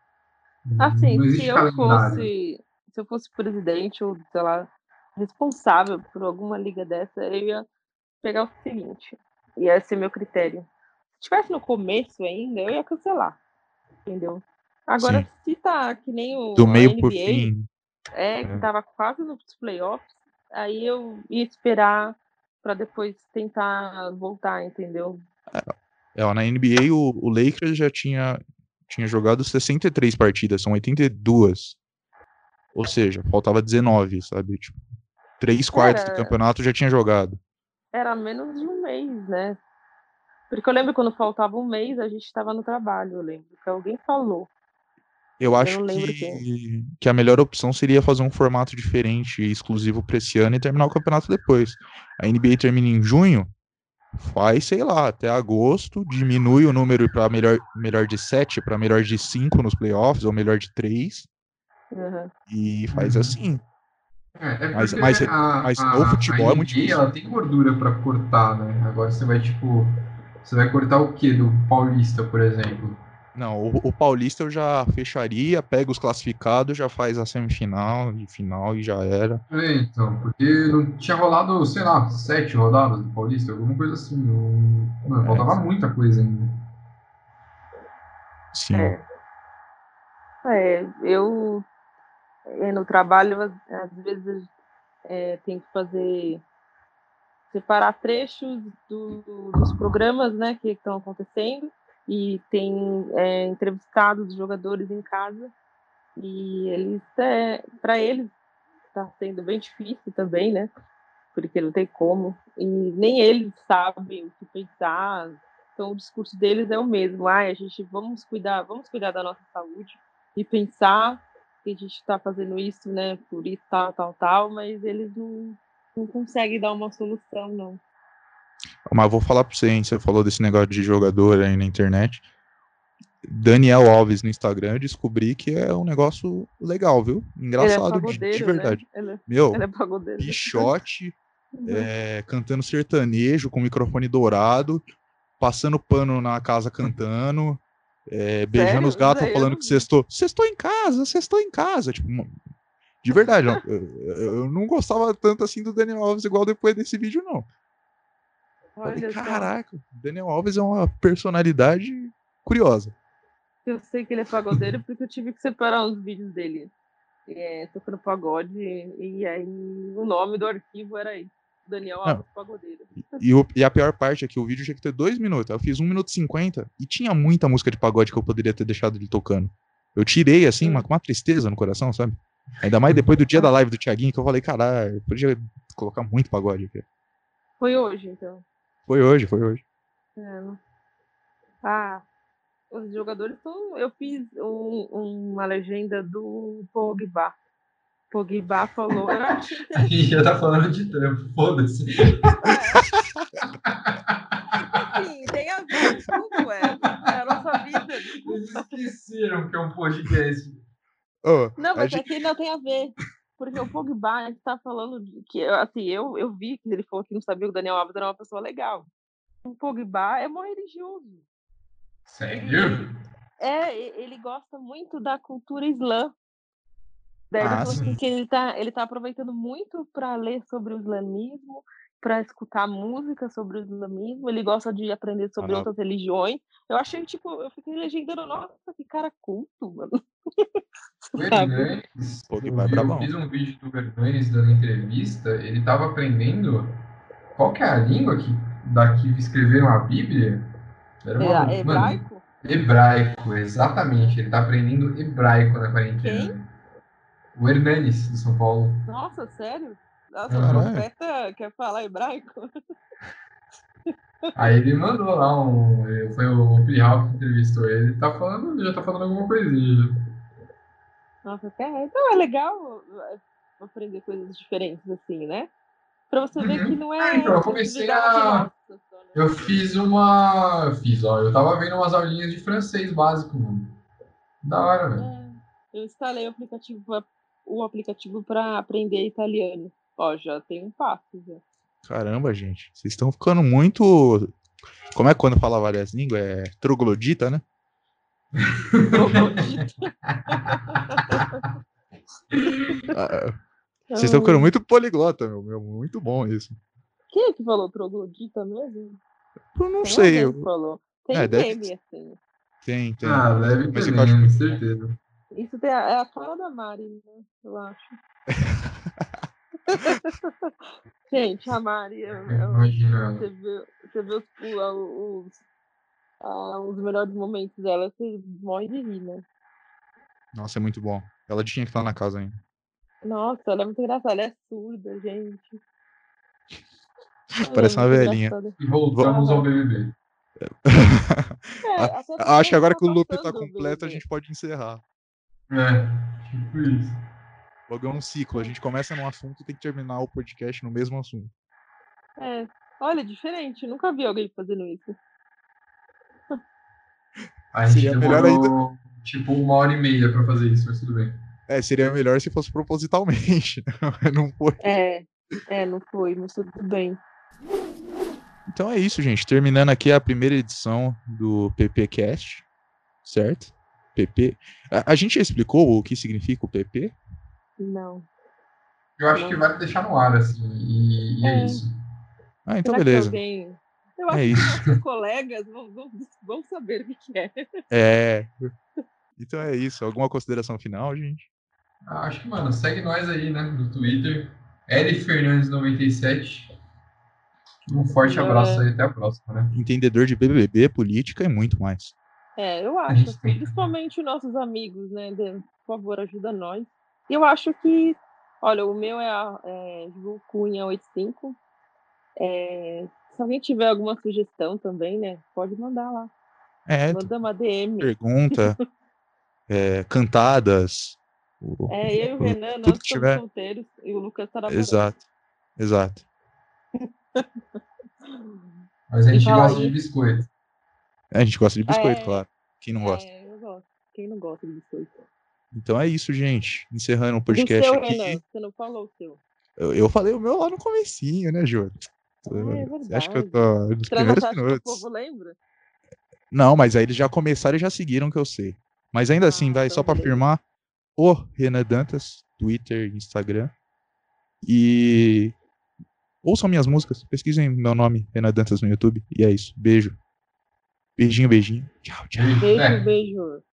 Speaker 3: assim,
Speaker 2: Não
Speaker 3: se
Speaker 2: existe
Speaker 3: eu
Speaker 2: calendário.
Speaker 3: fosse, se eu fosse presidente ou, sei lá, responsável por alguma liga dessa, eu ia pegar o seguinte, ia ser meu critério. Se tivesse no começo ainda, eu ia cancelar, entendeu? Agora,
Speaker 1: Sim.
Speaker 3: se tá que nem
Speaker 1: Do
Speaker 3: o, a
Speaker 1: meio pro
Speaker 3: N B
Speaker 1: fim.
Speaker 3: A, é, que
Speaker 1: É,
Speaker 3: tava quase nos playoffs, aí eu ia esperar para depois tentar voltar, entendeu?
Speaker 1: é, ó, na N B A, o, o Lakers já tinha, tinha jogado sessenta e três partidas, são oitenta e duas. Ou seja, faltava dezenove, sabe? Tipo, três quartos do
Speaker 3: Era,
Speaker 1: campeonato já tinha jogado.
Speaker 3: era menos de um mês, né? Porque eu lembro quando faltava um mês, a gente estava no trabalho, eu lembro que alguém falou.
Speaker 1: Eu
Speaker 3: Eu
Speaker 1: acho
Speaker 3: não lembro quem.
Speaker 1: que, que a melhor opção seria fazer um formato diferente, exclusivo para esse ano e terminar o campeonato depois. A N B A termina em junho, faz, sei lá, até agosto, diminui o número para melhor, melhor de sete para melhor de cinco nos playoffs, ou melhor de três
Speaker 3: Uhum.
Speaker 1: e faz
Speaker 2: Uhum.
Speaker 1: assim.
Speaker 2: É, é
Speaker 1: Mas,
Speaker 2: porque
Speaker 1: mas,
Speaker 2: a,
Speaker 1: mas no
Speaker 2: a, a
Speaker 1: futebol é muito
Speaker 2: N B A
Speaker 1: difícil.
Speaker 2: ela tem gordura para cortar, né? Agora você vai, tipo, você vai cortar o quê do Paulista, por exemplo?
Speaker 1: Não, o, o Paulista eu já fecharia, pega os classificados, já faz a semifinal e final e já era.
Speaker 2: É, então, porque não tinha rolado, sei lá, sete rodadas do Paulista, alguma coisa assim. Não, mano,
Speaker 1: É,
Speaker 2: faltava muita coisa ainda.
Speaker 1: sim,
Speaker 3: É, é, eu é, no trabalho, às, às vezes, é, tenho que fazer, separar trechos do, dos programas, né, que estão acontecendo, e tem é, entrevistado os jogadores em casa, e eles, é, para eles, está sendo bem difícil também, né? Porque não tem como. E nem eles sabem o que pensar. Então o discurso deles é o mesmo. Ah, a gente vamos cuidar, vamos cuidar da nossa saúde e pensar que a gente está fazendo isso, né? Por isso, tal, tal, tal, mas eles não. não consegue dar uma solução, não.
Speaker 1: Mas vou falar pra você, hein? Você falou desse negócio de jogador aí na internet. Daniel Alves no Instagram, eu descobri que é um negócio legal, viu? Engraçado,
Speaker 3: ele é
Speaker 1: de, de
Speaker 3: pagodeiro,
Speaker 1: verdade.
Speaker 3: né? Ele,
Speaker 1: Meu,
Speaker 3: ele é pagodeiro.
Speaker 1: Pichote,
Speaker 3: Uhum.
Speaker 1: é, cantando sertanejo com microfone dourado, passando pano na casa cantando, é, beijando
Speaker 3: Sério?
Speaker 1: os gatos,
Speaker 3: Daí eu
Speaker 1: falando
Speaker 3: não
Speaker 1: que
Speaker 3: vi.
Speaker 1: sextou. Sextou em casa, sextou em casa. Tipo, de verdade, eu, eu, eu não gostava tanto assim do Daniel Alves igual depois desse vídeo, não. Falei,
Speaker 3: Olha só.
Speaker 1: caraca, Daniel Alves é uma personalidade curiosa.
Speaker 3: Eu sei que ele é pagodeiro porque eu tive que separar uns vídeos dele é, tocando pagode. E aí o nome do arquivo era aí. Daniel
Speaker 1: Não.
Speaker 3: Alves Pagodeiro.
Speaker 1: E, o, e a pior parte é que o vídeo tinha que ter dois minutos. Eu fiz um minuto e cinquenta e tinha muita música de pagode que eu poderia ter deixado ele tocando. Eu tirei, assim,
Speaker 3: Hum.
Speaker 1: uma, com uma tristeza no coração, sabe? Ainda mais depois do dia da live do Thiaguinho, que eu falei, caralho, eu podia colocar muito pagode aqui.
Speaker 3: Foi hoje, então.
Speaker 1: Foi hoje, foi hoje.
Speaker 3: É. Ah, os jogadores são. Eu fiz um, uma legenda do Pogba. Pogba falou. Eu achei
Speaker 2: A gente já tá falando de trampo, foda-se.
Speaker 3: Assim, tem a ver, desculpa, é, é a nossa vida.
Speaker 2: Eles esqueceram que é um podcast.
Speaker 1: Oh,
Speaker 3: Não, mas
Speaker 1: gente...
Speaker 3: aqui não tem a ver. Porque o Pogba, a gente tá falando de que, assim, eu, eu vi que ele falou que não sabia que o Daniel Alves era uma pessoa legal. O Pogba é mó religioso.
Speaker 2: Sério?
Speaker 3: Ele, é, ele gosta muito da cultura islã. Daí ele
Speaker 1: Ah,
Speaker 3: falou assim
Speaker 1: sim.
Speaker 3: que ele tá, ele tá aproveitando muito para ler sobre o islamismo, para escutar música sobre o islamismo. Ele gosta de aprender sobre
Speaker 1: Ah,
Speaker 3: outras religiões. Eu achei, tipo, eu fiquei legendando, nossa, que cara culto, mano.
Speaker 2: O
Speaker 3: Sabe?
Speaker 2: Hernanes, eu,
Speaker 1: Pogba é
Speaker 2: vi, eu
Speaker 1: brabão.
Speaker 2: fiz um vídeo do Hernanes dando entrevista, ele tava aprendendo qual que é a língua que daqui escreveram a Bíblia? Era uma,
Speaker 3: É, é
Speaker 2: mano,
Speaker 3: hebraico?
Speaker 2: hebraico, exatamente. Ele tá aprendendo hebraico na quarentena.
Speaker 3: Quem?
Speaker 2: O Hernanes, do São Paulo.
Speaker 3: Nossa, sério? Nossa, o
Speaker 2: Uhum.
Speaker 3: profeta quer falar hebraico?
Speaker 2: Aí ele mandou lá um. Foi o Plihal que entrevistou ele. Tá falando, já tá falando alguma coisinha.
Speaker 3: Nossa, é, então é legal é, aprender coisas diferentes assim, né? Pra você ver que
Speaker 2: Uhum.
Speaker 3: não
Speaker 2: Ah,
Speaker 3: é
Speaker 2: então, eu comecei
Speaker 3: exclusividade
Speaker 2: a.
Speaker 3: nossa. Só, né?
Speaker 2: Eu fiz uma. Eu fiz, ó. Eu tava vendo umas aulinhas de francês básico, mano. Da hora, velho.
Speaker 3: É, eu instalei o aplicativo, pra- o aplicativo para aprender italiano. Ó, já tem um passo, já.
Speaker 1: Caramba, gente. Vocês estão ficando muito. Como é que quando fala várias línguas? É troglodita, né?
Speaker 3: Troglodita.
Speaker 1: Ah, vocês estão ficando muito poliglota, meu, meu. Muito bom isso.
Speaker 3: Quem é que falou troglodita mesmo?
Speaker 1: Eu não
Speaker 3: Tem
Speaker 1: sei.
Speaker 3: alguém
Speaker 1: Eu...
Speaker 3: que falou. Tem
Speaker 1: É, deve
Speaker 3: meme, assim.
Speaker 1: Tem, tem.
Speaker 2: Ah, deve
Speaker 1: Mas
Speaker 2: ter
Speaker 1: eu acho
Speaker 2: mesmo,
Speaker 1: muito bom.
Speaker 2: certeza.
Speaker 3: Isso tem a- é a fala da Mari, né? Eu acho. Gente, a Mari, é, é,
Speaker 2: Imagina.
Speaker 3: você vê, você vê os, os, os, ah, os melhores momentos dela, você morre de rir, né?
Speaker 1: Nossa, é muito bom. Ela tinha que estar na casa ainda.
Speaker 3: Nossa, ela é muito engraçada, ela é surda, gente. Ela
Speaker 1: Parece
Speaker 3: é
Speaker 1: uma
Speaker 3: muito
Speaker 1: velhinha.
Speaker 3: engraçada.
Speaker 2: E voltamos
Speaker 3: Aham.
Speaker 2: ao B B B.
Speaker 3: É,
Speaker 1: A-
Speaker 3: até porque
Speaker 1: Acho que
Speaker 3: hoje
Speaker 1: agora
Speaker 3: tá
Speaker 1: que o loop tá
Speaker 3: passando o
Speaker 1: completo, a
Speaker 3: B B B.
Speaker 1: gente pode encerrar.
Speaker 2: É, tipo isso.
Speaker 1: Logo é um ciclo. A gente começa num assunto e tem que terminar o podcast no mesmo assunto.
Speaker 3: É, olha, diferente, nunca vi alguém fazendo isso.
Speaker 2: A gente
Speaker 1: Seria melhor ainda.
Speaker 2: demorou tipo uma hora e meia pra fazer isso, mas tudo bem.
Speaker 1: É, seria melhor se fosse propositalmente. Não foi.
Speaker 3: É, é, não foi, mas tudo bem.
Speaker 1: Então é isso, gente. Terminando aqui a primeira edição do PPcast, certo? P P. A, a gente já explicou o que significa o P P?
Speaker 3: Não.
Speaker 2: Eu acho
Speaker 3: Não.
Speaker 2: que vale deixar no ar, assim, e, e é.
Speaker 3: É.
Speaker 2: isso.
Speaker 1: Ah, então
Speaker 3: Será
Speaker 1: beleza.
Speaker 3: que alguém. Eu acho
Speaker 1: É
Speaker 3: que
Speaker 1: isso.
Speaker 3: nossos colegas vão, vão, vão saber o que que é.
Speaker 1: É. Então é isso. Alguma consideração final, gente?
Speaker 2: Ah, acho que, mano, segue nós aí, né, no Twitter. L Fernandes noventa e sete. Um forte abraço aí, até a próxima, né?
Speaker 1: Entendedor de B B B, política e muito mais.
Speaker 3: É, eu
Speaker 2: A
Speaker 3: acho,
Speaker 2: gente
Speaker 3: assim,
Speaker 2: tem.
Speaker 3: principalmente nossos amigos, né? de- por favor, ajuda nós. E eu acho que, olha, o meu é, a, é Ju Cunha oitenta e cinco. É, se alguém tiver alguma sugestão também, né? Pode mandar lá.
Speaker 1: É,
Speaker 3: Manda uma D M.
Speaker 1: pergunta, é, cantadas. O,
Speaker 3: É, eu e o
Speaker 1: o-
Speaker 3: Renan,
Speaker 1: tudo
Speaker 3: nós
Speaker 1: que
Speaker 3: estamos
Speaker 1: tiver.
Speaker 3: solteiros e o Lucas tá namorando.
Speaker 1: Exato. Exato.
Speaker 2: Mas a
Speaker 3: E
Speaker 2: gente
Speaker 3: falar
Speaker 2: gosta de
Speaker 3: isso-
Speaker 2: biscoito.
Speaker 1: A gente gosta de biscoito,
Speaker 3: É,
Speaker 1: claro. Quem não gosta?
Speaker 3: É, eu gosto. Quem não gosta de biscoito?
Speaker 1: Então é isso, gente. Encerrando o
Speaker 3: Do
Speaker 1: podcast
Speaker 3: seu,
Speaker 1: aqui.
Speaker 3: Renan, você não falou o seu.
Speaker 1: Eu, eu falei o meu lá no comecinho, né, Jô?
Speaker 3: Ah, é
Speaker 1: Você acha que eu
Speaker 3: verdade.
Speaker 1: tô nos
Speaker 3: Será que
Speaker 1: primeiros
Speaker 3: você acha que o
Speaker 1: minutos?
Speaker 3: povo lembra?
Speaker 1: Não, mas aí eles já começaram e já seguiram, que eu sei. Mas ainda assim,
Speaker 3: Ah,
Speaker 1: vai,
Speaker 3: então
Speaker 1: só pra
Speaker 3: beleza.
Speaker 1: afirmar, o Renan Dantas, Twitter, Instagram. E ouçam minhas músicas, pesquisem meu nome, Renan Dantas, no YouTube. E é isso. Beijo. Beijinho, beijinho. Tchau, tchau.
Speaker 2: Beijo.
Speaker 3: Beijo,
Speaker 2: É,
Speaker 3: beijo.